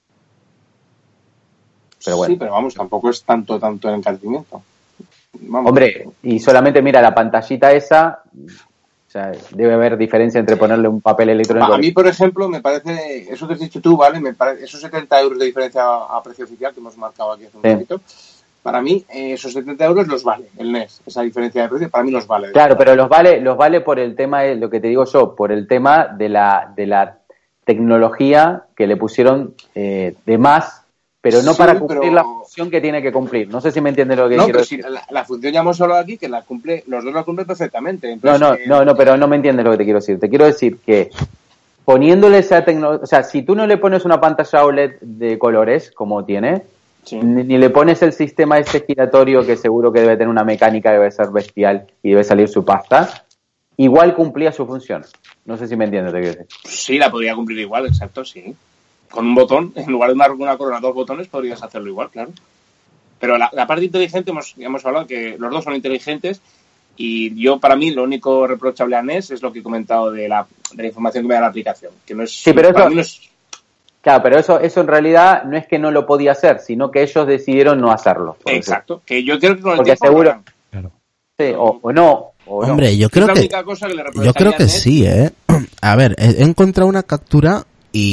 Pero bueno. Sí, pero vamos, tampoco es tanto el encarecimiento. Vamos. Hombre, y solamente mira la pantallita esa, o sea, debe haber diferencia entre ponerle un papel electrónico. A mí, por ejemplo, me parece, eso que has dicho tú, ¿vale? Esos 70 euros de diferencia a precio oficial que hemos marcado aquí hace un momento, para mí, esos 70 euros los vale, el NES, esa diferencia de precio, para mí los vale. Claro, pero los vale por el tema, lo que te digo yo, por el tema de la tecnología que le pusieron de más, pero no para cumplir la función que tiene que cumplir. No sé si me entiendes lo que quiero decir. Si la función ya hemos hablado aquí, que los dos la cumplen perfectamente. Entonces, no, pero no me entiendes lo que te quiero decir. Te quiero decir que poniéndole esa tecnología, o sea, si tú no le pones una pantalla OLED de colores, como tiene, ni le pones el sistema este giratorio, que seguro que debe tener una mecánica, debe ser bestial y debe salir su pasta, igual cumplía su función. No sé si me entiendes lo que quiero decir. Sí, la podría cumplir igual, exacto, sí. Con un botón, en lugar de una corona, 2 botones, podrías hacerlo igual, claro. Pero la parte inteligente, hemos hablado que los dos son inteligentes, y para mí, lo único reprochable a NES es lo que he comentado de la información que me da la aplicación, que no es... Sí, pero Claro, pero eso en realidad no es que no lo podía hacer, sino que ellos decidieron no hacerlo. Exacto, que yo creo que con el porque tiempo seguro, Claro. sí, o no. O Hombre, no. yo creo la que única cosa que le yo reprocharía creo que a Ned- sí, A ver, he encontrado una captura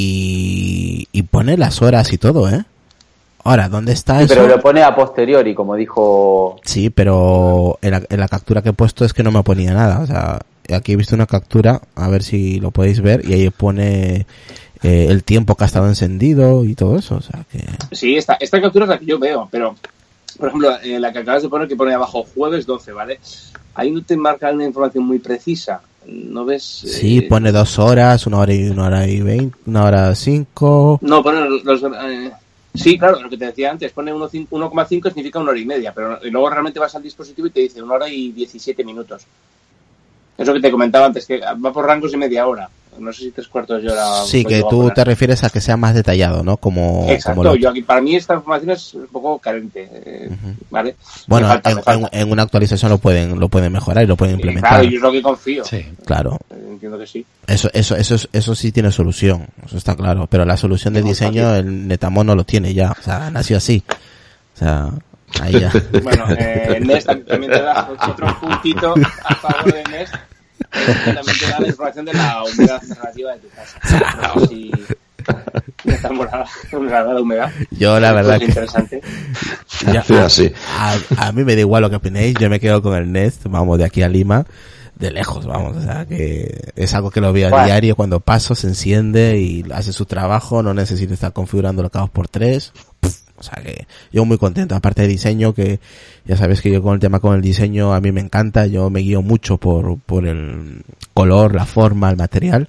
y pone las horas y todo, Ahora, ¿dónde está Sí, eso? pero lo pone a posteriori, como dijo... Sí, pero en la captura que he puesto es que no me ponía nada. O sea, aquí he visto una captura, a ver si lo podéis ver, y ahí pone el tiempo que ha estado encendido y todo eso. O sea, que... Sí, esta captura es la que yo veo, pero, por ejemplo, la que acabas de poner, que pone abajo jueves 12, ¿vale? Ahí no te marca una información muy precisa. ¿No ves? Sí, pone 2 horas, 1 hora y 20, 1 hora 5. No, pone sí, claro, lo que te decía antes, pone 1,5 significa 1 hora y media, pero luego realmente vas al dispositivo y te dice 1 hora y 17 minutos. Eso que te comentaba antes, que va por rangos de media hora. No sé si 3/4 de hora. Sí, que tú te refieres a que sea más detallado, ¿no? Como exacto, yo aquí, para mí esta información es un poco carente, ¿vale? Bueno, me falta. En una actualización lo pueden mejorar y lo pueden implementar. Claro, yo es lo que confío. Sí. Claro. Entiendo que sí. Eso sí tiene solución, eso está claro. Pero la solución de diseño el Netammo no lo tiene ya, o sea, nació así. O sea, ahí ya. Bueno, Nest también te da otro puntito a favor de Nest. También te da la información de la humedad relativa de tu casa. No sé si está morada la humedad. Yo la verdad es que interesante. Ya, Sí, así. a mí me da igual lo que opinéis, yo me quedo con el Nest, vamos, de aquí a Lima, de lejos, vamos, o sea, que es algo que lo veo a diario, cuando paso se enciende y hace su trabajo, no necesito estar configurando los cabos por 3. O sea que yo muy contento, aparte de diseño, que ya sabes que yo con el tema con el diseño a mí me encanta, yo me guío mucho por el color, la forma, el material,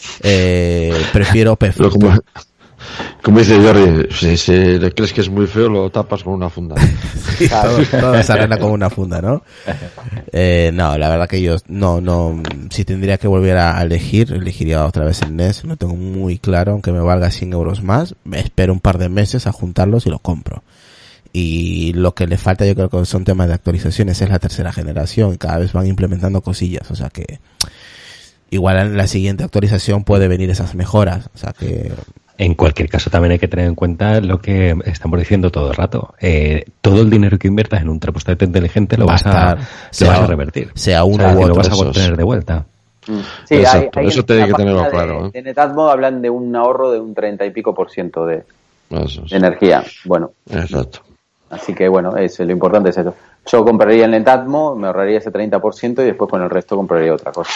prefiero Pero como dice Jordi, si le crees que es muy feo, lo tapas con una funda. Sí, todo se arregla con una funda, ¿no? No, la verdad que yo no, si tendría que volver a elegir, elegiría otra vez el NES, lo tengo muy claro, aunque me valga 100 euros más, me espero un par de meses a juntarlos y lo compro. Y lo que le falta yo creo que son temas de actualizaciones, es la tercera generación, y cada vez van implementando cosillas, o sea que igual en la siguiente actualización puede venir esas mejoras, o sea que... En cualquier caso, también hay que tener en cuenta lo que estamos diciendo todo el rato. Todo el dinero que inviertas en un termostato inteligente lo vas a revertir. Sea uno u otro. Lo vas a obtener de vuelta. Sí, exacto, eso tiene que tenerlo claro. En Netatmo hablan de un ahorro de un 30 y pico % de energía. Bueno. Exacto. Así que bueno, lo importante es eso. Yo compraría el Netatmo, me ahorraría ese 30% y después con el resto compraría otra cosa.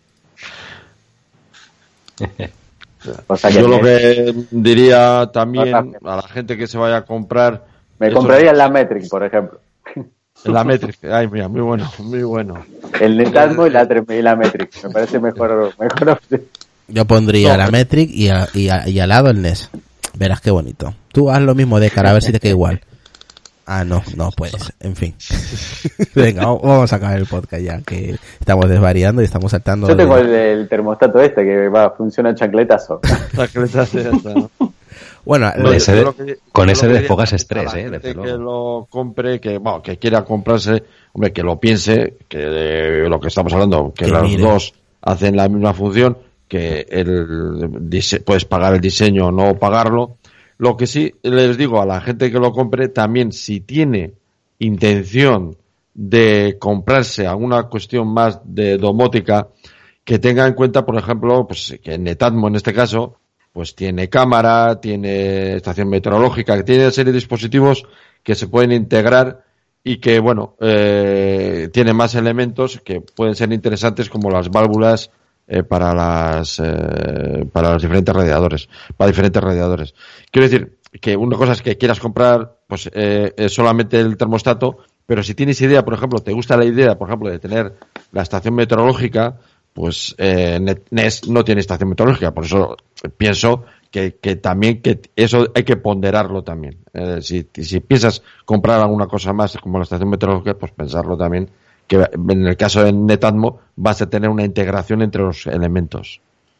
Yo lo que diría también a la gente que se vaya a comprar... Me compraría la Metric, por ejemplo. La Metric, ay mira, muy bueno, muy bueno. El Netatmo y la Metric, me parece mejor opción. Yo pondría la Metric y al lado el NES. Verás qué bonito. Tú haz lo mismo de cara a ver si te queda igual. Ah, no puedes. En fin. Venga, vamos a acabar el podcast ya, que estamos desvariando y estamos saltando. Yo tengo el termostato que funciona chancletazo. Chancletazo ya está, ¿no? Bueno, con ese desfogas estrés, que lo compre, que quiera comprarse, hombre, que lo piense, que de lo que estamos hablando, que los dos hacen la misma función, que puedes pagar el diseño o no pagarlo. Lo que sí les digo a la gente que lo compre, también si tiene intención de comprarse alguna cuestión más de domótica, que tenga en cuenta, por ejemplo, pues que Netatmo en este caso, pues tiene cámara, tiene estación meteorológica, que tiene una serie de dispositivos que se pueden integrar y que, bueno, tiene más elementos que pueden ser interesantes, como las válvulas para los diferentes radiadores, Quiero decir que una cosa es que quieras comprar pues solamente el termostato, pero si tienes idea, por ejemplo, te gusta la idea, por ejemplo, de tener la estación meteorológica, pues NES no tiene estación meteorológica, por eso pienso que también que eso hay que ponderarlo también. Si piensas comprar alguna cosa más como la estación meteorológica, pues pensarlo también, que en el caso de Netatmo vas a tener una integración entre los elementos.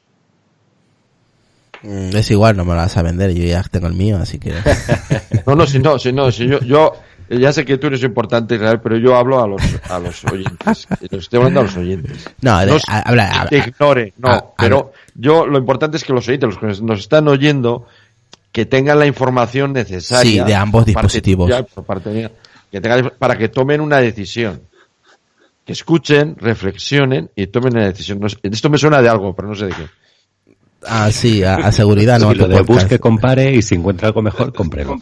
Es igual, no me lo vas a vender, yo ya tengo el mío, así que... Si yo ya sé que tú eres importante, Israel, pero yo hablo a los oyentes. Los estoy hablando a los oyentes. Habla. Te ignore, pero yo lo importante es que los oyentes, los que nos están oyendo, que tengan la información necesaria. Sí, de ambos dispositivos. Por parte mía, que tengan, para que tomen una decisión. Que escuchen, reflexionen y tomen una decisión. No sé, esto me suena de algo, pero no sé de qué. Ah, sí, a seguridad, ¿no? Sí, lo de busque, compare y si encuentra algo mejor, cómprelo.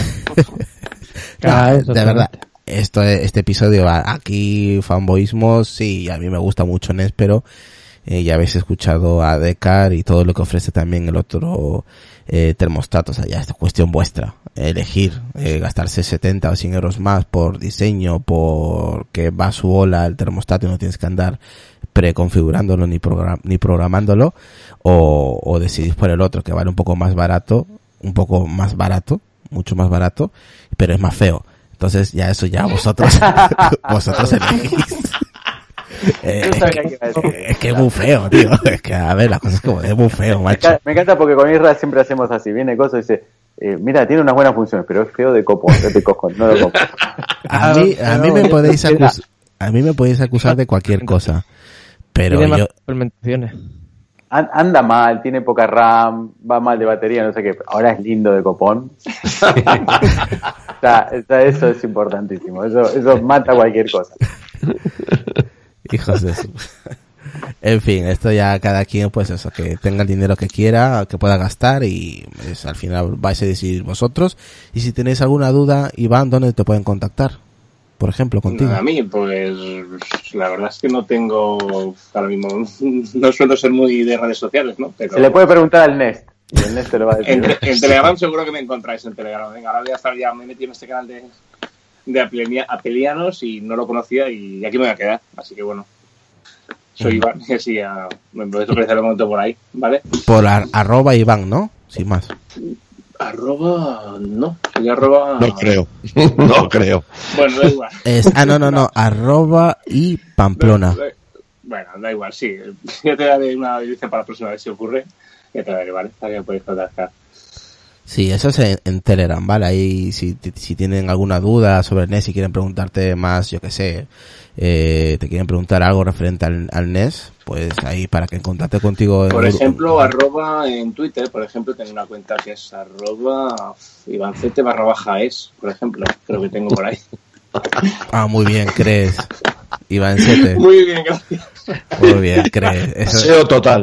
Claro, de verdad. Este episodio, aquí fanboísmo, sí, a mí me gusta mucho NES, pero ya habéis escuchado a Decar y todo lo que ofrece también el otro termostato. O sea, ya es cuestión vuestra. Elegir, gastarse 70 o 100 euros más por diseño, porque va a su ola el termostato y no tienes que andar preconfigurándolo ni programándolo, o decidís por el otro que vale un poco más barato, mucho más barato, pero es más feo. Entonces ya eso ya vosotros elegís. Es que es muy feo, tío. Es que, a ver, las cosas como es muy feo, macho. Me encanta porque con Isra siempre hacemos así. Viene cosas y dice, mira, tiene unas buenas funciones, pero es feo de copón, no lo compro. A mí me podéis acusar de cualquier cosa, pero tiene yo... más implementaciones. Anda mal, tiene poca RAM, va mal de batería, no sé qué. Ahora es lindo de copón. Eso es importantísimo. Eso mata cualquier cosa. Hijos de su... En fin, esto ya cada quien, pues eso, que tenga el dinero que quiera, que pueda gastar y al final vais a decidir vosotros. Y si tenéis alguna duda, Iván, ¿dónde te pueden contactar? Por ejemplo, contigo. A mí, pues la verdad es que no tengo, ahora mismo, no suelo ser muy de redes sociales, ¿no? Pero... Se le puede preguntar al Nest. Y el Nest te lo va a decir. En Telegram seguro que me encontráis en Telegram. Venga, ahora voy a estar ya, me he metido en este canal de apelianos y no lo conocía y aquí me voy a quedar. Así que bueno, soy Iván y así me podéis ofrecer el momento por ahí, ¿vale? Por arroba Iván, ¿no? Sin más. No, sería arroba... No creo. No creo. Bueno, da igual. No, arroba y Pamplona. Bueno, da igual, sí. Ya te daré una dirección para la próxima vez si ocurre. Ya te daré, ¿vale? Para que podéis contactar. Sí, eso es en Telegram, ¿vale? Ahí si tienen alguna duda sobre el NES, si quieren preguntarte más, yo qué sé, te quieren preguntar algo referente al NES, pues ahí para que contacte contigo. Por ejemplo, arroba en Twitter, por ejemplo, tengo una cuenta que es arroba ivancete_es, por ejemplo, creo que tengo por ahí. Ah, muy bien, crees. Ivancete. Muy bien, gracias. Muy bien, crees. Eso, SEO total.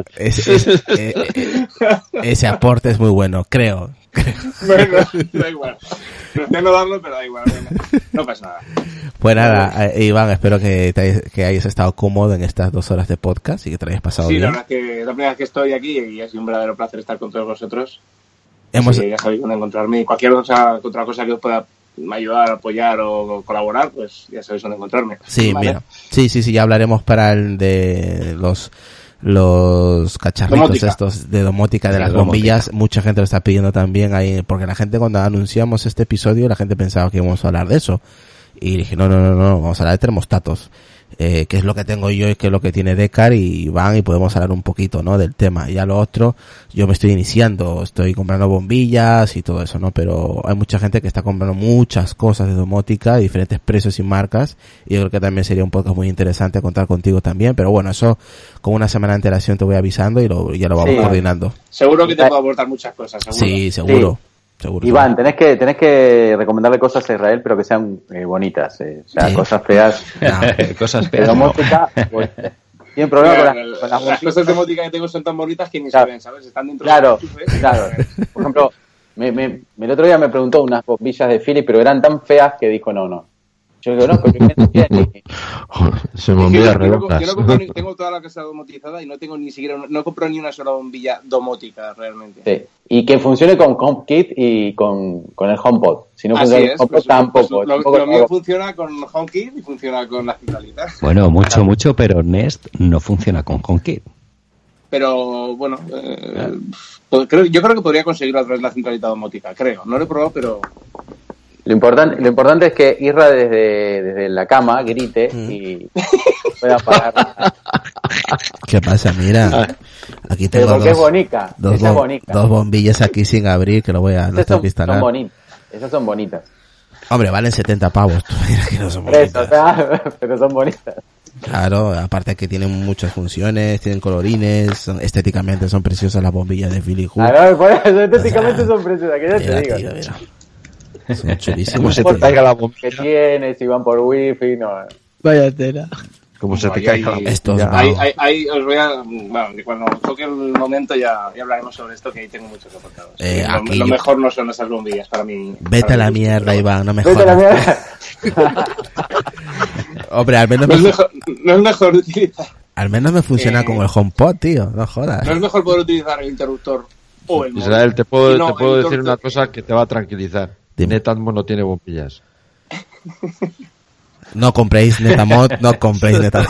Ese aporte es muy bueno, creo. Bueno, da igual. Pretendo darlo, pero da igual. No pasa nada. Pues nada, Iván, espero que hayas estado cómodo en estas 2 horas de podcast y que te hayas pasado bien. Sí, la verdad es que la primera vez que estoy aquí y ha sido un verdadero placer estar con todos vosotros. Ya sabéis dónde encontrarme. Cualquier otra cosa que os pueda ayudar, apoyar o colaborar, pues ya sabéis dónde encontrarme. Sí, ¿vale? Mira. Sí, ya hablaremos para el de los cacharritos domótica. Estos de domótica de las bombillas. Mucha gente lo está pidiendo también ahí, porque la gente cuando anunciamos este episodio, la gente pensaba que íbamos a hablar de eso. Y dije, no, vamos a hablar de termostatos. Que es lo que tengo yo y que es lo que tiene Decar y Iván, y podemos hablar un poquito, ¿no? Del tema. Y ya lo otro, yo me estoy iniciando, estoy comprando bombillas y todo eso, ¿no? Pero hay mucha gente que está comprando muchas cosas de domótica, diferentes precios y marcas, y yo creo que también sería un podcast muy interesante contar contigo también, pero bueno, eso con una semana de antelación te voy avisando y ya lo vamos coordinando. Seguro que te puedo aportar muchas cosas, seguro. Sí, seguro. Sí. Seguro. Iván, tenés que recomendarle cosas a Israel, pero que sean bonitas, o sea, cosas feas. Cosas feas. Domótica, tienen problema con las cosas domóticas que tengo son tan bonitas que ni se ven, ¿sabes? Están dentro de claro. Por ejemplo, el otro día me preguntó unas bombillas de Philips, pero eran tan feas que dijo no. Yo digo, no, porque se me olvida redondas. Yo tengo toda la casa domotizada y no tengo no compro ni una sola bombilla domótica realmente. Sí. Y que funcione con HomeKit y con el HomePod. Si no funciona con HomePod, tampoco. Lo mío funciona con HomeKit y funciona con la centralita. Bueno, mucho, pero Nest no funciona con HomeKit. Pero bueno, yo creo que podría conseguirlo a través de la centralita domótica, creo. No lo he probado, pero... Lo importante es que Isra desde la cama grite y pueda apagar. ¿Qué pasa? Mira, aquí tengo dos bombillas aquí sin abrir que lo tengo que instalar. Esas son bonitas. Hombre, valen 70 pavos. Mira que no son bonitas. Pero son bonitas. Claro, aparte que tienen muchas funciones, tienen colorines, estéticamente son preciosas las bombillas de Philips Hue. Claro, por eso estéticamente son preciosas, que ya te digo. Tío, mira. Son chulísimos. Como se te caiga la bombilla. Que tienes, si van por wifi, no. Vaya tela. Como se te caiga la bombilla. Estos Ahí os voy a... Bueno, que cuando toque el momento ya hablaremos sobre esto, que ahí tengo muchos apartados. Lo mejor no son esas bombillas para mí. Vete a la mierda, Iván, no me Vete a la jodas. mierda. Hombre, al menos No es mejor utilizar... al menos me funciona con el HomePod, tío, no jodas. No es mejor poder utilizar el interruptor o el móvil. Israel, te puedo el decir una cosa que te va a tranquilizar. Netatmo no tiene bombillas. No compréis Netamod, no compréis Netamod.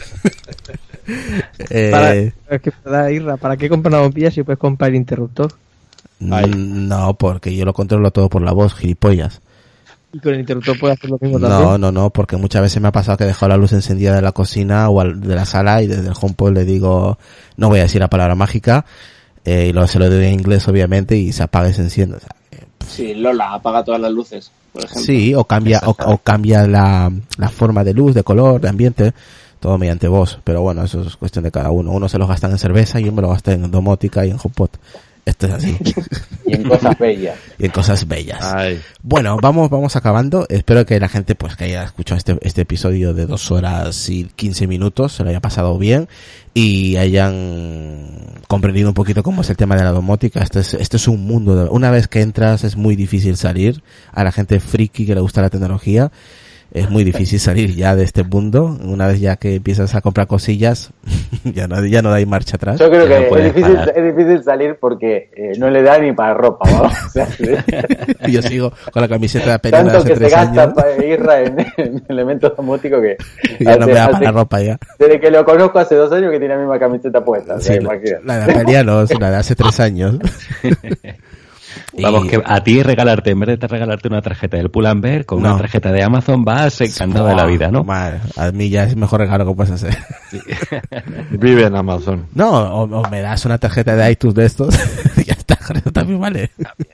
¿Para qué comprar una bombilla si puedes comprar el interruptor? No, porque yo lo controlo todo por la voz, gilipollas. Y con el interruptor puedes hacer lo mismo también. No, porque muchas veces me ha pasado que he dejado la luz encendida de la cocina o de la sala y desde el HomePod le digo, no voy a decir la palabra mágica, y se lo doy en inglés obviamente y se apaga y se enciende. O sea, Sí, Lola, apaga todas las luces, por ejemplo. sí, o cambia la forma de luz, de color, de ambiente, todo mediante voz. Pero bueno, eso es cuestión de cada uno. Uno se lo gasta en cerveza y yo me lo gasto en domótica y en HomePod. Esto es así. Y en cosas bellas. Y en cosas bellas. Ay. Bueno, vamos acabando. Espero que la gente pues que haya escuchado este episodio de 2 horas y 15 minutos se lo haya pasado bien y hayan comprendido un poquito cómo es el tema de la domótica. Este es un mundo. Una vez que entras es muy difícil salir. A la gente friki que le gusta la tecnología es muy difícil salir ya de este mundo. Una vez ya que empiezas a comprar cosillas, ya no hay marcha atrás. Yo creo que es difícil salir porque no le da ni para ropa, ¿no? O sea, yo sigo con la camiseta de Apeliano tanto hace que se 3 gasta años. para Irra en elementos domóticos que Ya no me da para la ropa ya. desde que lo conozco hace 2 años que tiene la misma camiseta puesta. O sea, Sí, imagínate. la de Apeliano, la de hace 3 años. Vamos, que a ti regalarte, en vez de regalarte una tarjeta del Pull&Bear, con una tarjeta de Amazon vas encantado de la vida, ¿no? Madre, a mí ya es el mejor regalo que puedes hacer. Sí. Vive en Amazon. No, o me das una tarjeta de iTunes de estos, y ya está, eso también vale.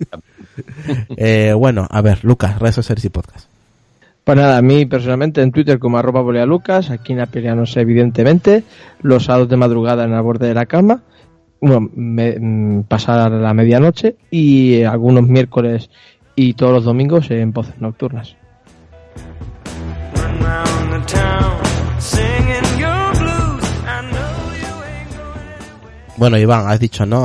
Bueno, a ver, Lucas, redes sociales y podcast. Pues nada, a mí personalmente en Twitter como @bolealucas, aquí en Apelianos evidentemente, los sábados de madrugada en el borde de la cama, pasar la medianoche y algunos miércoles y todos los domingos en voces nocturnas. Bueno, Iván, has dicho, ¿no?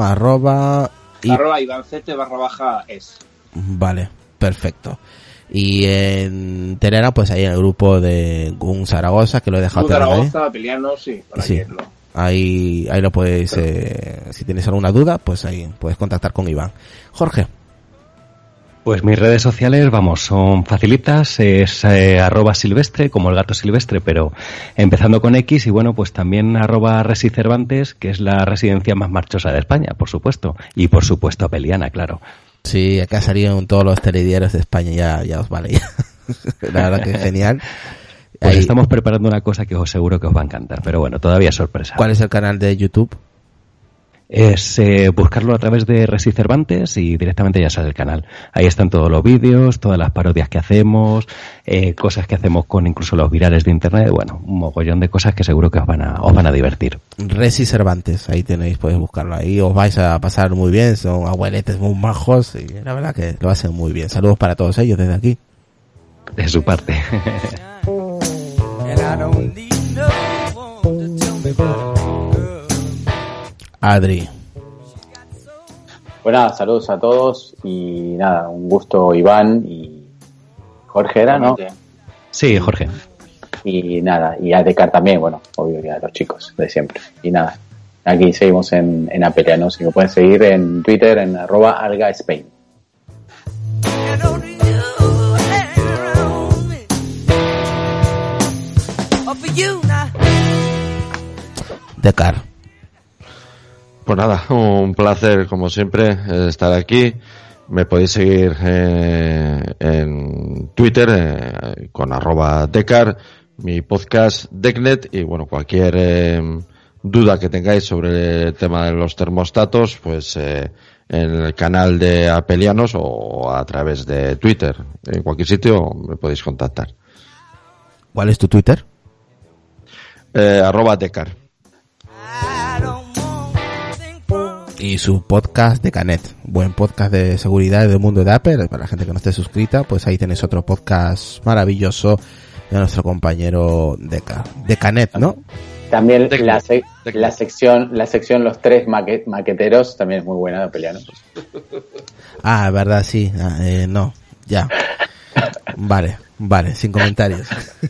@ivancete_es. Vale, perfecto. Y en Telegram, pues ahí en el grupo de Gun Zaragoza, que lo he dejado Gun también, Zaragoza, Apelianos, sí, para sí. que lo... Ahí lo podéis, si tienes alguna duda, pues ahí puedes contactar con Iván. Jorge. Pues mis redes sociales, vamos, son facilitas, es @silvestre, como el gato silvestre, pero empezando con X, y bueno, pues también @resicervantes, que es la residencia más marchosa de España, por supuesto, y por supuesto Apeliana, claro. Sí, acá salieron todos los telediarios de España, ya os vale. La verdad que es genial. Pues Ahí. estamos preparando una cosa que os seguro que os va a encantar, pero bueno, todavía es sorpresa. ¿Cuál es el canal de YouTube? Es buscarlo a través de Resi Cervantes y directamente ya sale el canal. Ahí están todos los vídeos, todas las parodias que hacemos, cosas que hacemos con incluso los virales de internet, bueno, un mogollón de cosas que seguro que os van a divertir. Resi Cervantes, ahí tenéis, podéis buscarlo ahí, os vais a pasar muy bien, son abueletes muy majos y la verdad que lo hacen muy bien. Saludos para todos ellos desde aquí. De su parte. Adri. Bueno, nada, saludos a todos y nada, un gusto Iván y Jorge era, ¿no? Sí, Jorge. Y nada, y a Decar también, bueno, obvio, y a los chicos de siempre. Y nada, aquí seguimos en Apelianos y me pueden seguir en Twitter en @algaspain. Decar. Pues nada, un placer como siempre estar aquí. Me podéis seguir en Twitter con @Decar, mi podcast Decnet, y bueno, cualquier duda que tengáis sobre el tema de los termostatos, pues en el canal de Apelianos o a través de Twitter. En cualquier sitio me podéis contactar. ¿Cuál es tu Twitter? @Decar. Y su podcast de Canet, buen podcast de seguridad y del mundo de Apple. Para la gente que no esté suscrita, pues ahí tenéis otro podcast maravilloso de nuestro compañero de Canet, ¿no? También la sección Los Tres Maqueteros también es muy buena de Apeliano. Ah, verdad, sí. No, ya. Vale, sin comentarios.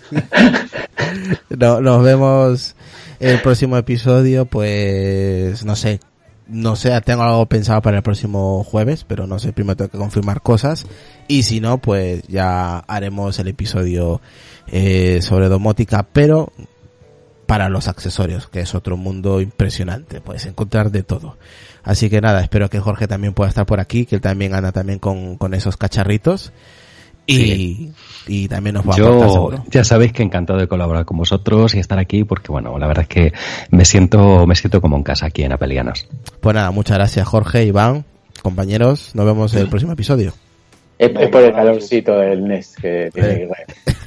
No, nos vemos en el próximo episodio, pues no sé, tengo algo pensado para el próximo jueves, pero no sé, primero tengo que confirmar cosas, y si no, pues ya haremos el episodio sobre domótica, pero para los accesorios, que es otro mundo impresionante, puedes encontrar de todo. Así que nada, espero que Jorge también pueda estar por aquí, que él también anda también con esos cacharritos. Y también nos va a aportar seguro. Ya sabéis que encantado de colaborar con vosotros y estar aquí, porque bueno, la verdad es que me siento como en casa aquí en Apelianos. Pues nada, muchas gracias Jorge, Iván, compañeros, nos vemos en el próximo episodio. Es por el calorcito del NES que tiene que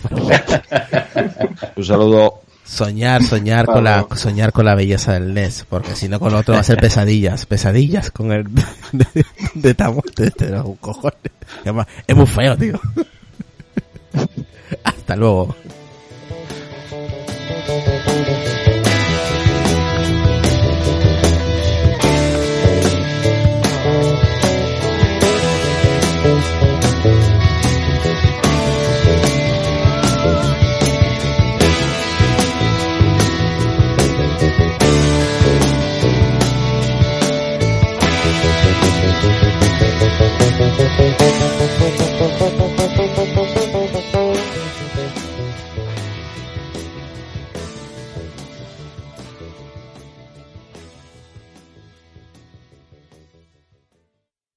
Un saludo. Soñar con la belleza del NES, porque si no con lo otro va a ser pesadillas con el de un cojones. Además, es muy feo, tío. Hasta luego.